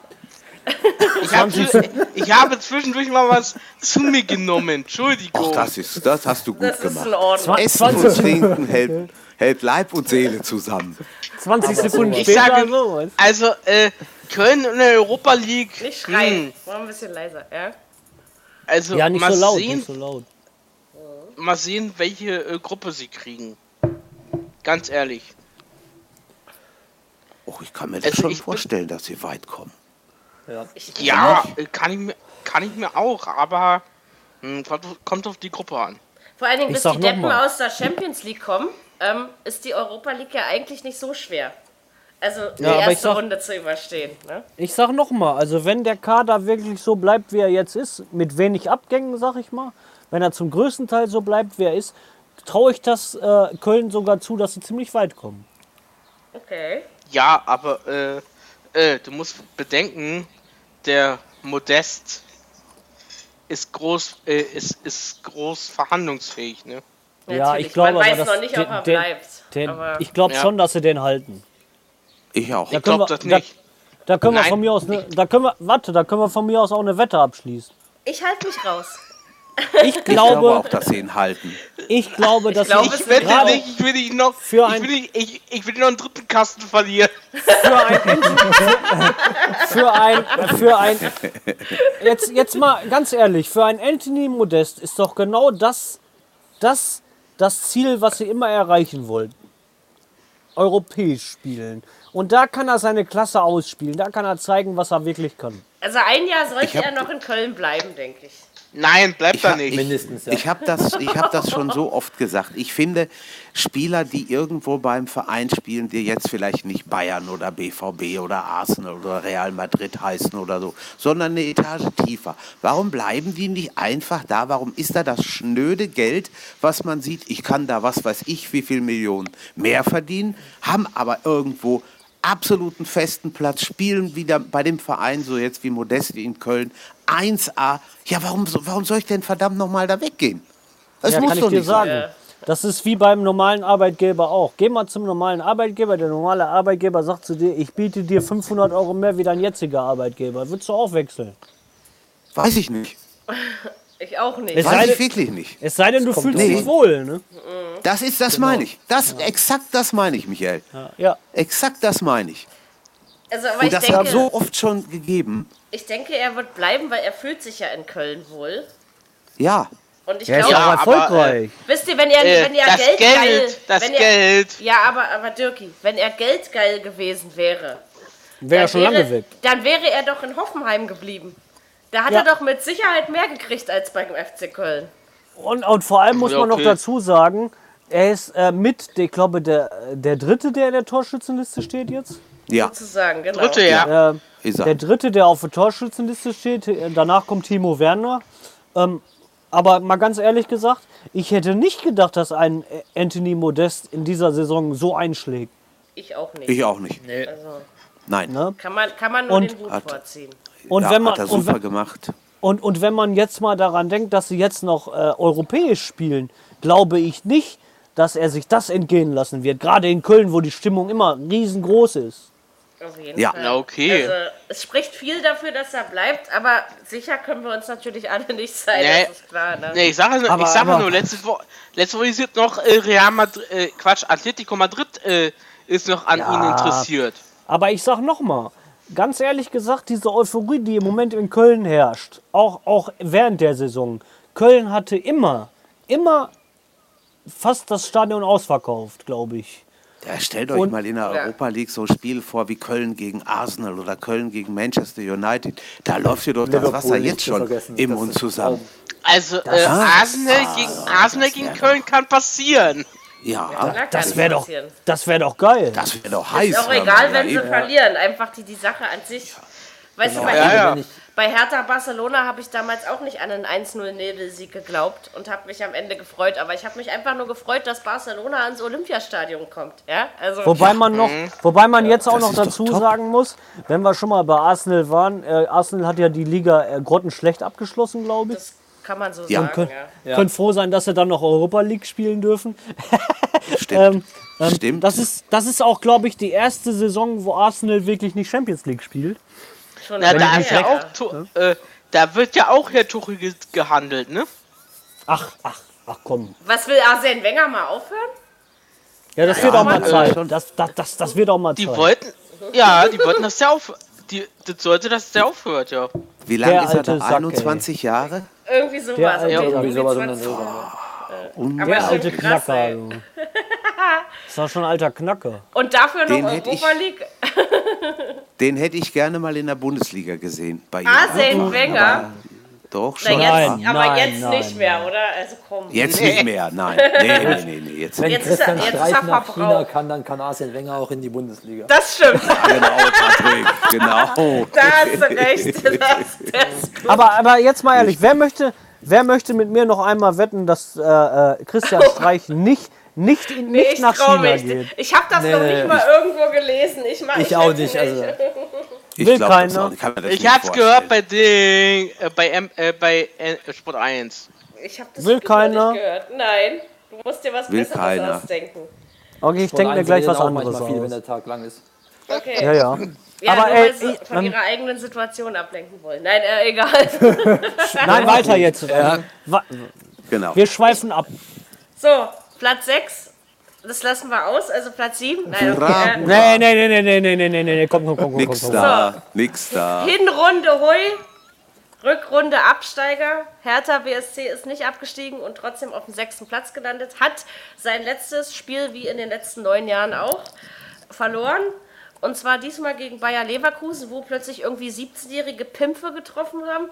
Ich habe zwischendurch mal was zu mir genommen. Entschuldigung. Ach, das hast du gut Das ist gemacht. in Ordnung. Essen und Trinken hält Leib und Seele zusammen. 20 Sekunden Ich später sage, so. also Köln in der Europa League. Nicht schreien. War ein bisschen leiser, ja? Also Ja, nicht mal so laut, sehen, nicht so laut. mal sehen, welche Gruppe sie kriegen. Ganz ehrlich. Oh, ich kann mir das Also schon ich bin- vorstellen, dass sie weit kommen. Ja, kann ich mir auch, aber kommt auf die Gruppe an. Vor allen Dingen, Ich bis sag die noch Deppen mal. aus der Champions League kommen, ist die Europa League ja eigentlich nicht so schwer. Also die Ja, aber ich erste sag- Runde zu überstehen. Ne? Ich sag nochmal, also wenn der Kader wirklich so bleibt, wie er jetzt ist, mit wenig Abgängen, sag ich mal, wenn er zum größten Teil so bleibt, wie er ist, traue ich das Köln sogar zu, dass sie ziemlich weit kommen. Okay. Ja, aber du musst bedenken, der Modest ist groß verhandlungsfähig, ne? Ja, Natürlich. ich glaube Man weiß aber, dass noch nicht, ob er bleibt. aber ich glaube Ja. schon, dass sie den halten. Ich auch. Ich glaube das nicht. Da können wir Nein. von mir aus, da können wir von mir aus auch eine Wette abschließen. ich halte mich raus. Ich Ich glaube glaube, auch, dass sie ihn halten. dass glaube, ich es Ich wette gerade nicht, ich will nicht noch, für ich will nicht noch einen dritten Kasten verlieren. jetzt mal ganz ehrlich, für ein Anthony Modest ist doch genau das Ziel, was sie immer erreichen wollten. Europäisch spielen. Und da kann er seine Klasse ausspielen. Da kann er zeigen, was er wirklich kann. Also ein Jahr sollte hab- er noch in Köln bleiben, denke ich. Nein, bleibt da nicht. Mindestens, ja. Ich habe das schon so oft gesagt. Ich finde, Spieler, die irgendwo beim Verein spielen, die jetzt vielleicht nicht Bayern oder BVB oder Arsenal oder Real Madrid heißen oder so, sondern eine Etage tiefer. Warum bleiben die nicht einfach da? Warum ist da das schnöde Geld, was man sieht? Ich kann da, was weiß ich, wie viel Millionen mehr verdienen, haben aber irgendwo absoluten festen Platz, spielen wieder bei dem Verein, so jetzt wie Modest in Köln, 1A. Ja, warum soll ich denn verdammt nochmal da weggehen? Das Ja, muss kann ich doch dir nicht sein. sagen. Das ist wie beim normalen Arbeitgeber auch. Geh mal zum normalen Arbeitgeber. Der normale Arbeitgeber sagt zu dir, ich biete dir 500 Euro mehr wie dein jetziger Arbeitgeber. Würdest du auch wechseln? Weiß ich nicht. Ich auch nicht. Es sei Weiß denn- ich wirklich nicht. Es sei denn, du fühlst drauf dich an. wohl. Ne? Das meine ich. Exakt das meine ich, Michael. Ja. Exakt das meine ich. Also, aber Und ich das hat denke, so oft schon gegeben. er wird bleiben, weil er fühlt sich ja in Köln wohl. Ja. Und ich Er ist glaube, auch aber, erfolgreich. wisst ihr, wenn er das Geld geil, das wenn er, Geld. ja, aber Dirki, wenn er geldgeil gewesen wäre, Wäre er dann schon lange weg. Dann wäre er doch in Hoffenheim geblieben. Da hat Ja. er doch mit Sicherheit mehr gekriegt als beim FC Köln. Und vor allem muss Ja, man noch okay. dazu sagen, er ist ich glaube, der Dritte, der in der Torschützenliste steht jetzt. Ja. Sozusagen, genau. Dritte, ja. Ist Der er. Dritte, der auf der Torschützenliste steht. Danach kommt Timo Werner. Aber mal ganz ehrlich gesagt, ich hätte nicht gedacht, dass ein Anthony Modest in dieser Saison so einschlägt. Ich auch nicht. Ich auch nicht. Also, Nein. Ne? kann man nur Und- den Hut vorziehen. Und Ja, wenn man hat er und super wenn, gemacht. und wenn man jetzt mal daran denkt, dass sie jetzt noch europäisch spielen, glaube ich nicht, dass er sich das entgehen lassen wird. Gerade in Köln, wo die Stimmung immer riesengroß ist. Auf jeden Ja. Fall. Na, okay. Also, es spricht viel dafür, dass er bleibt, aber sicher können wir uns natürlich alle nicht sein, Nee. das ist klar. Ne? Nee, ich sage Aber- nur, letzte Woche ist jetzt noch Real Madrid, Atletico Madrid ist noch an ihn interessiert. Aber ich sag nochmal, ganz ehrlich gesagt, diese Euphorie, die im Moment in Köln herrscht, auch während der Saison, Köln hatte immer fast das Stadion ausverkauft, glaube ich. Ja, stellt euch mal in der Europa League so ein Spiel vor wie Köln gegen Arsenal oder Köln gegen Manchester United. Da läuft dir doch das Liverpool Wasser nicht jetzt zu schon vergessen. im Das Mund ist zusammen. Also Arsenal gegen Köln kann passieren. Ja, Klar kann Das nicht wäre doch, passieren. das wär doch geil. das wäre doch heiß. Ist auch hör egal, mal. wenn Ja, sie eben. verlieren. Einfach die Sache an sich. Weißt du, Ja. bei Hertha Barcelona habe ich damals auch nicht an einen 1-0-Nebelsieg geglaubt und habe mich am Ende gefreut. Aber ich habe mich einfach nur gefreut, dass Barcelona ans Olympiastadion kommt. Ja? Also, Wobei man jetzt auch Das noch ist doch dazu top. sagen muss, wenn wir schon mal bei Arsenal waren, Arsenal hat ja die Liga grottenschlecht abgeschlossen, glaube ich. das kann man so Ja. sagen. Ja. Könnt froh sein, dass sie dann noch Europa League spielen dürfen. Stimmt. Stimmt. Das ist auch, glaube ich, die erste Saison, wo Arsenal wirklich nicht Champions League spielt. Schon Na, lange da ist ja her. auch da wird ja auch Herr Tuchel gehandelt, ne? Ach, komm. Was will Arsene Wenger mal aufhören? Ja, das wird auch mal Zeit. schon. Das wird auch mal Die Zeit. wollten, dass der das sollte, dass der aufhört, ja. Wie lange Der ist er alte da? Sack, 21 Jahre? Irgendwie sowas. Der alte- Irgendwie sowas um den 20. Dreh. Aber Der schon alte krass, Knacker. ey. Du. Ist doch schon ein alter Knacker. Und dafür noch Den hätte Europa ich- League. Den hätte ich gerne mal in der Bundesliga gesehen. Bei ihm. Arsene Wenger. Doch, Na, schon. jetzt, Nein, aber nein, jetzt nein, nicht mehr, oder? Also komm. Jetzt nicht mehr, nein. Nee. Jetzt Wenn Jetzt ist er- Christian jetzt ist Streich er nach China verbraucht. kann, dann kann Arsene Wenger auch in die Bundesliga. Das stimmt. genau, Patrick. Genau. Da hast du recht. Das ist gut. Aber jetzt mal ehrlich, wer möchte mit mir noch einmal wetten, dass Christian Streich nicht nach trau China mich. geht? Ich habe das noch nicht mal irgendwo gelesen. Ich auch wette nicht. Also, Ich Will glaube das keiner. auch nicht. Kann mir das Ich nicht hab's gehört vorstellen. bei Sport 1. Ich habe das Will wirklich noch keiner? nicht gehört. Nein. Du musst dir was Will Besseres keiner. ausdenken. Okay, ich Sport denke mir 1 gleich reden was auch anderes manchmal viel, wenn aus. der Tag lang ist. Okay. Ja, ja. Ja, Aber, nur weil sie ich- von ihrer eigenen Situation ablenken wollen. Nein, egal. Nein, weiter jetzt. Genau. Wir schweifen ab. So, Platz 6. Das lassen wir aus. Also Platz 7. Nein, okay. Nee, komm. Nix da. Nix da. Hinrunde hui. Rückrunde Absteiger. Hertha BSC ist nicht abgestiegen und trotzdem auf dem 6. Platz gelandet. Hat sein letztes Spiel, wie in den letzten 9 Jahren auch, verloren. Und zwar diesmal gegen Bayer Leverkusen, wo plötzlich irgendwie 17-jährige Pimpfe getroffen haben.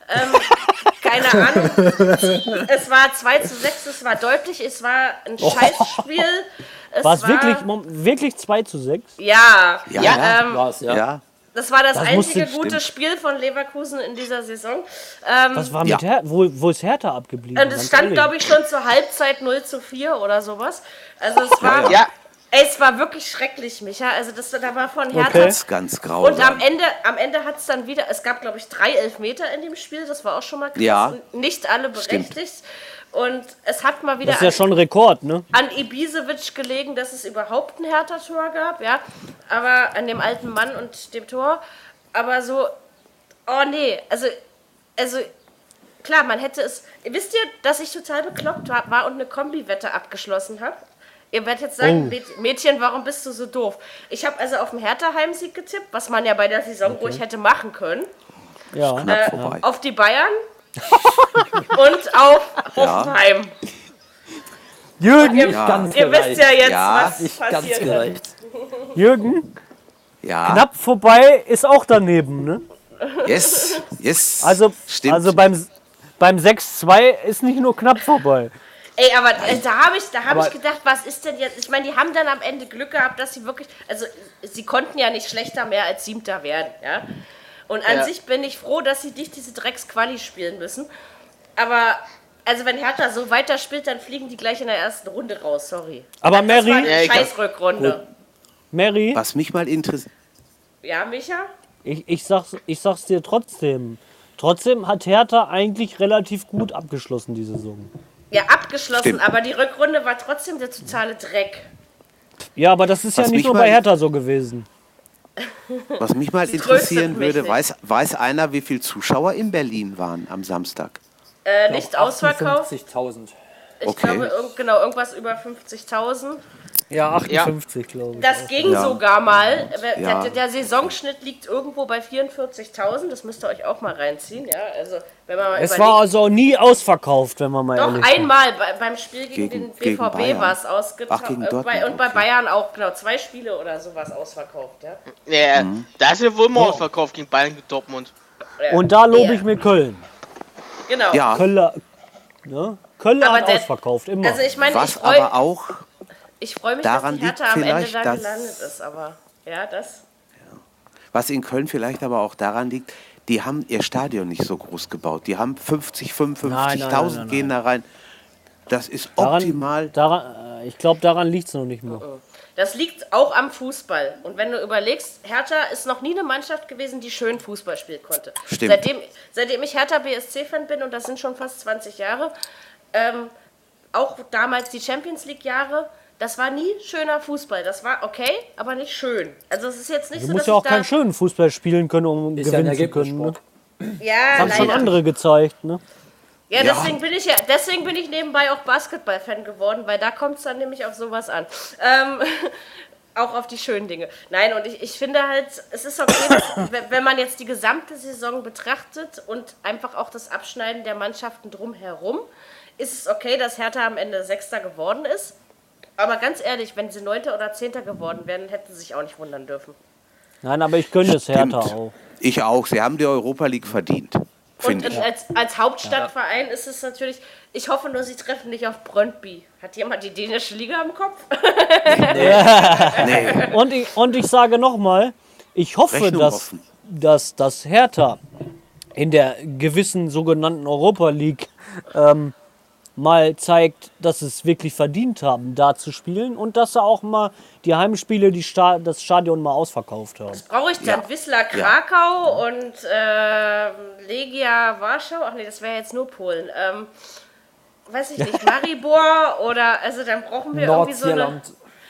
Keine Ahnung. Es war 2:6, es war deutlich, es war ein Scheißspiel. Es War es wirklich 2:6? Ja, Ja. War's, ja. Ja. das war das Das einzige musste- gute Spiel von Leverkusen in dieser Saison. Was war Ja. mit Hertha? Wo ist Hertha abgeblieben? Und es Ganz stand, ehrlich. glaube ich, schon zur Halbzeit 0:4 oder sowas. Also es war, Ja. Ey, es war wirklich schrecklich, Micha. Also da war von Hertha. Okay. Ganz grausam. Und am Ende hat es dann wieder, es gab, glaube ich, 3 Elfmeter in dem Spiel, das war auch schon mal krass. Ja. Nicht alle berechtigt. Und es hat mal wieder Das ist ja schon ein Rekord, ne? an Ibisevic gelegen, dass es überhaupt ein Hertha-Tor gab, ja. Aber an dem alten Mann und dem Tor. Aber so, oh nee, also klar, man hätte es. Wisst ihr, dass ich total bekloppt war und eine Kombi-Wette abgeschlossen habe? Ihr werdet jetzt sagen, Mädchen, warum bist du so doof? Ich habe also auf den Hertha-Heimsieg getippt, was man ja bei der Saison ruhig hätte machen können. Ja. Knapp vorbei. Auf die Bayern und auf Hoffenheim. Jürgen, Ganz Ihr wisst ja jetzt, Ja, was Ich ganz passiert. gerecht. Jürgen, Ja. knapp vorbei ist auch daneben, ne? Yes. Yes. Also Stimmt. beim 6:2 ist nicht nur knapp vorbei. Ey, aber da habe ich gedacht, was ist denn jetzt? Ich meine, die haben dann am Ende Glück gehabt, dass sie wirklich, also sie konnten ja nicht schlechter mehr als 7. werden, ja. Und an sich bin ich froh, dass sie nicht diese Drecks-Quali spielen müssen. Aber, also wenn Hertha so weiterspielt, dann fliegen die gleich in der ersten Runde raus, sorry. Aber Das war Mary, eine Scheißrückrunde. Mary, Was mich mal interessiert. Ja, Micha? ich sag's dir trotzdem. Trotzdem hat Hertha eigentlich relativ gut abgeschlossen die Saison. Ja, abgeschlossen, Stimmt. aber die Rückrunde war trotzdem der totale Dreck. Ja, aber das ist ja Was nicht mich nur mal- bei Hertha so gewesen. Was mich mal Sie interessieren tröstet mich würde, nicht. weiß einer, wie viele Zuschauer in Berlin waren am Samstag? Nicht ausverkauft. 58.000. Ich Okay. glaube, irgendwas über 50.000. Ja, 58, glaube ich. Das ging Ja. sogar mal. Ja. Der Saisonschnitt liegt irgendwo bei 44.000. Das müsst ihr euch auch mal reinziehen. Ja? Also, wenn man mal Es war also nie ausverkauft, wenn man mal doch, ehrlich ist. einmal beim Spiel gegen den Gegen BVB Bayern. war es Ach, ausgetragen. gegen Dortmund, Und bei okay. Bayern auch, genau. 2 Spiele oder sowas ausverkauft. Ja? Ja, da ist ja wohl mal ausverkauft gegen Bayern und Dortmund. Und da lobe Ja. ich mir Köln. Genau. Ja, Köller, ne? Köln Aber hat der- ausverkauft, immer. Also ich meine, was aber auch ich freu mich, daran dass die Hertha liegt am Ende vielleicht, da dass- gelandet ist. Aber ja, das... Was in Köln vielleicht aber auch daran liegt, die haben ihr Stadion nicht so groß gebaut. Die haben 50, 55.000 Nein. gehen da rein. Das ist Daran- optimal. ich glaube, daran liegt es noch nicht mehr. Das liegt auch am Fußball. Und wenn du überlegst, Hertha ist noch nie eine Mannschaft gewesen, die schön Fußball spielen konnte. Stimmt. Seitdem ich Hertha BSC-Fan bin, und das sind schon fast 20 Jahre, auch damals die Champions League-Jahre, das war nie schöner Fußball. Das war okay, aber nicht schön. Also es ist jetzt nicht Du so, musst dass ja auch ich keinen schönen Fußball spielen können, um Ist ja ein gewinnen zu können. Ne? Ergebnissport. Ja, Haben schon leider. andere gezeigt. Ne? Ja, deswegen bin ich nebenbei auch Basketball-Fan geworden, weil da kommt es dann nämlich auf sowas an. Auch auf die schönen Dinge. Nein, und ich finde halt, es ist okay, dass, wenn man jetzt die gesamte Saison betrachtet und einfach auch das Abschneiden der Mannschaften drumherum, ist es okay, dass Hertha am Ende Sechster geworden ist. Aber ganz ehrlich, wenn sie 9. oder 10. geworden wären, hätten sie sich auch nicht wundern dürfen. Nein, aber ich gönne es Hertha Stimmt. auch. Ich auch. Sie haben die Europa League verdient, Und finde ich. als Hauptstadtverein ist es natürlich, ich hoffe nur, sie treffen nicht auf Brøndby. Hat jemand die dänische Liga im Kopf? Nee, Und ich sage nochmal, ich hoffe, Rechnung offen. dass Hertha in der gewissen sogenannten Europa League mal zeigt, dass sie es wirklich verdient haben, da zu spielen und dass sie auch mal die Heimspiele, das Stadion mal ausverkauft haben. Brauche ich dann Wisla Krakau und Legia Warschau? Ach nee, das wäre jetzt nur Polen. Weiß ich nicht, Maribor oder, also dann brauchen wir irgendwie so eine, Nordirland.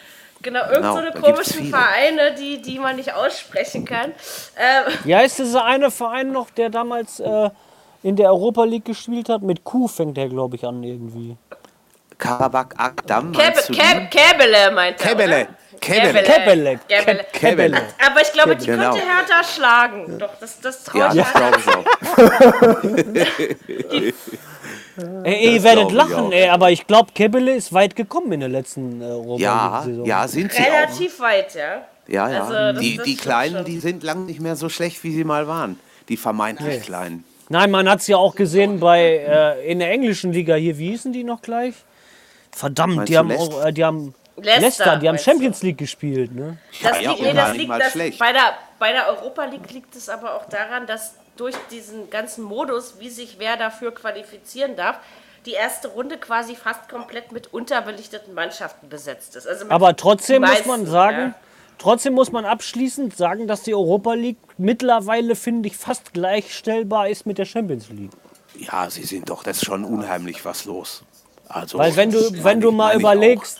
so eine da gibt's komischen viele. Vereine, die man nicht aussprechen kann. Wie heißt dieser eine Verein noch, der damals in der Europa League gespielt hat? Mit Q fängt der, glaube ich, an irgendwie. Karabakh Akdam, meinst du die? Käbele meint er, Kebele. oder? Kebele. Kebele. Kebele. Kebele. Aber ich glaube, die Genau. könnte Hertha schlagen. Doch, das traue Ja, ich das Hertha. glaube ich auch. Ey, ihr werdet glaub ich lachen, auch. ey, aber ich glaube, Kebele ist weit gekommen in der letzten Europa Ja, League-Saison. ja, sind sie auch. Relativ weit, ja. Ja, ja. Also, das die stimmt Kleinen, schon. die sind lang nicht mehr so schlecht, wie sie mal waren. Die vermeintlich Kleinen. Nein, man hat es ja auch gesehen in der englischen Liga hier. Wie hießen die noch gleich? Verdammt, Meinst die du haben, Leicester? auch, die haben Leicester, Leicester, die haben meinst Champions League gespielt. Ne? Das Ja, liegt, und nee, gar das nicht liegt mal das, schlecht. bei der Europa League liegt es aber auch daran, dass durch diesen ganzen Modus, wie sich wer dafür qualifizieren darf, die erste Runde quasi fast komplett mit unterbelichteten Mannschaften besetzt ist. Also mit Aber trotzdem die muss man meisten, sagen, ja. trotzdem muss man abschließend sagen, dass die Europa League mittlerweile, finde ich, fast gleichstellbar ist mit der Champions League. Ja, sie sind doch, das ist schon unheimlich was los. Also, Weil wenn du mal meine ich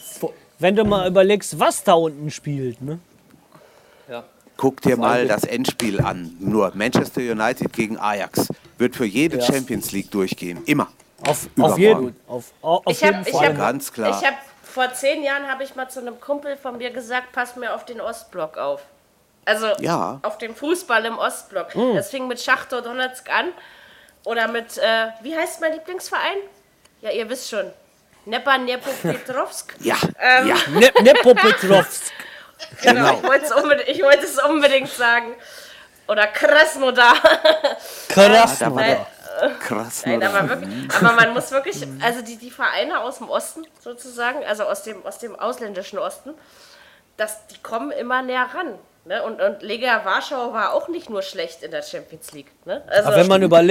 überlegst, was da unten spielt, ne? Ja. Guck dir mal das Endspiel an. Nur Manchester United gegen Ajax wird für jede Champions League durchgehen. Immer. Auf Übermorgen. jeden, auf Ich jeden habe Fall. Ganz klar. vor 10 Jahren habe ich mal zu einem Kumpel von mir gesagt, pass mir auf den Ostblock auf. Also Ja. auf den Fußball im Ostblock. Das fing mit Schachtor Donetsk an. Oder mit, wie heißt mein Lieblingsverein? Ja, ihr wisst schon. Dnepropetrovsk. Ja, ja. Nepopetrovsk. Genau, ich wollte es unbedingt sagen. Oder Krasnodar. Krass. Da war der krass. Nein, oder? aber wirklich, aber man muss wirklich, also die Vereine aus dem Osten sozusagen, also aus dem ausländischen Osten, die kommen immer näher ran. Ne? Und Legia Warschau war auch nicht nur schlecht in der Champions League. Ne? Also, Aber wenn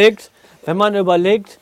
man überlegt,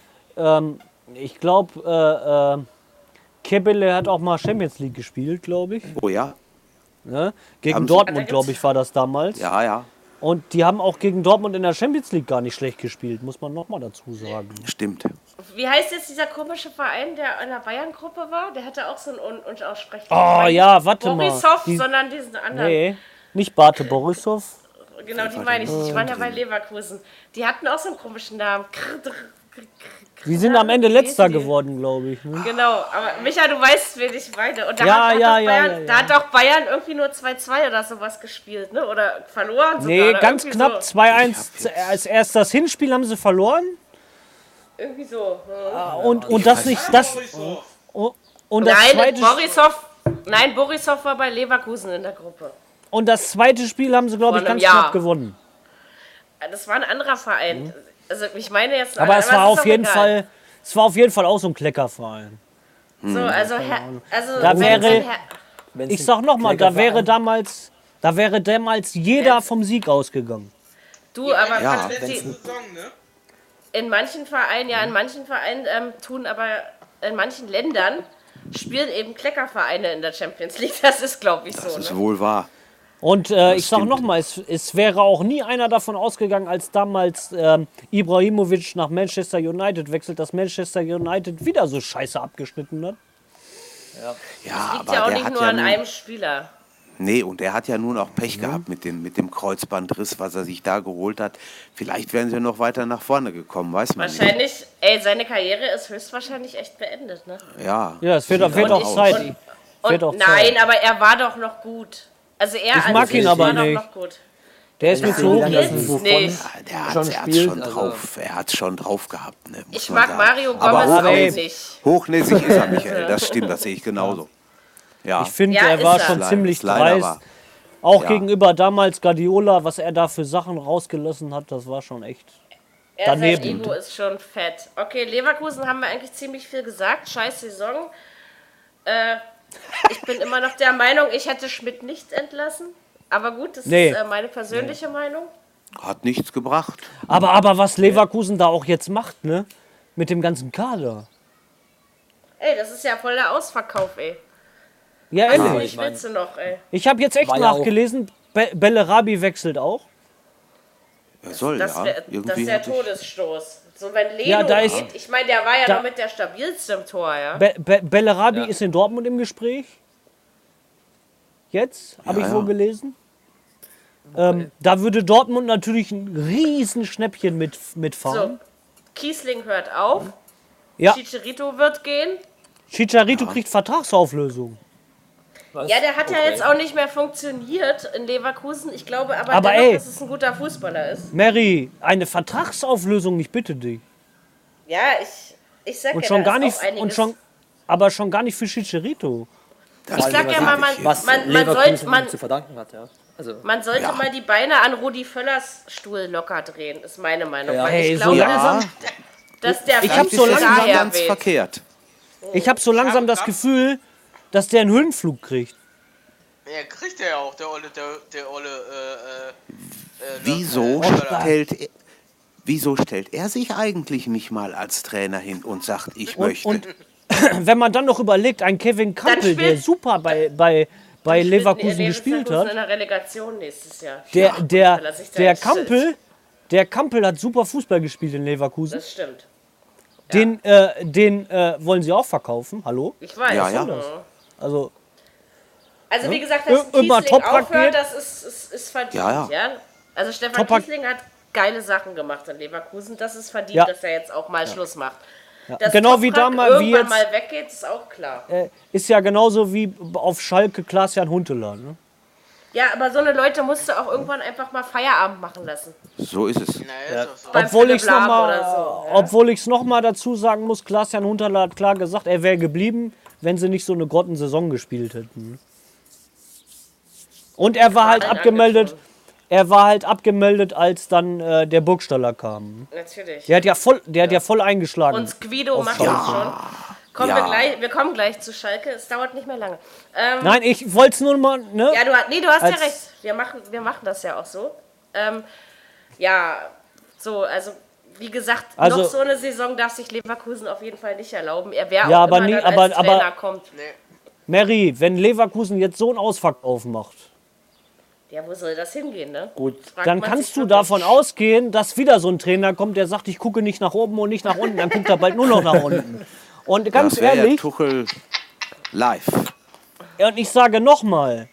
ich glaube, Kebele hat auch mal Champions League gespielt, glaube ich. Oh ja, Ne? Gegen Haben sie- Dortmund, glaube ich, war das damals. ja, ja. Und die haben auch gegen Dortmund in der Champions League gar nicht schlecht gespielt, muss man nochmal dazu sagen. Stimmt. wie heißt jetzt dieser komische Verein, der in der Bayern-Gruppe war? Der hatte auch so einen unaussprechlichen Oh ja, warte mal. Borisov, Die- sondern diesen anderen. Nee, nicht Bate Borisov. Genau, die meine ich nicht. Die waren ja bei Leverkusen. Die hatten auch so einen komischen Namen. Die sind am Ende Letzter Hießen die? geworden, glaube ich. Ne? Genau, aber Micha, du weißt, wen ich meine. Und da, Ja, hat ja, doch ja, Bayern, ja, ja. da hat doch Bayern irgendwie nur 2-2 oder sowas gespielt, ne? Oder verloren sogar. Nee, oder ganz irgendwie knapp So. 2-1. Als erst das Hinspiel haben sie verloren. Irgendwie so. Hm. Und das nicht. Das, und das Nein, Borisov war bei Leverkusen in der Gruppe. Und das zweite Spiel haben sie, glaube ich, Vor einem ganz knapp Jahr. gewonnen. Das war ein anderer Verein. Also ich meine jetzt. Aber es war ist auf doch jeden egal. Fall, es war auf jeden Fall auch so ein Kleckerverein. So, also Da wäre- Wenn's Ich ein sag nochmal, da wäre Kleckerverein- damals jeder vom Sieg ausgegangen. du, aber Ja, Patrick, Saison, ne? in manchen Vereinen, in manchen Ländern spielen eben Kleckervereine in der Champions League. Das ist, glaube ich, Das so. ist Ne? wohl wahr. Und ich sag stimmt. nochmal, es wäre auch nie einer davon ausgegangen, als damals Ibrahimovic nach Manchester United wechselt, dass Manchester United wieder so scheiße abgeschnitten hat. Ja, Liegt aber ja auch der nicht hat nur ja an nun, einem Spieler. nee, und er hat ja nun auch Pech gehabt mit dem Kreuzbandriss, was er sich da geholt hat. Vielleicht wären sie noch weiter nach vorne gekommen, weiß man nicht. Wahrscheinlich, seine Karriere ist höchstwahrscheinlich echt beendet, ne? Ja, Ja, es wird sieht auch aus. Zeit. Wird auch Und Zeit. nein, aber er war doch noch gut. Also er Ich mag ihn aber war doch nicht. noch gut. Der ist mir Wie zu hoch. lange das Jetzt Niveau nicht. von Der hat's schon schon spielt, also- drauf. Er hat's schon drauf gehabt. Ne, muss Ich man mag sagen. Mario Aber Gomez auch hoch- nicht. hochnäsig ist er, Michael. Das stimmt, das sehe ich genauso. Ja, Ich finde, Ja, er ist war er. schon Leider- ziemlich leider dreist. war. Auch Ja. gegenüber damals Guardiola, was er da für Sachen rausgelassen hat, das war schon echt. Sein daneben. Ego ist schon fett. Okay, Leverkusen haben wir eigentlich ziemlich viel gesagt. Scheiß Saison. Ich bin immer noch der Meinung, ich hätte Schmidt nicht entlassen. Aber gut, das Nee. ist meine persönliche Meinung. Hat nichts gebracht. Aber was Leverkusen da auch jetzt macht, ne? Mit dem ganzen Kader. Ey, das ist ja voll der Ausverkauf, ey. Ja, Also, ehrlich. ich willst du noch, ey. Ich habe jetzt echt War ja auch- nachgelesen, Bellerabi wechselt auch. Er soll, Das, ja. das Irgendwie ist der hatte ich- Todesstoß. So, wenn Leno Ja, da ist- geht, ich meine, der war ja da- noch mit der stabilste im Tor, ja. Bellerabi ist in Dortmund im Gespräch. Jetzt, habe ich Ja, wohl ja. gelesen. Da würde Dortmund natürlich ein Riesenschnäppchen mitfahren. So, Kiesling hört auf. Ja, Chicharito wird gehen. Chicharito kriegt Vertragsauflösung. Was? Ja, der hat ja Okay. jetzt auch nicht mehr funktioniert in Leverkusen. Ich glaube aber Aber dennoch, ey. dass es ein guter Fußballer ist. Mary, eine Vertragsauflösung, ich bitte dich. Ja, ich sag Und ja, schon da gar ist nicht, auch einiges. aber schon gar nicht für Chicharito. Ich sag ja mal, Was man Leverkusen sollte, ihm zu verdanken hat, ja. Also, man sollte mal die Beine an Rudi Völlers Stuhl locker drehen, ist meine Meinung. Ja. Weil Hey, ich so glaube, Ja, dass der Ich hab das so ist langsam nicht ganz weht. verkehrt. Ich habe so langsam das Gefühl, dass der einen Höhenflug kriegt. Ja, kriegt er ja auch, der olle Wieso stellt er sich eigentlich nicht mal als Trainer hin und sagt, ich möchte? Und wenn man dann noch überlegt, ein Kevin Campbell, spielt- der super bei Leverkusen gespielt in hat, der Relegation nächstes Jahr. der weil er sich da der hinstellt. Campbell hat super Fußball gespielt in Leverkusen. Das stimmt. Den wollen sie auch verkaufen. Hallo? Ich weiß. Ja, ja. Mhm. Also Also wie gesagt, dass Immer Kiesling Toprak aufhört, geht. das ist verdient. Ja, Ja, ja. Also Stefan Toprak- Kiesling hat geile Sachen gemacht in Leverkusen. Das ist verdient, Ja. dass er jetzt auch mal Schluss macht. Dass Genau wie Toprak damals- wie irgendwann jetzt- mal weggeht, ist auch klar. ist ja genauso wie auf Schalke Klaas-Jan Huntelaar. Ne? Ja, aber so eine Leute musst du auch irgendwann einfach mal Feierabend machen lassen. So ist es. Naja, ist doch so. Beim Obwohl Philipp ich es Lahm nochmal oder so, ja. obwohl ich's noch mal dazu sagen muss, Klaas-Jan Huntelaar hat klar gesagt, er wäre geblieben, wenn sie nicht so eine Grottensaison gespielt hätten. Und er war halt Verein abgemeldet. angezogen. Er war halt abgemeldet, als dann der Burgstaller kam. Natürlich. Der hat ja voll eingeschlagen. Und Guido macht Schalke. das schon. Ja. Wir kommen gleich zu Schalke. Es dauert nicht mehr lange. Nein, ich wollte es nur mal. Ne? Ja, du hast ja Als- recht. Wir machen das ja auch so. Ja, so, also wie gesagt, Also- noch so eine Saison darf sich Leverkusen auf jeden Fall nicht erlauben. Er wäre Ja, auch aber immer nie- dann, aber- als Trainer aber- kommt. Mary, wenn Leverkusen jetzt so einen Ausverkauf macht, Ja, wo soll das hingehen, ne? Gut, Fragt dann man kannst sich du wirklich. davon ausgehen, dass wieder so ein Trainer kommt, der sagt, ich gucke nicht nach oben und nicht nach unten. Dann guckt er bald nur noch nach unten. Und ganz Das wäre ja ehrlich, Tuchel live. und ich sage nochmal,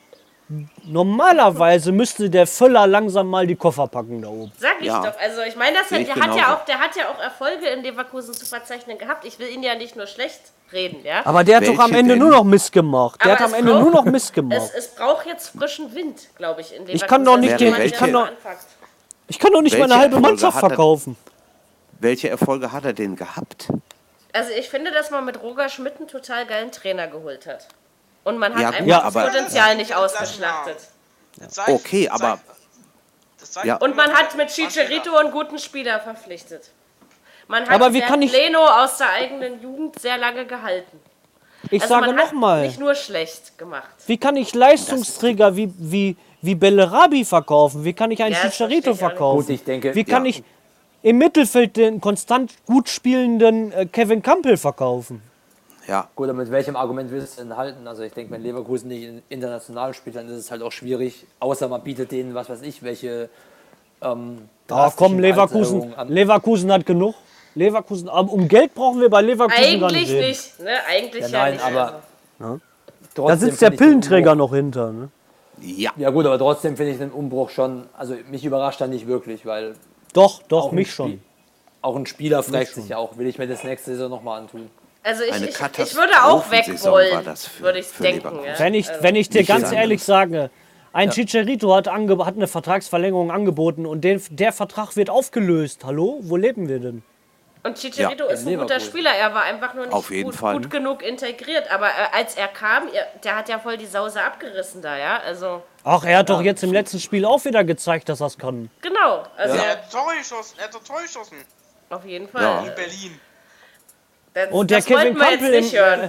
Normalerweise müsste der Völler langsam mal die Koffer packen da oben. Sag ich Ja. doch. Also ich meine, Sehe ich der hat genauso. ja auch Erfolge in Leverkusen zu verzeichnen gehabt. Ich will ihn ja nicht nur schlecht reden, ja. Aber der hat doch am Welche Ende denn? nur noch Mist gemacht. Der Aber hat am es Ende braucht- nur noch Mist gemacht. Es braucht jetzt frischen Wind, glaube ich, in Leverkusen. Ich kann doch nicht dass den- jemand ich hier kann mal doch- anpackt. Ich kann doch nicht Welche meine halbe Erfolge Mannschaft hat er- verkaufen. Welche Erfolge hat er denn gehabt? Also ich finde, dass man mit Roger Schmidt einen total geilen Trainer geholt hat. Und man hat Ja, gut, einfach das aber- Potenzial nicht Jetzt lass ausgeschlachtet. Okay, aber- Ja. Und man hat mit Chicharito einen guten Spieler verpflichtet. Man hat Aber wie Bernd kann ich- Leno aus der eigenen Jugend sehr lange gehalten. Ich Also sage man hat nochmal, nicht nur schlecht gemacht. wie kann ich Leistungsträger wie Bellerabi verkaufen? Wie kann ich einen Ja, das Chicharito verstehe ich auch nicht. verkaufen? Gut, ich denke, Wie kann ja. ich im Mittelfeld den konstant gut spielenden Kevin Campbell verkaufen? Ja, Gut, aber mit welchem Argument willst du denn halten? Also ich denke, wenn Leverkusen nicht international spielt, dann ist es halt auch schwierig, außer man bietet denen, was weiß ich, welche Ach drastischen komm, Leverkusen, Gehaltserhöhungen an. Leverkusen hat genug. Leverkusen, aber um Geld brauchen wir bei Leverkusen gar nicht Eigentlich reden. nicht, ne? Eigentlich Ja, ja, nein, nicht. aber Da trotzdem sitzt der finde ich den Pillenträger Umbruch- noch hinter. Ne? ja. Ja gut, aber trotzdem finde ich den Umbruch schon, also mich überrascht er nicht wirklich, weil Doch, auch ein mich Spiel- schon. Auch ein Spieler fragt sich ja auch, will ich mir das nächste Saison nochmal antun? Also Eine ich würde auch Katastrophensaison weg war wollen, das für- würde ich für denken. Leverkusen. Ja. Wenn ich dir Nichts ganz anderes. ehrlich sage, ein Chicharito hat eine Vertragsverlängerung angeboten und der Vertrag wird aufgelöst. Hallo? Wo leben wir denn? Und Chicharito Ja, ist in ein guter Leverkusen. Spieler, er war einfach nur Auf jeden nicht Fall. gut genug integriert. Aber als er kam, der hat ja voll die Sause abgerissen da, ja. Also, Ach, er hat doch jetzt im letzten Spiel auch wieder gezeigt, dass er es kann. genau. Also, Er hat Tor geschossen. Er hat doch Tor geschossen. auf jeden Fall. Ja. Ja. In Berlin. Und der das wollten Kevin wir jetzt Campbell nicht hören.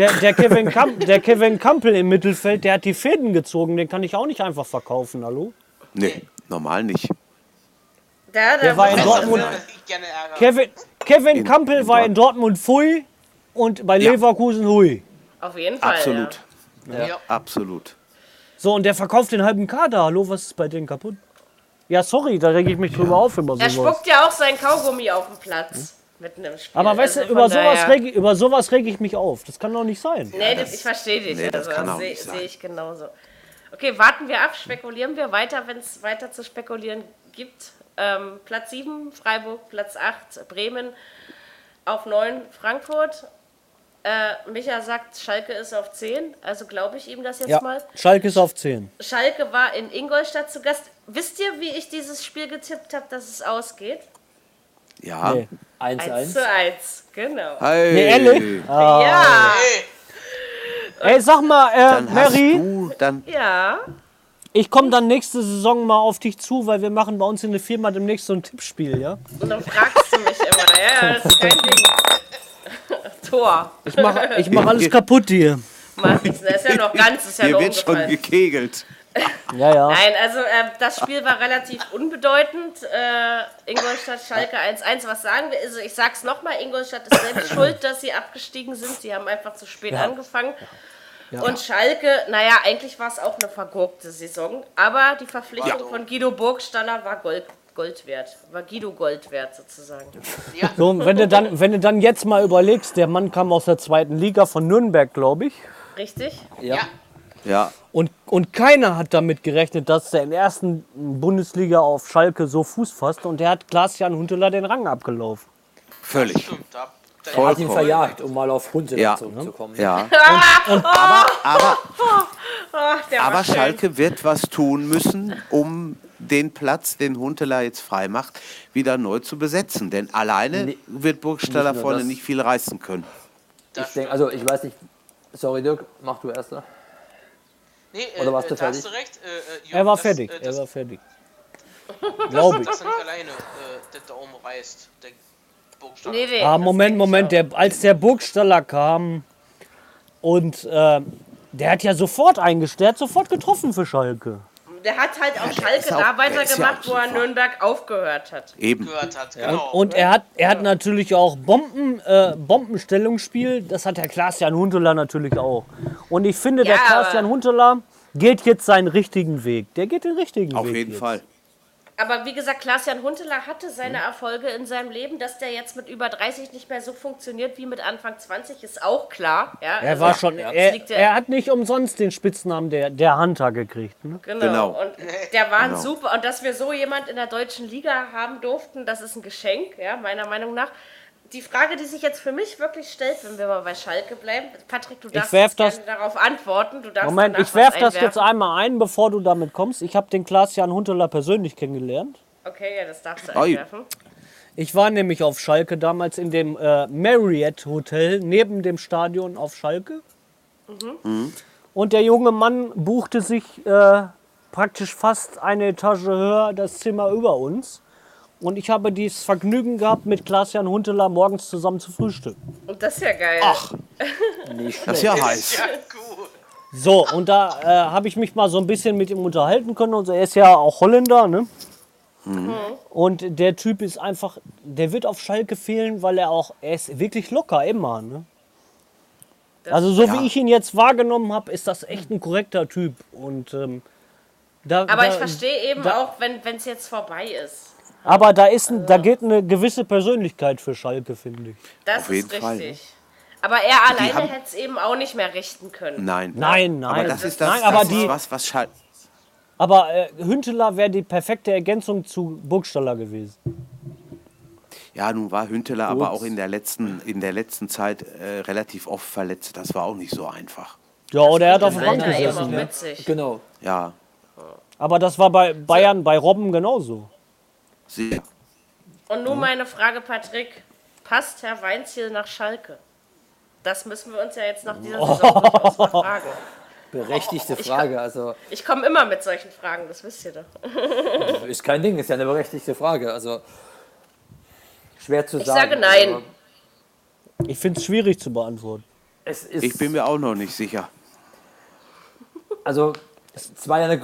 der Kevin Campbell im Mittelfeld, der hat die Fäden gezogen, den kann ich auch nicht einfach verkaufen, hallo? Nee, normal nicht. Der war in Das Dortmund. ist, ich gerne Ärger. Kevin Campbell war in Dortmund Pfui und bei Ja. Leverkusen Hui. Auf jeden Fall. Absolut. Ja. Absolut. So, und der verkauft den halben Kader. Hallo, was ist bei denen kaputt? Ja, sorry, da reg ich mich drüber auf über Er sowas. spuckt ja auch sein Kaugummi auf den Platz. Mitten im Spiel. Aber weißt du, Also über von daher- sowas reg ich mich auf. Das kann doch nicht sein. Nee, ich verstehe dich. nee, das also, kann auch sehe nicht sein. ich genauso. Okay, warten wir ab, spekulieren wir weiter, wenn es weiter zu spekulieren gibt. Platz 7, Freiburg, Platz 8, Bremen, auf 9, Frankfurt. Micha sagt, Schalke ist auf 10, also glaube ich ihm das jetzt Ja, mal. Schalke ist auf 10. Schalke war in Ingolstadt zu Gast. Wisst ihr, wie ich dieses Spiel getippt habe, dass es ausgeht? Ja. Nee. 1-1. 1:1, genau. Hey. Nee, ehrlich? Ja, Ey, sag mal, Dann hast Mary, du dann. ja. ich komme dann nächste Saison mal auf dich zu, weil wir machen bei uns in der Firma demnächst so ein Tippspiel, ja? Und dann fragst du mich immer. Ja, das ist kein Ding. Tor. Ich mach alles kaputt hier. Mach ich's. Das ist ja noch ganz, ist ja Hier nur wird schon umgefallen. gekegelt. Ja, ja. Nein, also das Spiel war relativ unbedeutend. Ingolstadt, Schalke 1:1. Was sagen wir? Also ich sag's nochmal, Ingolstadt ist selbst schuld, dass sie abgestiegen sind. Sie haben einfach zu spät angefangen. Und Schalke, naja, eigentlich war es auch eine vergurkte Saison. Aber die Verpflichtung von Guido Burgstaller war Gold wert. War Guido Gold wert sozusagen. So, und wenn du dann jetzt mal überlegst, der Mann kam aus der 2. Liga von Nürnberg, glaube ich. Richtig? Ja. Und keiner hat damit gerechnet, dass der in der 1. Bundesliga auf Schalke so Fuß fasst. Und der hat Klaas-Jan Huntelaar den Rang abgelaufen. Völlig. Stimmt, Er hat ihn Vollkommen. verjagt, um mal auf Hunde Ja. zurückzukommen. Ja. Ach, der Aber war schön. Schalke wird was tun müssen, um den Platz, den Huntelaar jetzt frei macht, wieder neu zu besetzen. Denn alleine Nee, wird Burgstaller nicht nur vorne das. nicht viel reißen können. Ich denke, also ich weiß nicht, sorry Dirk, mach du erst. Nee, Oder warst du da hast fertig? du recht. Er war das, fertig. Das, Er war fertig. Glaube ich. das nicht alleine, der da oben reißt. Der Burgstaller. Nee, Ah, das Moment, denk ich auch. als der Burgstaller kam und der hat ja sofort der hat sofort getroffen für Schalke. Der hat halt auch der Schalke ist auch- da der ist ja weitergemacht, auch wo er super. Nürnberg aufgehört hat. Eben. Gehört hat, genau. Und er hat natürlich auch Bombenstellungsspiel, das hat der Klaas-Jan Huntelaar natürlich auch. Und ich finde, der Ja, Klaas-Jan aber- Huntelaar geht jetzt seinen richtigen Weg. Der geht den richtigen Auf Weg jeden jetzt. Fall. Aber wie gesagt, Klaas-Jan Huntelaar hatte seine Erfolge in seinem Leben, dass der jetzt mit über 30 nicht mehr so funktioniert wie mit Anfang 20, ist auch klar. Ja, Er also war schon, das liegt er hat nicht umsonst den Spitznamen der Hunter gekriegt. Ne? Genau. Genau. Und der war ein super. Und dass wir so jemand in der deutschen Liga haben durften, das ist ein Geschenk, ja, meiner Meinung nach. Die Frage, die sich jetzt für mich wirklich stellt, wenn wir mal bei Schalke bleiben, Patrick, du darfst werf gerne das- darauf antworten. Du darfst Moment, danach ich werf was das jetzt einwerfen. einmal ein, bevor du damit kommst. Ich habe den Klaas-Jan Huntelaar persönlich kennengelernt. Okay, ja, das darfst du Oi. einwerfen. Ich war nämlich auf Schalke damals in dem Marriott Hotel neben dem Stadion auf Schalke. Und der junge Mann buchte sich praktisch fast eine Etage höher das Zimmer über uns. Und ich habe dieses Vergnügen gehabt, mit Klaas-Jan Huntelaar morgens zusammen zu frühstücken. Und das ist ja geil. Nicht Das ist schlecht. ja heiß. Ja, gut. So, und da habe ich mich mal so ein bisschen mit ihm unterhalten können. Und so. Er ist ja auch Holländer, ne? Und der Typ ist einfach, der wird auf Schalke fehlen, weil er ist wirklich locker immer, ne? Also so wie ich ihn jetzt wahrgenommen habe, ist das echt ein korrekter Typ. Und Aber ich verstehe eben auch, wenn es jetzt vorbei ist. Aber da geht eine gewisse Persönlichkeit für Schalke, finde ich. Das Auf jeden ist Fall, richtig. Aber er alleine haben- hätte es eben auch nicht mehr richten können. Nein. Nein. Aber das ist das, Nein, aber das die- ist was Schalke. Aber Hünteler wäre die perfekte Ergänzung zu Burgstaller gewesen. Ja, nun war Hünteler aber auch in der letzten Zeit relativ oft verletzt. Das war auch nicht so einfach. Ja, oder er hat auf Das der Bank Alter eben auch gesessen. Ne? mit sich. Genau. Ja, Aber das war bei Bayern, bei Robben genauso. sehr. Und nun meine Frage, Patrick. Passt Herr Weinziel nach Schalke? Das müssen wir uns ja jetzt nach dieser Saison durchaus mal fragen. Berechtigte Frage. Also Ich komme immer mit solchen Fragen, das wisst ihr doch. ist kein Ding, ist ja eine berechtigte Frage. Also schwer zu Ich sagen. sage nein. Also, Ich finde es schwierig zu beantworten. es ist, Ich bin mir auch noch nicht sicher. also es war ja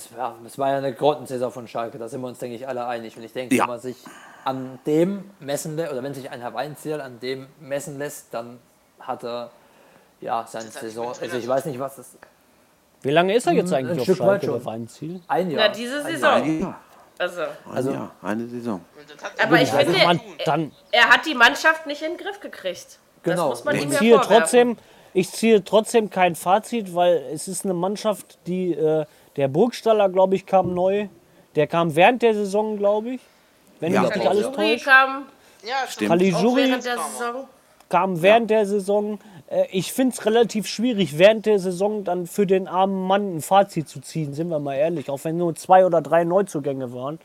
eine Grottensaison von Schalke, da sind wir uns, denke ich, alle einig. Und ich denke, Ja. wenn man sich an dem messen lässt, oder wenn sich ein Herr Weinziel an dem messen lässt, dann hat er ja seine Saison. Also ich weiß nicht, was das Wie lange ist er jetzt ein eigentlich auf Stück weit Schalke, schon. der Weinziel? ein Jahr. Na, diese ein Saison. Ein Jahr, Also, eine Saison. Und das hat aber ich nichts finde, zu Man, tun. dann, er hat die Mannschaft nicht in den Griff gekriegt. Genau. Das muss man ich ihm ja ziehe vorwerfen. trotzdem kein Fazit, weil es ist eine Mannschaft, die der Burgstaller, glaube ich, kam neu. Der kam während der Saison, glaube ich. Wenn Ja. mich nicht alles Caligiuri täuscht. kam Ja, stimmt. Caligiuri auch während der Saison. kam während der Saison. Ich finde es relativ schwierig, während der Saison dann für den armen Mann ein Fazit zu ziehen, sind wir mal ehrlich. Auch wenn nur 2 oder 3 Neuzugänge waren.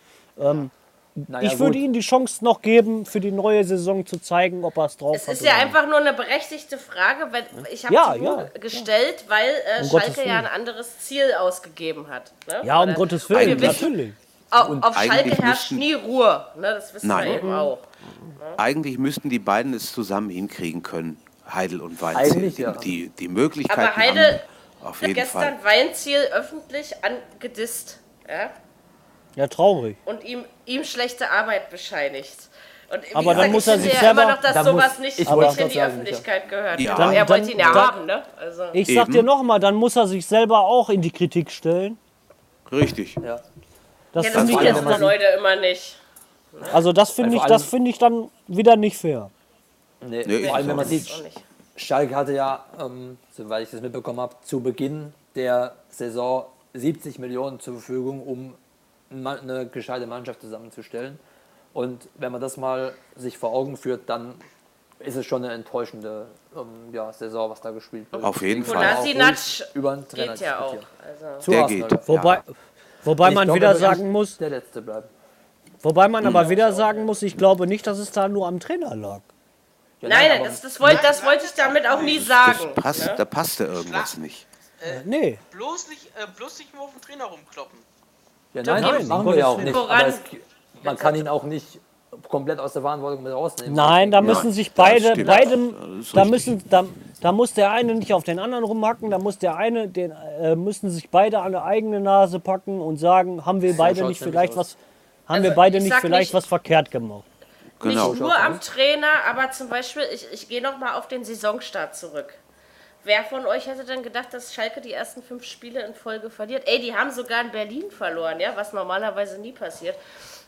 Naja, Ich würde gut. ihm die Chance noch geben, für die neue Saison zu zeigen, ob er es drauf Es hat. ist ja oder einfach nur eine berechtigte Frage, weil ich habe Ja, die nur ja, gestellt, weil Um Gottes Schalke ja Willen. ein anderes Ziel ausgegeben hat. Ne? nicht. Ja, um Weil Gottes Willen, wir wissen, natürlich. auf Schalke eigentlich herrscht müssten- nie Ruhe. Ne? Das wissen Nein. wir eben auch. Eigentlich müssten die beiden es zusammen hinkriegen können, Heidel und Weinziel. Eigentlich, ja. Die Möglichkeiten Aber Heidel haben auf hat jeden gestern Fall. Weinziel öffentlich angedisst. Ja? Ja, traurig. Und ihm schlechte Arbeit bescheinigt. Und wie Aber dann muss er ich finde sich ja immer selber- noch, dass da sowas muss- nicht, ich nicht wollte in gerade die sagen, Öffentlichkeit gehört. Ja. Genau. Er wollte ihn ja dann- haben, ne? Also, Ich Eben. sag dir nochmal, dann muss er sich selber auch in die Kritik stellen. Richtig. Ja. Das ja, das finde ich, allem, wissen wenn die man Leute immer nicht. also das finde ich, vor das allem- finde ich dann wieder nicht fair. Nee, Nee, vor allem, wenn man Das sieht, ist auch nicht. Schalke hatte ja, soweit ich das mitbekommen habe, zu Beginn der Saison 70 Millionen zur Verfügung, um eine gescheite Mannschaft zusammenzustellen. Und wenn man das mal sich vor Augen führt, dann ist es schon eine enttäuschende Saison, was da gespielt wird. Auf jeden Deswegen Fall. kann man auch Kolasinac ruhig über einen Trainer Geht ja auch. diskutieren. Also. Zu Der Arsenal. geht. Wobei Ich man glaube, wieder er wird sagen nicht muss, der Letzte bleiben. wobei man aber wieder sagen muss, ich glaube nicht, dass es da nur am Trainer lag. Ja, Nein, aber- das wollte ich damit auch nie sagen. Da passte irgendwas nicht. Nee. Bloß nicht nur auf den Trainer rumkloppen. Ja, nein, Nein, das machen um wir ja auch Gottes nicht. Willen. Aber man kann ihn auch nicht komplett aus der Verantwortung mit rausnehmen. Nein, da müssen sich beide, stimmt. beide Das ist da richtig. da muss der eine nicht auf den anderen rumhacken, da muss der eine, müssen sich beide an der eigene Nase packen und sagen, haben wir beide schaut's nicht nämlich vielleicht aus. was, haben Also, wir beide ich nicht sag vielleicht nicht- was verkehrt gemacht. Genau. Nicht nur am Trainer, aber zum Beispiel, ich gehe noch mal auf den Saisonstart zurück. wer von euch hätte denn gedacht, dass Schalke die ersten 5 Spiele in Folge verliert? Ey, die haben sogar in Berlin verloren, ja, was normalerweise nie passiert.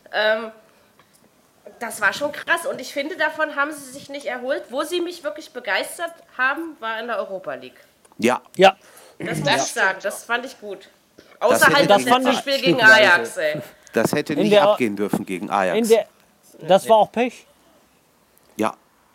Das war schon krass und ich finde, davon haben sie sich nicht erholt. Wo sie mich wirklich begeistert haben, war in der Europa League. Ja, Ja, Das muss ich sagen, das fand ich gut. Außer hätte halt das ich- letzte Spiel gegen Ajax, ey. das hätte In nicht der- abgehen dürfen gegen Ajax. das war auch Pech. Ja,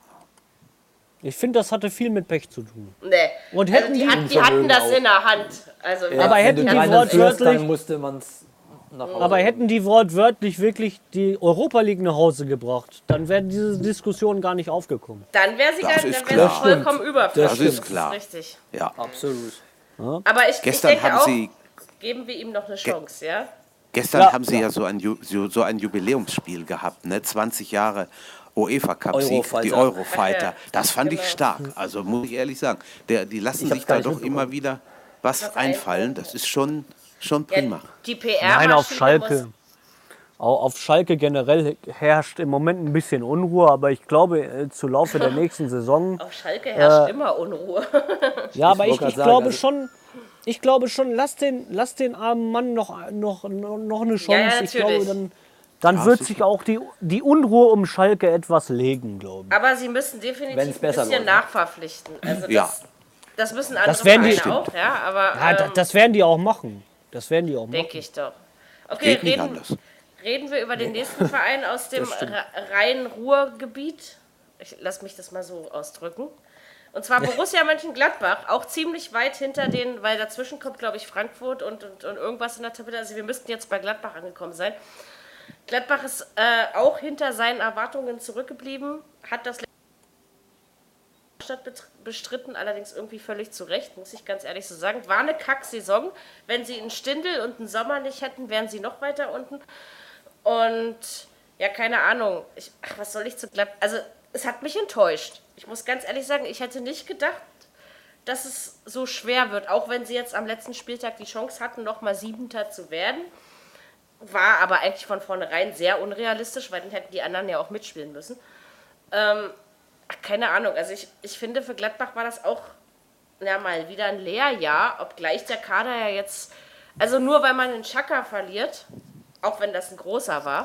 Ich finde, das hatte viel mit Pech zu tun. Nee. Und Also hätten die, die- die hatten das in der Hand. Also Aber hätten wenn die du keinen führst, wortwörtlich- dann musste man es nach Hause. Aber hätten die wortwörtlich wirklich die Europa League nach Hause gebracht, dann wäre diese Diskussion gar nicht aufgekommen. dann wäre sie, Das dann ist wär klar. sie vollkommen überflüssig. Das ist klar. richtig. ja. Absolut. Aber ich Gestern denke haben auch, sie geben wir ihm noch eine Chance, ja? Gestern Ja, haben sie ja so ein Jubiläumsspiel gehabt, ne? 20 Jahre UEFA Cup Sieg, Eurofighter. die Eurofighter. Ach ja, Das fand ich genau. stark. Also muss ich ehrlich sagen, die lassen Ich hab's sich gar da nicht doch mitbekommen. immer wieder was einfallen. Das ist schon prima. Die PR Nein, auf Schalke. Auf Schalke generell herrscht im Moment ein bisschen Unruhe, aber ich glaube, zu Laufe der nächsten Saison. Auf Schalke herrscht immer Unruhe. Ja, aber wollte ich gerade sagen, glaube also- schon. Ich glaube schon, lass den armen Mann noch eine Chance. Ja, ich glaube, natürlich. dann wird sich auch die Unruhe um Schalke etwas legen, glaube ich. Aber sie müssen definitiv Wenn's ein besser bisschen läuft. nachverpflichten. Also Ja. das müssen andere Das werden die- Vereine auch, ja, aber Ja, das werden die auch machen. Das werden die auch machen. denke ich doch. Okay, Geht nicht anders. reden wir über den nächsten Verein aus dem Rhein-Ruhr-Gebiet. Ich lass mich das mal so ausdrücken. Und zwar Borussia Mönchengladbach, auch ziemlich weit hinter denen, weil dazwischen kommt, glaube ich, Frankfurt und irgendwas in der Tabelle. Also wir müssten jetzt bei Gladbach angekommen sein. Gladbach ist auch hinter seinen Erwartungen zurückgeblieben, hat das Stadt bestritten, allerdings irgendwie völlig zu Recht, muss ich ganz ehrlich so sagen. War eine Kack-Saison. Wenn sie einen Stindl und einen Sommer nicht hätten, wären sie noch weiter unten. Und ja, keine Ahnung. Was soll ich zu Gladbach? Also, es hat mich enttäuscht. Ich muss ganz ehrlich sagen, ich hätte nicht gedacht, dass es so schwer wird, auch wenn sie jetzt am letzten Spieltag die Chance hatten, nochmal Siebenter zu werden. War aber eigentlich von vornherein sehr unrealistisch, weil dann hätten die anderen ja auch mitspielen müssen. Keine Ahnung, also ich finde, für Gladbach war das auch mal wieder ein Lehrjahr, obgleich der Kader ja jetzt, also nur weil man einen Chaka verliert, auch wenn das ein großer war,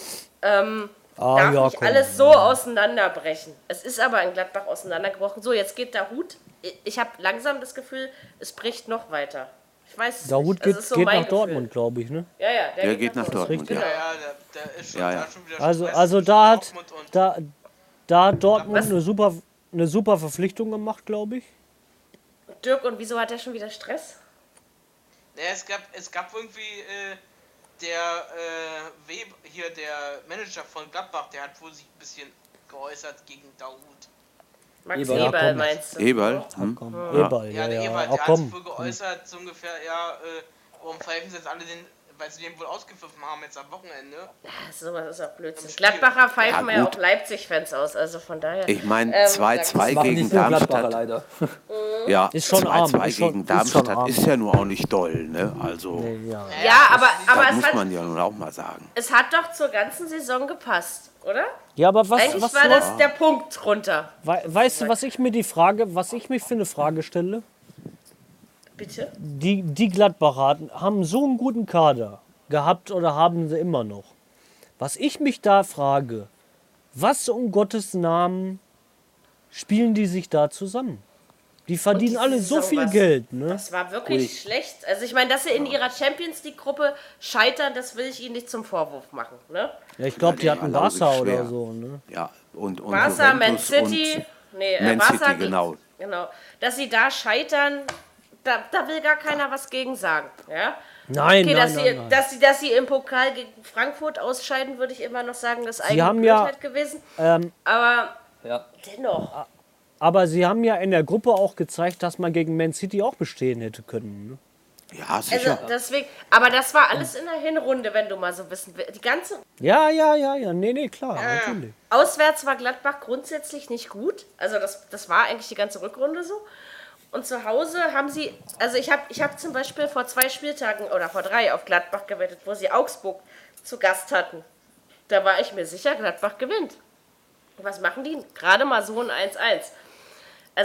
darf ja, nicht komm. alles so auseinanderbrechen. Es ist aber in Gladbach auseinandergebrochen. So, jetzt geht der Hut. Ich habe langsam das Gefühl, es bricht noch weiter. Ich weiß es Der Hut nicht. geht, Das ist so geht mein nach Dortmund, Gefühl. glaube ich, ne? Ja, Der geht nach Dortmund, Genau. ja. Ja, der ist schon, Ja, ja. da hat schon wieder Also Stress da zwischen hat Dortmund und- da hat Dortmund eine super Verpflichtung gemacht, glaube ich. Dirk, und wieso hat er schon wieder Stress? Ja, es gab irgendwie der der Manager von Gladbach, der hat wohl sich ein bisschen geäußert gegen Daoud. Max Eberl. Eberl, Ja, komm. meinst du? Eberl? Eberl, Ja, der Ewald, Ach, der hat komm. sich wohl geäußert, so ungefähr, warum pfeifen sie jetzt alle weil sie den wohl ausgepfiffen haben jetzt am Wochenende. Sowas ist auch Blödsinn. Im Spiel. Gladbacher pfeifen Ja, ja gut. auch Leipzig-Fans aus, also von daher. Ich meine, sag 2-2 Machen gegen nicht nur Gladbacher Darmstadt. leider. Ja, Ist schon arm, 2-2 ist schon- gegen ist schon Darmstadt arm. ist ja nur auch nicht doll, ne? Also, Ja. Ja, aber das es muss hat, man ja nun auch mal sagen. es hat doch zur ganzen Saison gepasst, oder? Ja, aber Eigentlich was war das der Punkt runter. weißt du, was ich mir für eine Frage stelle? Bitte? Die Gladbacher haben so einen guten Kader gehabt oder haben sie immer noch. Was ich mich da frage, was um Gottes Namen spielen die sich da zusammen? Die verdienen diese alle so Saison viel war's- Geld, ne? Das war wirklich schlecht. Also ich meine, dass sie in ihrer Champions League-Gruppe scheitern, das will ich ihnen nicht zum Vorwurf machen. Ne? Ja, ich glaube, die Ja, hatten glaub ich, Barca schwer. oder so, ne? Ja, und Barca, Man Juventus City, Man Barca, City, genau. Genau. Dass sie da scheitern, da will gar keiner was gegen sagen. Ja? Nein, Okay, nein. dass sie im Pokal gegen Frankfurt ausscheiden, würde ich immer noch sagen, das ist eigentlich haben ja, Blödheit gewesen. Ähm, Aber Ja. dennoch. aber sie haben ja in der Gruppe auch gezeigt, dass man gegen Man City auch bestehen hätte können. Ne? Ja, Also sicher. deswegen, aber das war alles in der Hinrunde, wenn du mal so wissen willst. Die ganze Ja. Nee, klar, natürlich. Auswärts war Gladbach grundsätzlich nicht gut. Also das war eigentlich die ganze Rückrunde so. Und zu Hause haben sie, also ich hab zum Beispiel vor 2 Spieltagen oder vor 3 auf Gladbach gewettet, wo sie Augsburg zu Gast hatten. Da war ich mir sicher, Gladbach gewinnt. Was machen die? Gerade mal so ein 1-1. Also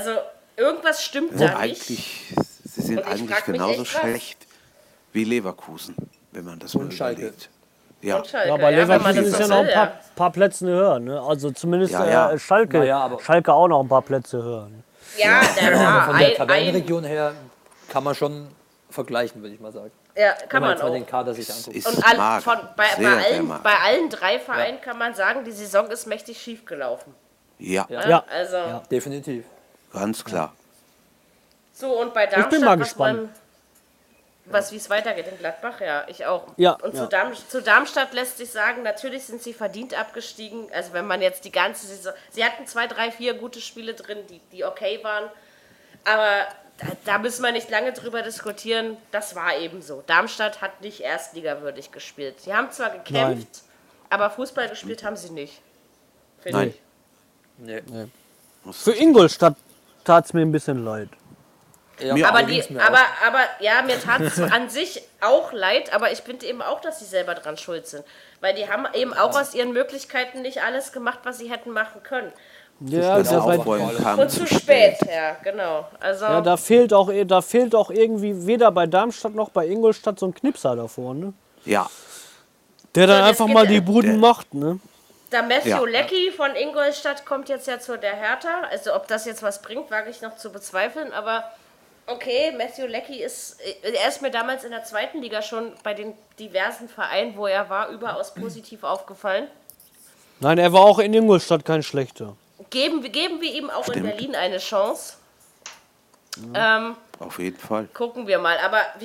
Irgendwas stimmt da nicht. Eigentlich, sie sind Und ich eigentlich frag mich genauso echt was. schlecht wie Leverkusen, wenn man das mal Und Schalke. überlegt. Ja, Und Schalke, Ja, aber wenn man Leverkusen das ist ja so noch will, ein paar Plätze höher. Ne? Also zumindest Ja. Schalke, Naja, aber- Schalke auch noch ein paar Plätze höher. Ne? Ja, Von der ein, Tabellenregion her kann man schon vergleichen, würde ich mal sagen. ja, Wenn kann man man jetzt mal auch. den Kader sich anguckt. ist Und mager. bei Sehr mager. allen 3 Vereinen kann man sagen, die Saison ist mächtig schief gelaufen. Ja, Ja. Also, Definitiv. ganz klar. so und bei Darmstadt, bin mal gespannt. wie es weitergeht in Gladbach, ja, ich auch. Ja, Und ja. zu Darmstadt lässt sich sagen, natürlich sind sie verdient abgestiegen. Also wenn man jetzt die ganze Saison, sie hatten 2, 3, 4 gute Spiele drin, die okay waren. Aber da müssen wir nicht lange drüber diskutieren. Das war eben so. Darmstadt hat nicht erstligawürdig gespielt. Sie haben zwar gekämpft, aber Fußball gespielt haben sie nicht. Finde Nein. ich. Nee. Für Ingolstadt tat es mir ein bisschen leid. Ja, Mir Aber, auch. ging's mir aber ja, mir tat es an sich auch leid, aber ich finde eben auch, dass sie selber dran schuld sind. Weil die haben eben auch aus ihren Möglichkeiten nicht alles gemacht, was sie hätten machen können. Ja, Das der weit, Aufräumen kam Und zu spät, ja, genau. Also, ja, da fehlt auch irgendwie weder bei Darmstadt noch bei Ingolstadt so ein Knipser davor, ne? Ja, Der dann So, das einfach geht mal ja- die Buden macht, ne? der Matthew Ja. Leckie von Ingolstadt kommt jetzt ja zu der Hertha. Also ob das jetzt was bringt, wage ich noch zu bezweifeln. Aber okay, Matthew Leckie er ist mir damals in der 2. Liga schon bei den diversen Vereinen, wo er war, überaus positiv aufgefallen. Nein, er war auch in Ingolstadt kein schlechter. Geben wir ihm auch in Stimmt. Berlin eine Chance. auf jeden Fall. Gucken wir mal. Aber wie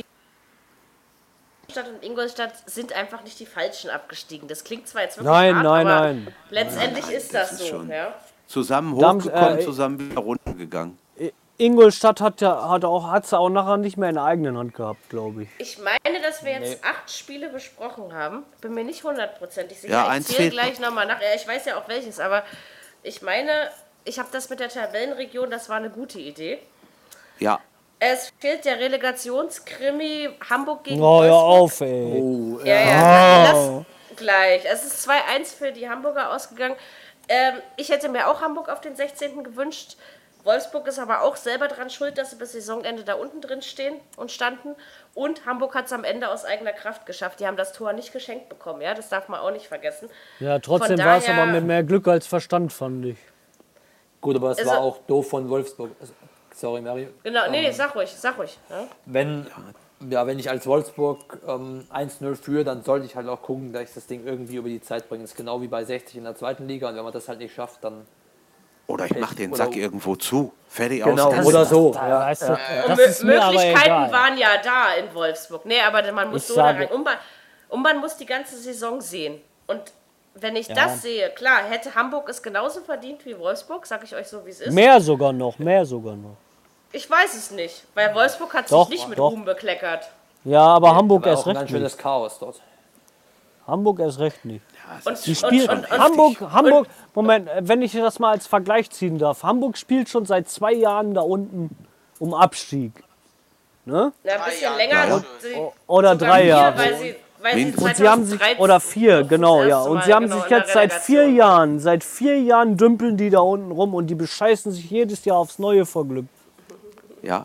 Stadt und Ingolstadt sind einfach nicht die Falschen abgestiegen. Das klingt zwar jetzt wirklich Nein, hart, nein, aber nein. letztendlich ist das ist so. schon- Ja. Zusammen Darm- hochgekommen, zusammen wieder runtergegangen. Ingolstadt hat's auch nachher nicht mehr in der eigenen Hand gehabt, glaube ich. Ich meine, dass wir jetzt 8 Spiele besprochen haben. Bin mir nicht 100%ig sicher. Ja, ich eins zähle fehlt gleich nochmal nach. Ja, ich weiß ja auch welches, aber ich meine, ich habe das mit der Tabellenregion, das war eine gute Idee. Ja, Es fehlt der Relegationskrimi Hamburg gegen Oh, hör Wolfsburg. auf, ey. Oh, Ja, das gleich. Es ist 2-1 für die Hamburger ausgegangen. Ich hätte mir auch Hamburg auf den 16. gewünscht. Wolfsburg ist aber auch selber dran schuld, dass sie bis Saisonende da unten drin stehen und standen. Und Hamburg hat es am Ende aus eigener Kraft geschafft. Die haben das Tor nicht geschenkt bekommen, ja, das darf man auch nicht vergessen. Ja, trotzdem Von war es daher- aber mit mehr Glück als Verstand, fand ich. gut, aber es Also- war auch doof von Wolfsburg. Also, sorry, Mary. Genau, nee, sag ruhig. Ja? Wenn ich als Wolfsburg 1-0 führe, dann sollte ich halt auch gucken, dass ich das Ding irgendwie über die Zeit bringe. Das ist genau wie bei 60 in der 2. Liga. Und wenn man das halt nicht schafft, dann oder ich mache den Oder- Sack irgendwo zu. Fertig genau, aus. oder so. Weißt du, Und das ist mir aber Möglichkeiten egal. waren ja da in Wolfsburg. Nee, aber man muss Ich so da sage- rein. Und man muss die ganze Saison sehen. Und wenn ich das sehe, klar, hätte Hamburg es genauso verdient wie Wolfsburg, sag ich euch so, wie es ist. Mehr sogar noch. Ich weiß es nicht, weil Wolfsburg hat Doch, sich nicht mit doch. Ruhm bekleckert. Ja, aber Hamburg war erst auch ein ganz recht nicht. schönes Chaos dort. Hamburg erst recht nicht. Und, Die spielt, Hamburg, Moment, wenn ich das mal als Vergleich ziehen darf. Hamburg spielt schon seit 2 Jahren da unten um Abstieg. Ne? ein bisschen Jahre. länger. Ja, ja. Und sie, Oder sogar 3 vier, Jahre. Weil sie Und Und sie haben sich, 2013 oder 4, durften genau, das ja. erste Und Mal, sie haben genau, sich in der jetzt seit 4 Relegation. Jahren, dümpeln die da unten rum und die bescheißen sich jedes Jahr aufs Neue vor Glück. Ja.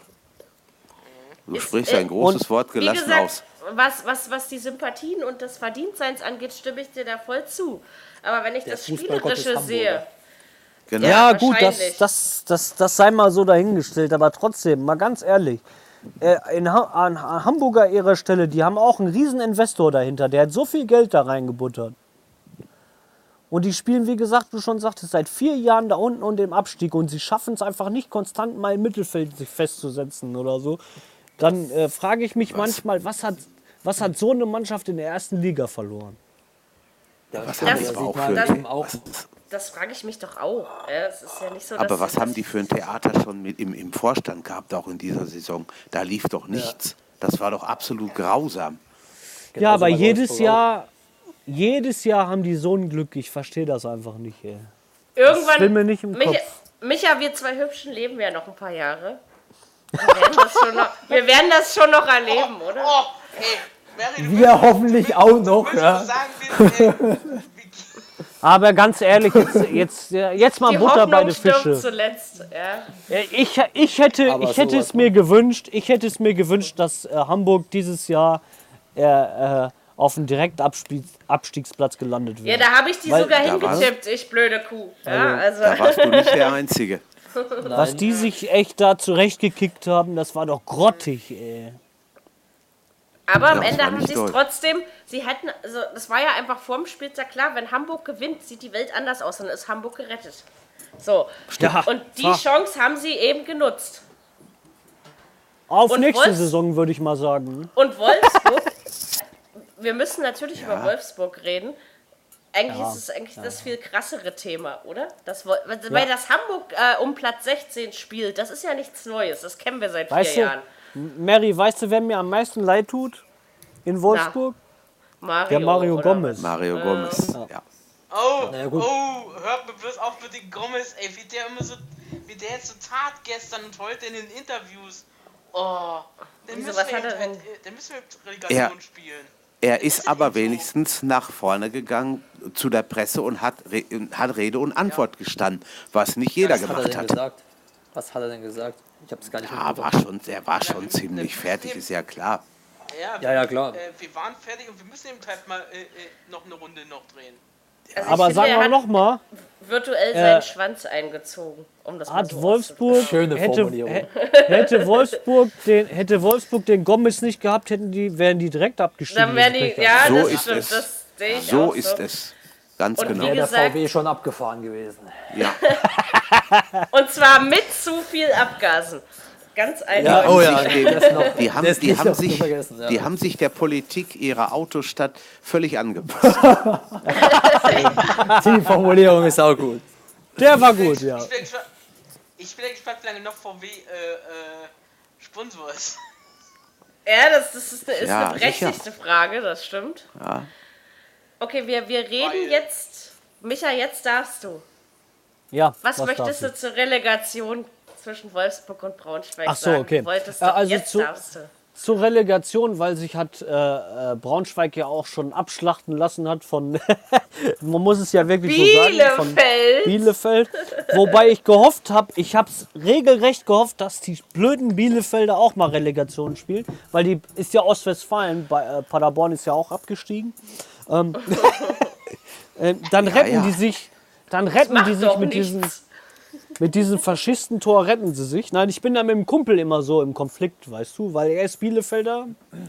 Du Ist- sprichst ein großes Wort Wie gelassen gesagt, aus. was die Sympathien und das Verdientseins angeht, stimme ich dir da voll zu. Aber wenn ich das Fußballgott ist Spielerische Hamburger. sehe, Genau. Ja, gut, wahrscheinlich. das sei mal so dahingestellt, aber trotzdem, mal ganz ehrlich, an Hamburger ihrer Stelle, die haben auch einen riesen Investor dahinter, der hat so viel Geld da reingebuttert. Und die spielen, wie gesagt, du schon sagtest, seit 4 Jahren da unten und im Abstieg und sie schaffen es einfach nicht, konstant mal im Mittelfeld sich festzusetzen oder so. Dann frage ich mich manchmal, was hat so eine Mannschaft in der ersten Liga verloren? Ja, Was das haben die sieht aber auch man für eben auch. das frage ich mich doch auch. Ja, es ist ja nicht so, dass Aber was sie- haben die für ein Theater schon im Vorstand gehabt, auch in dieser Saison? Da lief doch nichts. Das war doch absolut grausam. Ja, aber bei jedes Wolfsburg Jahr haben die so ein Glück, ich verstehe das einfach nicht. Ey. Irgendwann, will mir nicht im Kopf. Micha, wir 2 Hübschen leben ja noch ein paar Jahre. Wir werden das schon noch erleben, oder? Oh, hey, Mary, du Wir hoffentlich auch noch. willst Ja. du sagen, Aber ganz ehrlich, jetzt mal Die Butter bei Hoffnung den stirbt Fische. zuletzt. Ja. Ich hätte Aber es sowas, mir gewünscht, dass Hamburg dieses Jahr auf dem Direktabstiegsplatz gelandet Ja, wird. da habe ich die Weil- sogar Da war's. hingetippt, ich blöde Kuh. Ja, also. Da warst du nicht der Einzige. Was die sich echt da zurechtgekickt haben, das war doch grottig, ey. Aber am Ja, das Ende war haben nicht sie es doll. trotzdem, sie hätten, also das war ja einfach vorm Spieltag klar, wenn Hamburg gewinnt, sieht die Welt anders aus, dann ist Hamburg gerettet. So, Ja, und die ha. Chance haben sie eben genutzt. Auf Und nächste Wolfs- Saison, würde ich mal sagen. Und Wolfsburg, wir müssen natürlich über Wolfsburg reden. Eigentlich ist es eigentlich das viel krassere Thema, oder? Weil das Hamburg um Platz 16 spielt, das ist ja nichts Neues, das kennen wir seit 4 Jahren. Mary, weißt du, wer mir am meisten leid tut in Wolfsburg? Der Mario oder Gomez. was? Mario Gomez. Ja. Oh, Na ja, gut. hört mir bloß auf mit den Gomez, ey, wie der jetzt so tat gestern und heute in den Interviews. Oh, dann Wieso, müssen was wir hat er denn? dann müssen wir Relegation spielen. Er ist aber wenigstens nach vorne gegangen zu der Presse und hat Rede und Antwort gestanden, was nicht jeder Was hat er gemacht denn hat. gesagt? Was hat er denn gesagt? Ich habe es gar nicht Ja, er war schon ziemlich fertig, ist ja klar. Ja, klar. Wir waren fertig und wir müssen eben halt mal noch eine Runde noch drehen. Also ich Aber finde, sagen er wir hat nochmal, virtuell seinen Schwanz eingezogen, um das mal hat so Wolfsburg, Schöne hätte, Formulierung. hätte Wolfsburg den Gomez nicht gehabt, wären die direkt abgestiegen. Dann wären die, diese ja, So das ist stimmt, es. das sehe ich So auch ist so. es. Ganz Und genau. wie Wäre der gesagt- VW schon abgefahren gewesen. Ja. Und zwar mit zu viel Abgasen. Ganz eindeutig. oh ja, sich das noch. Die haben, Das die, nicht haben noch zu sich, vergessen, ja. die haben sich der Politik ihrer Autostadt völlig angepasst. Die Formulierung ist auch gut. Der war gut, ja. Ich bin gespannt, wie lange noch VW Sponsor ist. Ja, das ist Ja, eine berechtigte Frage, das stimmt. Ja. Okay, wir reden Weil- jetzt. Micha, jetzt darfst du. Ja, Was darf möchtest ich? du zur Relegation zwischen Wolfsburg und Braunschweig Ach so, sagen? okay. Wolltest du, Also jetzt darfst du. Zur Relegation, weil sich hat Braunschweig ja auch schon abschlachten lassen hat von, man muss es ja wirklich so sagen, von Bielefeld. Wobei ich gehofft habe, ich habe es regelrecht gehofft, dass die blöden Bielefelder auch mal Relegation spielen, weil die ist ja Ostwestfalen, Paderborn ist ja auch abgestiegen. Dann retten die sich, doch mit nichts. diesem Faschistentor retten sie sich. Nein, ich bin da mit dem Kumpel immer so im Konflikt, weißt du, weil er ist Bielefelder,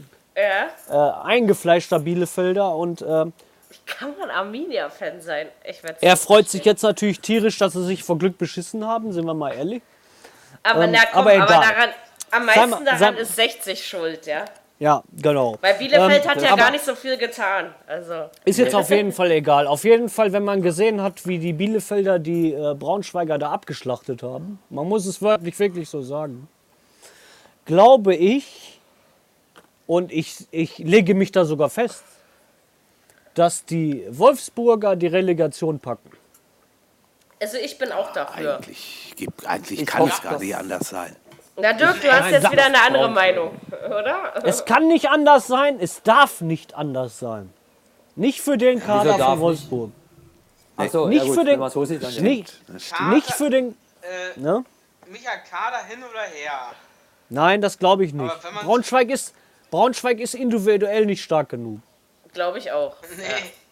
Ja. eingefleischter Bielefelder und Kann man Arminia-Fan sein? er freut sich jetzt natürlich tierisch, dass sie sich vor Glück beschissen haben, sind wir mal ehrlich. Aber na komm, aber aber egal. daran, am Sei meisten mal- daran sei- ist 60 schuld, ja. Ja, genau. Weil Bielefeld hat ja aber gar nicht so viel getan. Also. Ist jetzt auf jeden Fall egal. Auf jeden Fall, wenn man gesehen hat, wie die Bielefelder die Braunschweiger da abgeschlachtet haben, man muss es wirklich so sagen, glaube ich, und ich lege mich da sogar fest, dass die Wolfsburger die Relegation packen. Also ich bin auch dafür. Eigentlich kann es gar nicht anders sein. Na Dirk, du hast jetzt wieder eine andere Meinung, oder? Es kann nicht anders sein, es darf nicht anders sein. Nicht für den Kader darf von nicht? Wolfsburg. Achso, Nicht ja gut, für den- wenn man so sieht, dann ja. Nicht für den... Ne? Micha, Kader hin oder her? Nein, das glaube ich nicht. Aber wenn man- Braunschweig ist individuell nicht stark genug. Glaube ich auch. Nee.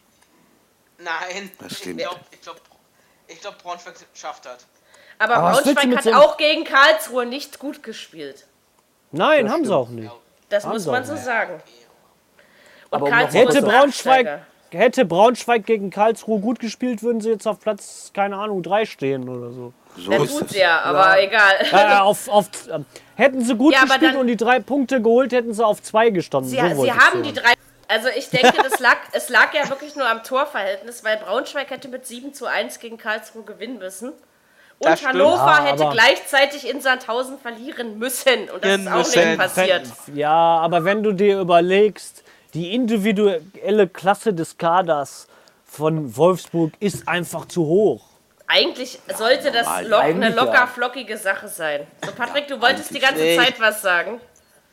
Nein. Das stimmt. Ich glaub, Braunschweig schafft das. Aber Aber was willst du Braunschweig mit hat so- auch gegen Karlsruhe nicht gut gespielt. Nein, haben sie auch nicht. Das Haben muss sie man auch so nicht. sagen. Und Aber um noch Karlsruhe mal ist Nachsteiger. Hätte Braunschweig gegen Karlsruhe gut gespielt, würden sie jetzt auf Platz, keine Ahnung, 3 stehen oder so. So Der ist tut es. ja, aber egal. Hätten sie gut Ja, aber gespielt dann- und die 3 Punkte geholt, hätten sie auf 2 gestanden. Sie, so sie wollte ich haben die sagen. 3. Also ich denke, es lag ja wirklich nur am Torverhältnis, weil Braunschweig hätte mit 7:1 gegen Karlsruhe gewinnen müssen. Und Das stimmt. Hannover Ja, hätte aber- gleichzeit in Sandhausen verlieren müssen. Und das ist auch Müssen. nicht passiert. Ja, aber wenn du dir überlegst, die individuelle Klasse des Kaders von Wolfsburg ist einfach zu hoch. Eigentlich sollte das eine Eigentlich ja. locker flockige Sache sein. So, Patrick, du wolltest die ganze nicht. Zeit was sagen.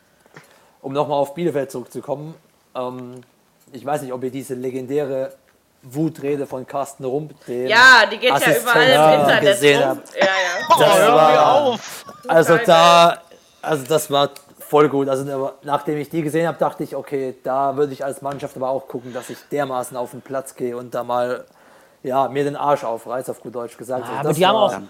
Um nochmal auf Bielefeld zurückzukommen, ich weiß nicht, ob ihr diese legendäre Wutrede von Carsten Rump, dem Ja, die geht ja Assistent überall im Internet gesehen rum. habe. Ja. Das hör war, mir auf! Also das war voll gut. Also nachdem ich die gesehen habe, dachte ich, okay, da würde ich als Mannschaft aber auch gucken, dass ich dermaßen auf den Platz gehe und da mal mir den Arsch aufreiß, auf gut Deutsch gesagt. Also aber das die haben auch-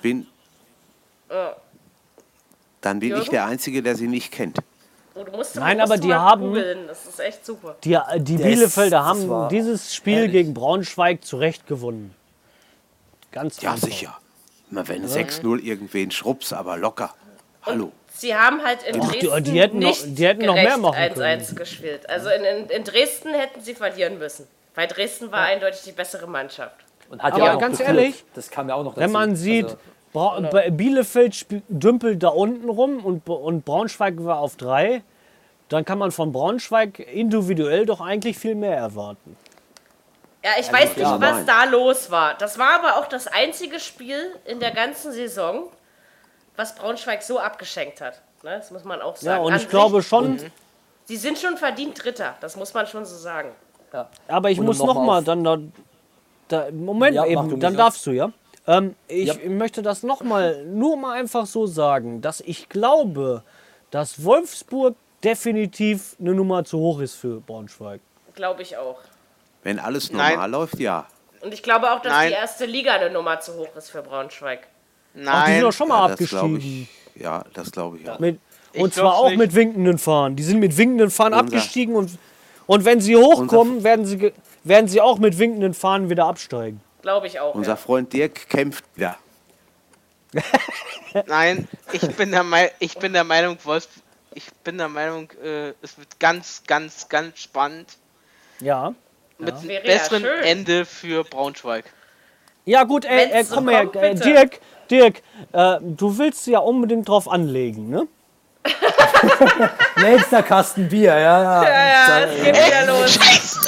Dann bin ich der Einzige, der sie nicht kennt. Oh, du musst Nein, musst aber du die mal haben- googeln. Das ist echt super. Die Bielefelder das haben war dieses Spiel herrlich. gegen Braunschweig zu Recht gewonnen. Ganz Ja, einfach. sicher. Immer wenn 6-0 irgendwen schrubbst, aber locker. Hallo. Sie haben halt in Ach, Dresden die hätten noch- nicht die hätten noch mehr gerecht machen 1-1 gespielt. Also in Dresden hätten sie verlieren müssen. Weil Dresden war eindeutig die bessere Mannschaft. Und hat Aber ja auch ganz geführt. ehrlich, Das kam ja auch noch dazu. Wenn man sieht, Also, Bielefeld dümpelt da unten rum und Braunschweig war auf 3, dann kann man von Braunschweig individuell doch eigentlich viel mehr erwarten. Ja, ich weiß nicht, ja, was da los war. Das war aber auch das einzige Spiel in der ganzen Saison, was Braunschweig so abgeschenkt hat. Ne, das muss man auch sagen. Ja, und An ich glaube sich, schon, sie sind schon verdient Dritter. Das muss man schon so sagen. aber ich Und muss noch noch mal mal auf- dann Moment Ja, mach eben, du, dann Micha. darfst du, ja? Ich möchte das noch mal, nur mal einfach so sagen, dass ich glaube, dass Wolfsburg definitiv eine Nummer zu hoch ist für Braunschweig. Glaube ich auch. Wenn alles Nein. normal läuft, ja. Und ich glaube auch, dass Nein. die erste Liga eine Nummer zu hoch ist für Braunschweig. Ach, die sind Nein, doch schon mal Ja, das glaube abgestiegen. ich. Ja, das glaube ich auch. Mit, Ich und zwar glaub's auch nicht. mit winkenden Fahnen. Die sind mit winkenden Fahnen Unser- abgestiegen und wenn sie hochkommen, werden sie auch mit winkenden Fahnen wieder absteigen. Glaube ich auch. Unser Ja. Freund Dirk kämpft wieder. nein, ich bin der Meinung, es wird ganz, ganz, ganz spannend. Ja. Mit einem Wäre ja besseren schön. Ende für Braunschweig. Ja gut, Wenn's so komm her, kommt, bitte. Dirk, du willst ja unbedingt drauf anlegen, ne? nächster Kasten Bier, Ja, es geht wieder los.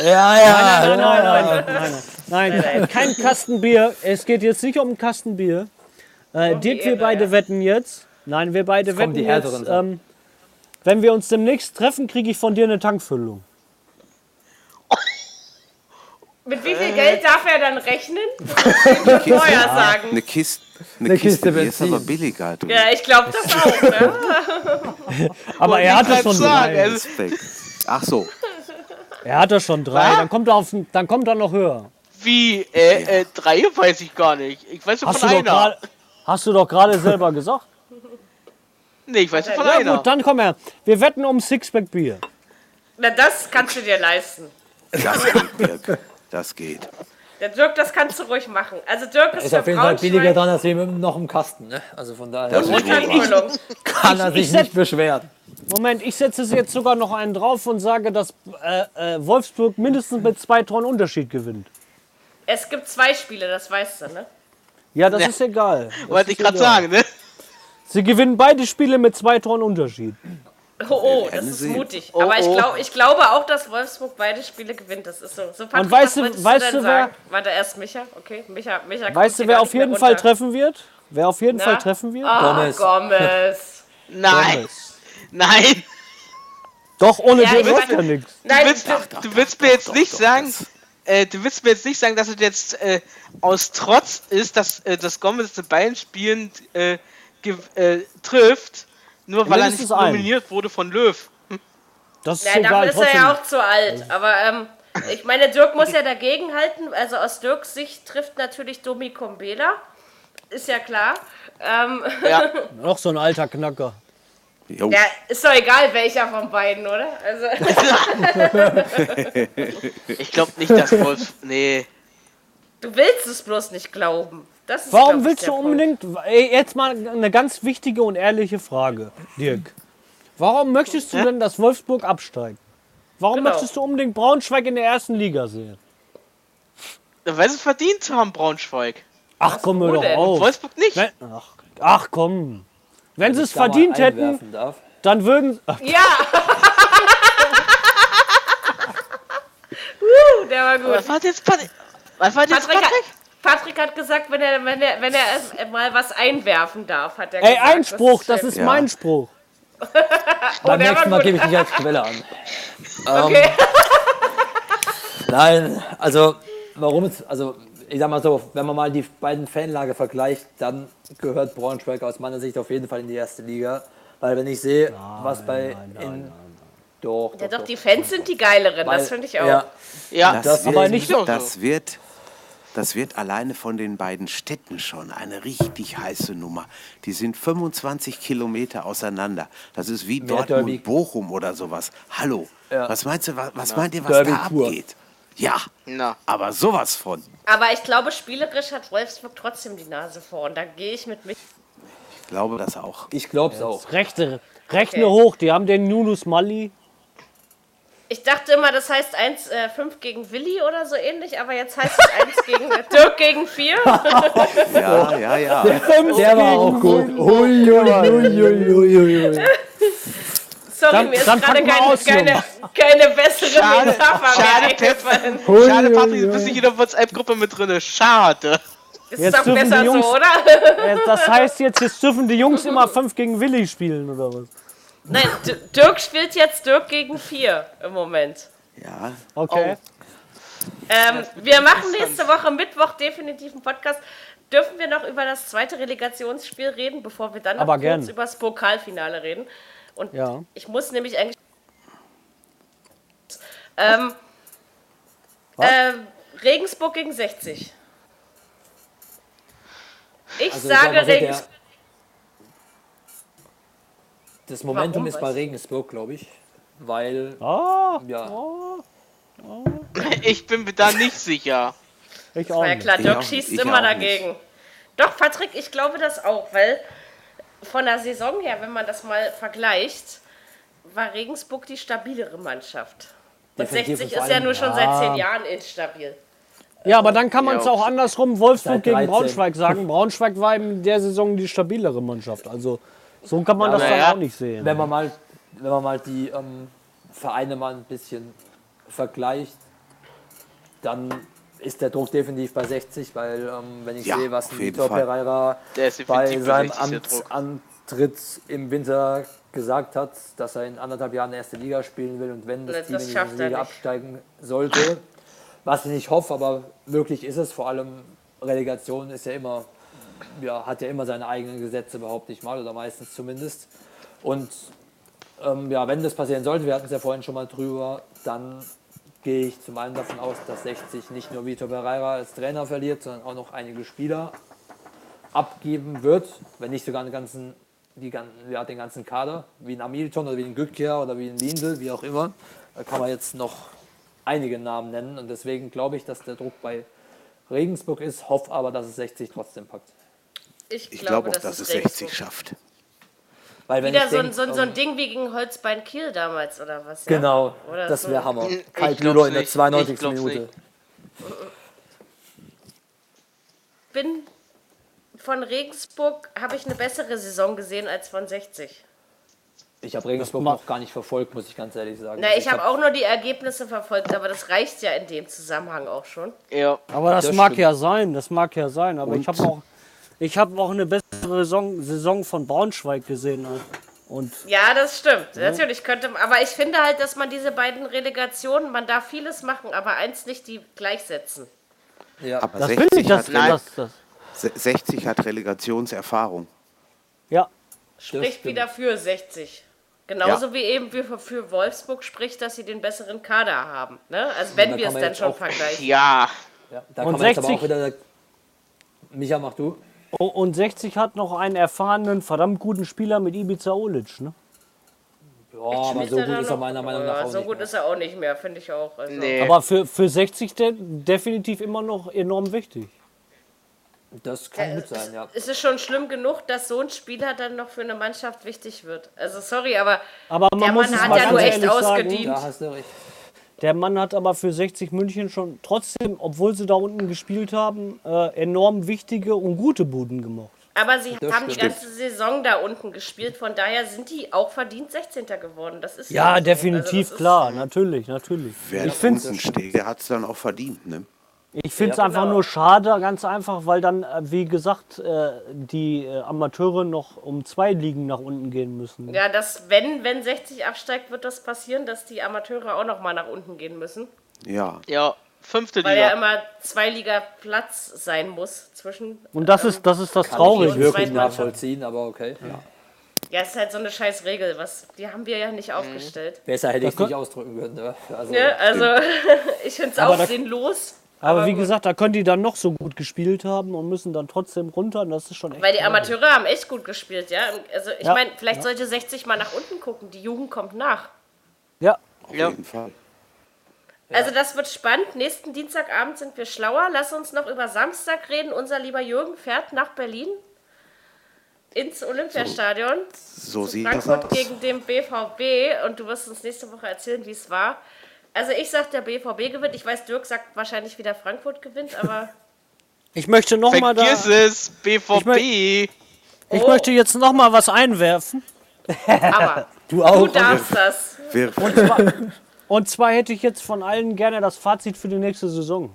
Nein, kein Kastenbier. Es geht jetzt nicht um ein Kastenbier. Dirk, wir Ehre, beide ja. wetten jetzt. Nein, wir beide kommen wetten die jetzt. härteren Sachen. Wenn wir uns demnächst treffen, kriege ich von dir eine Tankfüllung. Mit wie viel Geld darf er dann rechnen? Das muss ich ihm schon vorher sagen. Eine Kiste Kiste Bier ist Benzin. aber billiger. Du. Ja, ich glaube das auch. Ne? Aber er hatte ich schon sagen, 3. Respekt. Ach so. Er hatte schon 3. Dann kommt er noch höher. Wie? 3 weiß ich gar nicht. Ich weiß nur Hast von du, doch einer. grad, hast du doch gerade selber gesagt. Nee, ich weiß nur von Ja einer. gut, dann komm her. Wir wetten um Sixpack Bier. Na, das kannst du dir leisten. Das geht, Dirk. Das geht. Der Dirk, das kannst du ruhig machen. Also Dirk ist Ist für auf jeden Fall billiger Braunschweig dran als wir noch im Kasten. Ne? Also von daher Das ist wohl wahr. Tankfüllung. kann er ich sich setz- nicht beschweren. Moment, ich setze es jetzt sogar noch einen drauf und sage, dass Wolfsburg mindestens mit 2 Toren Unterschied gewinnt. Es gibt 2 Spiele, das weißt du, ne? Ja, das ist egal. Wollte ich gerade sagen, ne? Sie gewinnen beide Spiele mit 2 Toren Unterschied. Oh, das werden ist sehen. mutig. Oh, Aber oh. ich glaube auch, dass Wolfsburg beide Spiele gewinnt. Das ist so. So, Patrick, Und weißt was du- wolltest weißt denn du, wer- sagen? Warte, erst Micha. Okay, Micha kommt Weißt du, hier wer gar auf nicht mehr jeden Fall runter. treffen wird? Wer auf jeden Na? Fall treffen wird? Ah, Gomez. Nein. Nein. Doch, ohne Ja, den ich läuft weiß- ja nichts. Nein, Du willst mir jetzt nicht sagen, dass es jetzt aus Trotz ist, dass Gomez in beiden Spielen trifft, nur weil er nicht Mindestens einen. nominiert wurde von Löw. Das ist ja, dafür egal. ist er Trotzdem. ja auch zu alt. Aber ich meine, Dirk muss ja dagegen halten. Also aus Dirks Sicht trifft natürlich Domi Kombela. Ist ja klar. Ja. Noch so ein alter Knacker. Jo. Ja, ist doch egal, welcher von beiden, oder? Also, Ich glaube nicht, dass Wolf. Nee. du willst es bloß nicht glauben. Das ist, Warum glaub ich, willst der du Punkt. unbedingt, jetzt mal eine ganz wichtige und ehrliche Frage, Dirk. Warum möchtest du denn, dass Wolfsburg absteigt? Warum Genau. möchtest du unbedingt Braunschweig in der ersten Liga sehen? Weil sie es verdient haben, Braunschweig. Ach komm, hör wo doch denn? auf. Wolfsburg nicht. Ach komm. Wenn sie es Da mal verdient hätten, einwerfen darf. dann würden... Ja! Der war gut. Was war jetzt Patrick? Patrick hat gesagt, wenn er mal was einwerfen darf, hat er Ey, gesagt. Einspruch, das ist Ja. mein Spruch. Beim der nächsten war Mal gut. gebe ich dich als Quelle an. Okay. Nein, also warum es, also ich sag mal so, wenn man mal die beiden Fanlager vergleicht, dann gehört Braunschweig aus meiner Sicht auf jeden Fall in die erste Liga. Weil wenn ich sehe, was bei Doch, Ja, doch, die Fans sind die geileren, das finde ich auch. Ja, Ja, Das aber nicht so. Das wird alleine von den beiden Städten schon eine richtig heiße Nummer. Die sind 25 Kilometer auseinander. Das ist wie Mehr Dortmund, Derby. Bochum oder sowas. Hallo, Ja. was meinst du, was meint ihr, was Derby da pur. abgeht? Ja, na. aber sowas von. Aber ich glaube, spielerisch hat Wolfsburg trotzdem die Nase vorn. Da gehe ich mit mich. Ich glaube das auch. ich glaube es auch. Rechne Okay. hoch, die haben den Yunus Mali. Ich dachte immer, das heißt 5 gegen Willi oder so ähnlich, aber jetzt heißt es 1 gegen Dirk gegen 4. Ja. Der war auch gut. Hui. Sorry, mir ist dann gerade pack mal aus, keine bessere Metapher mehr eingefallen. Schade, Patrick, du bist nicht in der WhatsApp-Gruppe mit drin. Schade. Ist Jetzt doch dürfen besser die Jungs- so, oder? Das heißt jetzt dürfen die Jungs immer 5 gegen Willi spielen, oder was? Nein, Dirk spielt jetzt Dirk gegen 4 im Moment. Ja, Okay. Wir machen nächste Woche Mittwoch definitiv einen Podcast. Dürfen wir noch über das zweite Relegationsspiel reden, bevor wir dann noch Aber kurz gern. über das Pokalfinale reden? Und Ja. ich muss nämlich eigentlich... Regensburg gegen 60. Ich Also, sage sag mal so, Regensburg... Das Momentum Warum, ist bei weißt du? Regensburg, glaube ich. Weil, Ah, ja, Ich bin mir da nicht sicher. ich auch War ja nicht. klar, Ich Dirk auch schießt nicht. Ich immer auch dagegen. Doch, Patrick, ich glaube das auch, weil von der Saison her, wenn man das mal vergleicht, war Regensburg die stabilere Mannschaft. Und Definitiv, 60 und vor ist ja allem- nur schon seit 10 Jahren instabil. Ja, aber dann kann man es Ja, auch andersrum Wolfsburg Seit gegen 13. Braunschweig sagen. Braunschweig war in der Saison die stabilere Mannschaft. Also so kann man das aber dann ja. auch nicht sehen. wenn man mal die Vereine mal ein bisschen vergleicht, dann ist der Druck definitiv bei 60, weil wenn ich Ja, sehe, was auf jeden Vitor Fall. Pereira Der ist bei definitiv bei seinem 60 der Druck. Amtsantritt im Winter gesagt hat, dass er in 1,5 Jahren erste Liga spielen will und wenn das Das Team in die schafft er Liga nicht. absteigen sollte, was ich nicht hoffe, aber möglich ist es, vor allem Relegation ist ja immer, ja, hat ja immer seine eigenen Gesetze, behaupte ich mal, oder meistens zumindest. Und ja, wenn das passieren sollte, wir hatten es ja vorhin schon mal drüber, dann gehe ich zum einen davon aus, dass 60 nicht nur Vitor Pereira als Trainer verliert, sondern auch noch einige Spieler abgeben wird, wenn nicht sogar den ganzen Kader, wie ein Hamilton oder wie ein Güttker oder wie ein Lindl, wie auch immer. Da kann man jetzt noch einige Namen nennen und deswegen glaube ich, dass der Druck bei Regensburg ist, hoffe aber, dass es 60 trotzdem packt. ich glaube auch, dass es 60 Regensburg. schafft. Weil wenn Wieder ich so, denk, so ein Ding wie gegen Holzbein Kiel damals, oder was? Ja? Genau, Oder das so. wäre Hammer. Ich Kai glaub's Bülow in der nicht. 92. Ich glaub's Minute. nicht. Bin von Regensburg, habe ich eine bessere Saison gesehen als von 60. Ich habe Regensburg noch gar nicht verfolgt, muss ich ganz ehrlich sagen. Na, ich habe auch nur die Ergebnisse verfolgt, aber das reicht ja in dem Zusammenhang auch schon. Ja. Aber das Das mag stimmt. ja sein, das mag ja sein. Aber ich habe auch eine bessere Saison von Braunschweig gesehen. Und Ja, das stimmt. Natürlich könnte man, aber ich finde halt, dass man diese beiden Relegationen, man darf vieles machen, aber eins nicht die gleichsetzen. Ja. Aber das finde ich, 60 das. 60 hat Relegationserfahrung. Ja, Spricht stimmt. wieder für 60. Genauso Ja. wie eben für Wolfsburg spricht, dass sie den besseren Kader haben. Ne? Also wenn da wir kann es man dann jetzt schon auch- vergleichen. Ja. Ja, da Und kann man jetzt aber 60 auch wieder. Micha, mach du. und 60 hat noch einen erfahrenen, verdammt guten Spieler mit Ibiza Olic. Ne? Ja, aber Spielt so er gut da ist er noch? meiner Meinung nach Ja, auch so nicht. gut mehr. ist er auch nicht mehr, finde ich auch. Also. Nee. Aber für 60 definitiv immer noch enorm wichtig. Das kann gut sein, ja. Es ist schon schlimm genug, dass so ein Spieler dann noch für eine Mannschaft wichtig wird. Also sorry, aber Aber der man muss Mann es hat mal ja ganz nur echt ehrlich sagen, ausgedient. Da hast du recht. der Mann hat aber für 60 München schon trotzdem, obwohl sie da unten gespielt haben, enorm wichtige und gute Buden gemacht. Aber sie Das haben die stimmt. ganze Saison da unten gespielt, von daher sind die auch verdient 16. geworden. Das ist Ja, so. definitiv, Also das klar, natürlich. Wer Ich da finde unten steht, der hat es dann auch verdient. Ne? es Ja, einfach genau. nur schade, ganz einfach, weil dann, wie gesagt, die Amateure noch um 2 Ligen nach unten gehen müssen. Ja, dass wenn 60 absteigt, wird das passieren, dass die Amateure auch noch mal nach unten gehen müssen. Ja. Ja. 5. Weil Liga. ja immer 2 Liga Platz sein muss zwischen. Und das ist das Kann Traurige. ich wirklich Zweitmannschaft. nachvollziehen, aber okay. Ja. Ja, es ist halt so eine scheiß Regel, die haben wir ja nicht aufgestellt. Besser hätte ich es Das nicht ausdrücken können. Ne? Also, Ne? Also, ich finde es Aber auch da- sinnlos. Aber wie gut. gesagt, da können die dann noch so gut gespielt haben und müssen dann trotzdem runter. Und das ist schon echt. Weil die traurig. Amateure haben echt gut gespielt, ja. Also ich Ja. meine, vielleicht sollte 60 mal nach unten gucken. Die Jugend kommt nach. Ja, Auf Ja. jeden Fall. Also das wird spannend. Nächsten Dienstagabend sind wir schlauer. Lass uns noch über Samstag reden. Unser lieber Jürgen fährt nach Berlin ins Olympiastadion. So sieht das Frankfurt aus. gegen den BVB. Und du wirst uns nächste Woche erzählen, wie es war. Also ich sag, der BVB gewinnt. Ich weiß, Dirk sagt wahrscheinlich wieder Frankfurt gewinnt, aber ich möchte noch mal Vergiss es, BVB. Ich möchte jetzt noch mal was einwerfen. Du auch. du darfst das. Und zwar hätte ich jetzt von allen gerne das Fazit für die nächste Saison.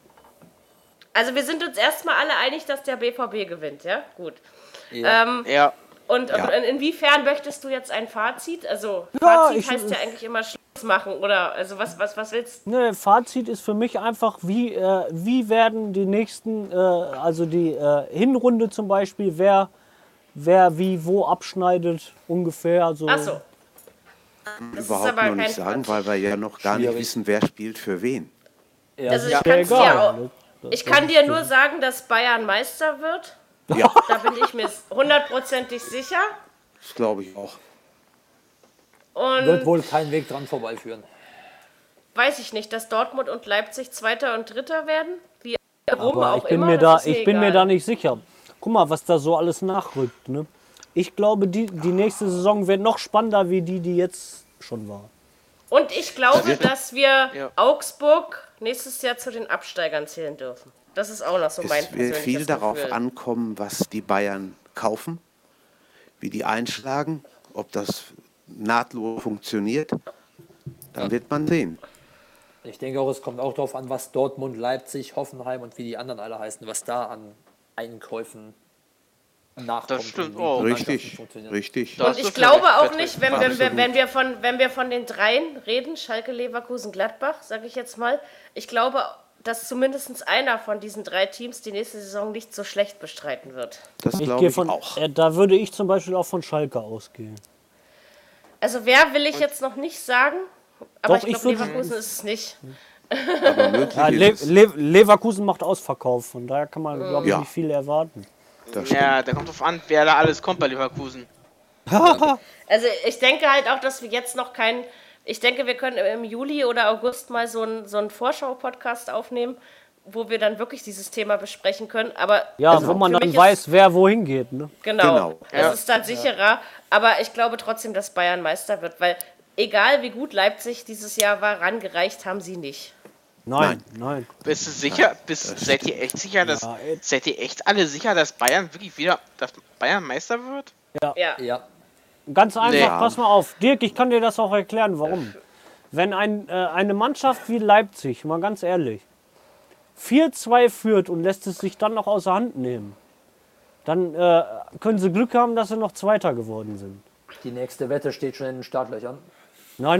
Also wir sind uns erstmal alle einig, dass der BVB gewinnt, ja? Gut. Ja. Und inwiefern möchtest du jetzt ein Fazit? Also Ja, Fazit heißt ja eigentlich immer Schluss machen, oder? Also was willst du? Ne, Fazit ist für mich einfach, wie werden die nächsten, also die Hinrunde zum Beispiel, wer wie wo abschneidet ungefähr. So. Ach so. Das ist Überhaupt aber noch kein nicht sagen, weil wir ja noch gar nicht Schwierig. wissen, wer spielt für wen. Also ich Ja, kann's egal. dir auch. ne? Ich kann dir nur sagen, dass Bayern Meister wird. Ja, Da bin ich mir hundertprozentig sicher. das glaube ich auch. Wird Und wohl kein Weg dran vorbeiführen. weiß ich nicht, dass Dortmund und Leipzig Zweiter und Dritter werden? Wie rum Aber auch ich bin, immer. mir, das da, ist ich bin mir egal. da nicht sicher. Guck mal, was da so alles nachrückt. Ne? Ich glaube, die nächste Saison wird noch spannender, wie die jetzt schon war. Und ich glaube, dass wir Ja. Augsburg nächstes Jahr zu den Absteigern zählen dürfen. Das ist auch noch so mein Es wird persönliches viel darauf Gefühl. ankommen, was die Bayern kaufen, wie die einschlagen, ob das nahtlos funktioniert. Dann wird man sehen. Ich denke auch, es kommt auch darauf an, was Dortmund, Leipzig, Hoffenheim und wie die anderen alle heißen, was da an Einkäufen nachkommt. Das stimmt und wie auch. die Mannschaften Richtig, funktionieren. richtig. Das Und ich ist glaube recht, auch Patrick. nicht, wenn wir von den dreien reden, Schalke, Leverkusen, Gladbach, sage ich jetzt mal, ich glaube, dass zumindest einer von diesen 3 Teams die nächste Saison nicht so schlecht bestreiten wird. Das Ich glaube gehe ich von, auch. da würde ich zum Beispiel auch von Schalke ausgehen. Also wer will ich jetzt noch nicht sagen, aber Doch, ich ich glaube, würde- Leverkusen ist es nicht. Aber möglich Ja, ist es. Leverkusen macht Ausverkauf, von daher kann man, glaube ich, Ja. nicht viel erwarten. Das stimmt. Ja, da kommt drauf an, wer da alles kommt bei Leverkusen. Also ich denke halt auch, dass wir jetzt noch ich denke, wir können im Juli oder August mal so einen Vorschau-Podcast aufnehmen, wo wir dann wirklich dieses Thema besprechen können. Aber Ja, also wo man für dann mich weiß, wer wohin geht. Ne? Genau. Genau. Es ist dann sicherer. Aber ich glaube trotzdem, dass Bayern Meister wird, weil egal wie gut Leipzig dieses Jahr war, rangereicht haben sie nicht. Nein. Bist du sicher? Seid ihr echt sicher, seid ihr echt alle sicher, dass Bayern Meister wird? Ja. Ganz einfach, Nee. pass mal auf. Dirk, ich kann dir das auch erklären, warum. Wenn eine Mannschaft wie Leipzig, mal ganz ehrlich, 4-2 führt und lässt es sich dann noch außer Hand nehmen, dann können sie Glück haben, dass sie noch Zweiter geworden sind. Die nächste Wette steht schon in den Startlöchern. Nein.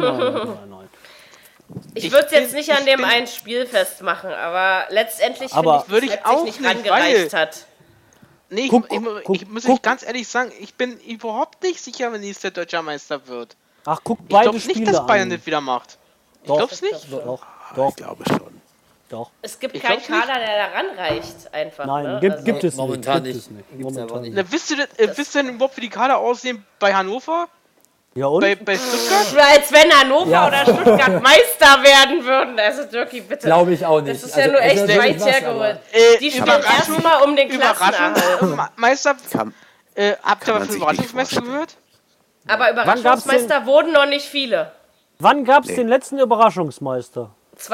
Ich würde es jetzt nicht an dem einen Spiel festmachen, aber letztendlich Aber- finde Würde ich, ich dass Leipzig auch nicht nicht, rangereicht weil- hat. Nee, Guck, ich muss euch ganz ehrlich sagen, ich bin überhaupt nicht sicher, wenn nächster deutscher Meister wird. Ach, guck Ich beide glaube nicht, Spiele dass Bayern an. das wieder macht. Ich Doch. glaube es nicht. Doch, Ich glaube schon. doch. Es gibt Ich keinen glaub's nicht. Kader, der da ranreicht, einfach. Nein, ne? gibt es momentan nicht. nicht. Gibt es nicht. Gibt's einfach Momentan nicht. nicht. Na, wisst ihr denn überhaupt, wie die Kader aussehen bei Hannover? Ja und? Bei Stuttgart? Als wenn Hannover Ja. oder Stuttgart Meister werden würden. Also Dirki, bitte. Glaube ich auch nicht. Das ist ja nur echt wirklich weit was, hergeholt. aber Die spielen Überraschung- erstmal um den Klassenerhalt. Meister? Kann, Habt ihr Kann aber man von sich Überraschungsmeister nicht gehört? Aber Überraschungsmeister wurden noch nicht viele. Wann gab es den letzten Überraschungsmeister?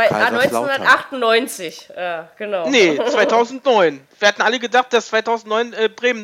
1998. Ja, genau. Nee, 2009. Wir hatten alle gedacht, dass 2009 Bremen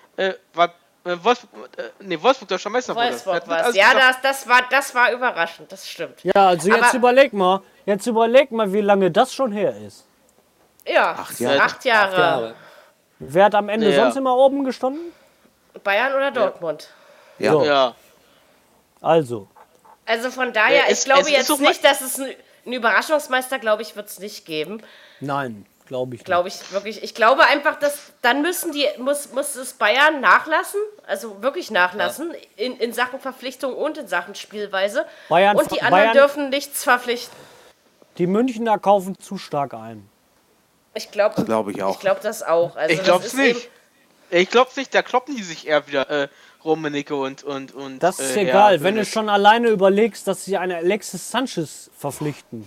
Wolfsburg deutscher Meister wurde. Wir Wolfsburg hatten war es. alles Ja, gedacht. das war überraschend. Das stimmt. Ja, also jetzt Aber- überleg mal, wie lange das schon her ist. Ja, 8 Jahre. 8 Jahre. Jahre. Wer hat am Ende Ja. sonst immer oben gestanden? Bayern oder Dortmund? ja. So. Ja. Also, Also von daher, Es- ich glaube es ist jetzt doch mal- nicht, dass es ein einen Überraschungsmeister, glaube ich, wird es nicht geben. Nein, glaube ich nicht. Glaube ich wirklich. Ich glaube einfach, dass dann muss es Bayern nachlassen, also wirklich nachlassen, in Sachen Verpflichtung und in Sachen Spielweise. Und die anderen dürfen nichts verpflichten. Die Münchner kaufen zu stark ein. Ich glaube, Das glaube ich auch. Ich glaube das auch. Also Ich glaube es nicht. Ich glaube nicht, da kloppen die sich eher wieder Rummenigge und Das ist egal, wenn du schon alleine überlegst, dass sie einen Alexis Sanchez verpflichten.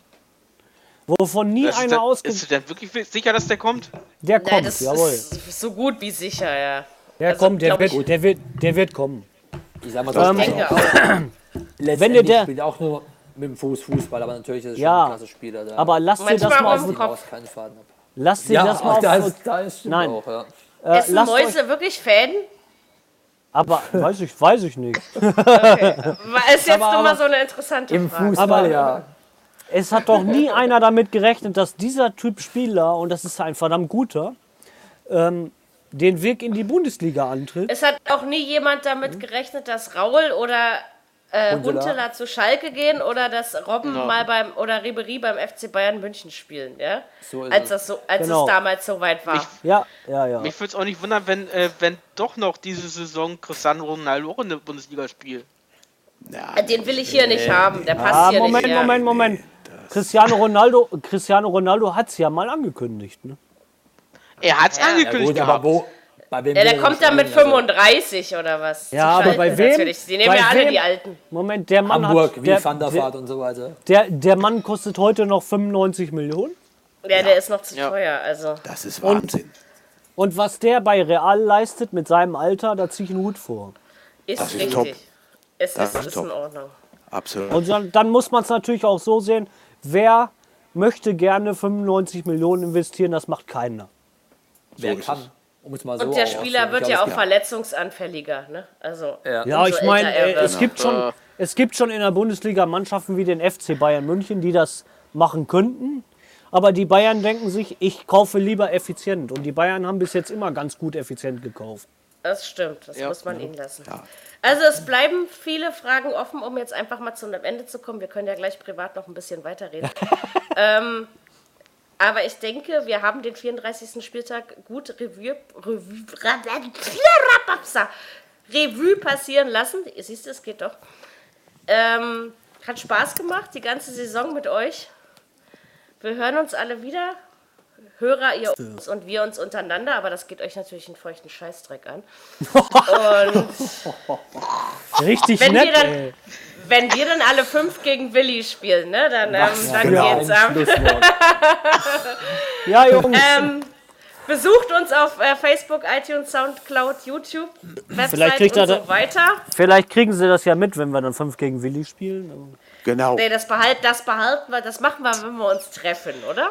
Wovon nie einer ausgeht. Ist du denn wirklich sicher, dass der kommt? Der kommt, Nein, das jawohl. ist so gut wie sicher, ja. Der Also, kommt, der glaub wird kommen. Ich sag mal so, Ich denke auch. letztendlich spielt auch nur mit dem Fuß Fußball, aber natürlich ist es schon ein klasse Spieler. Da Aber lass dir das Manchmal mal auf auf dem Kopf. keine Faden ab. Lass dir das mal auf Da ist Nein. auch, ja. Essen lasst Mäuse wirklich Fäden? Aber weiß ich nicht. Ist jetzt nur mal so eine interessante Im Frage. Fußball, Aber- ja. Es hat doch nie einer damit gerechnet, dass dieser Typ Spieler, und das ist ein verdammt guter, den Weg in die Bundesliga antritt. Es hat auch nie jemand damit gerechnet, dass Raul oder Huntelaar zu Schalke gehen oder dass Robben oder Ribéry beim FC Bayern München spielen, ja? So ist Als es. es damals so weit war. Ja. Mich würde es auch nicht wundern, wenn doch noch diese Saison Cristiano Ronaldo auch in der Bundesliga spielt. Den will ich hier nicht haben, der passt hier nicht. Ja. Moment. Cristiano Ronaldo hat es ja mal angekündigt. Ne? Er hat es Ja, angekündigt gut, aber gehabt. wo? Bei wem Ja, will der er kommt nicht dann mit spielen? Also 35 oder was. Ja, aber Schalke bei wem? natürlich. Die nehmen Bei ja alle wem? die Alten. Moment, der Mann Hamburg, hat. wie Van der Vaart und so weiter. Der Mann kostet heute noch 95 Millionen. Ja, der ist noch zu teuer. Also. Das ist Wahnsinn. Und was der bei Real leistet mit seinem Alter, da ziehe ich einen Hut vor. Ist Das ist richtig. top. Es Das ist ist top. in Ordnung. Absolut. Und dann muss man es natürlich auch so sehen, wer möchte gerne 95 Millionen investieren, das macht keiner. Wer ist kann? Um es mal so Und der auszudrücken. Spieler wird Ich ja auch glaube, verletzungsanfälliger. Ne? Also, Ja, umso ich meine, älter er wird. es gibt schon in der Bundesliga Mannschaften wie den FC Bayern München, die das machen könnten. Aber die Bayern denken sich, ich kaufe lieber effizient. Und die Bayern haben bis jetzt immer ganz gut effizient gekauft. Das stimmt, das muss man ihnen lassen. Also es bleiben viele Fragen offen, um jetzt einfach mal zum Ende zu kommen. Wir können ja gleich privat noch ein bisschen weiterreden. Aber ich denke, wir haben den 34. Spieltag gut Revue passieren lassen. Ihr siehst, es geht doch. Hat Spaß gemacht, die ganze Saison mit euch. Wir hören uns alle wieder. Hörer, ihr uns und wir uns untereinander, aber das geht euch natürlich einen feuchten Scheißdreck an. Und Richtig wenn, nett, wenn wir dann alle 5 gegen Willi spielen, ne, dann genau. geht's ab. Schlusswort. Ja, Jungs. Besucht uns auf Facebook, iTunes, Soundcloud, YouTube, Website kriegt und er so weiter. Vielleicht kriegen sie das ja mit, wenn wir dann 5 gegen Willi spielen. Genau. Nee, das behalten wir, das machen wir, wenn wir uns treffen, oder?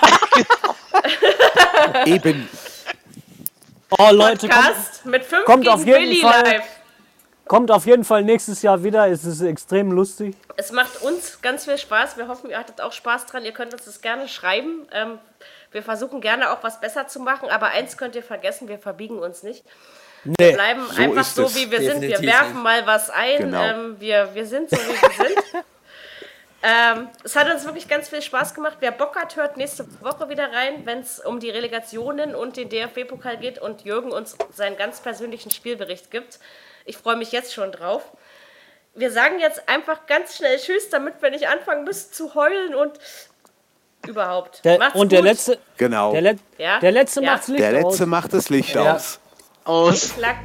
Eben. Oh, Leute, Podcast mit 5 kommt gegen auf jeden Willi Fall. live. kommt auf jeden Fall nächstes Jahr wieder. Es ist extrem lustig. Es macht uns ganz viel Spaß. Wir hoffen, ihr hattet auch Spaß dran. Ihr könnt uns das gerne schreiben. Wir versuchen gerne auch was besser zu machen, aber eins könnt ihr vergessen, wir verbiegen uns nicht. Wir bleiben so einfach ist so, es. wie wir sind. Wir Definitiv werfen nicht. mal was ein. Genau. Wir sind so, wie wir sind. Es hat uns wirklich ganz viel Spaß gemacht. Wer Bock hat, hört nächste Woche wieder rein, wenn es um die Relegationen und den DFB-Pokal geht und Jürgen uns seinen ganz persönlichen Spielbericht gibt. Ich freue mich jetzt schon drauf. Wir sagen jetzt einfach ganz schnell Tschüss, damit wir nicht anfangen müssen zu heulen und überhaupt. Macht's Und gut. der letzte, Genau. Ja? der letzte Ja. macht's Licht Der aus. letzte macht das Licht aus. Aus. Klack.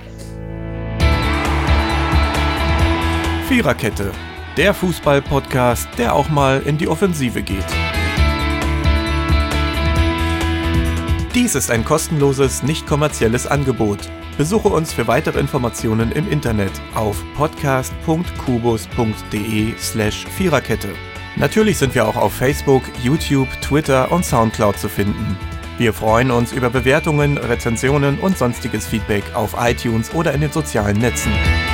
Viererkette, der Fußball-Podcast, der auch mal in die Offensive geht. Dies ist ein kostenloses, nicht kommerzielles Angebot. Besuche uns für weitere Informationen im Internet auf podcast.kubus.de/Viererkette. Natürlich sind wir auch auf Facebook, YouTube, Twitter und Soundcloud zu finden. Wir freuen uns über Bewertungen, Rezensionen und sonstiges Feedback auf iTunes oder in den sozialen Netzen.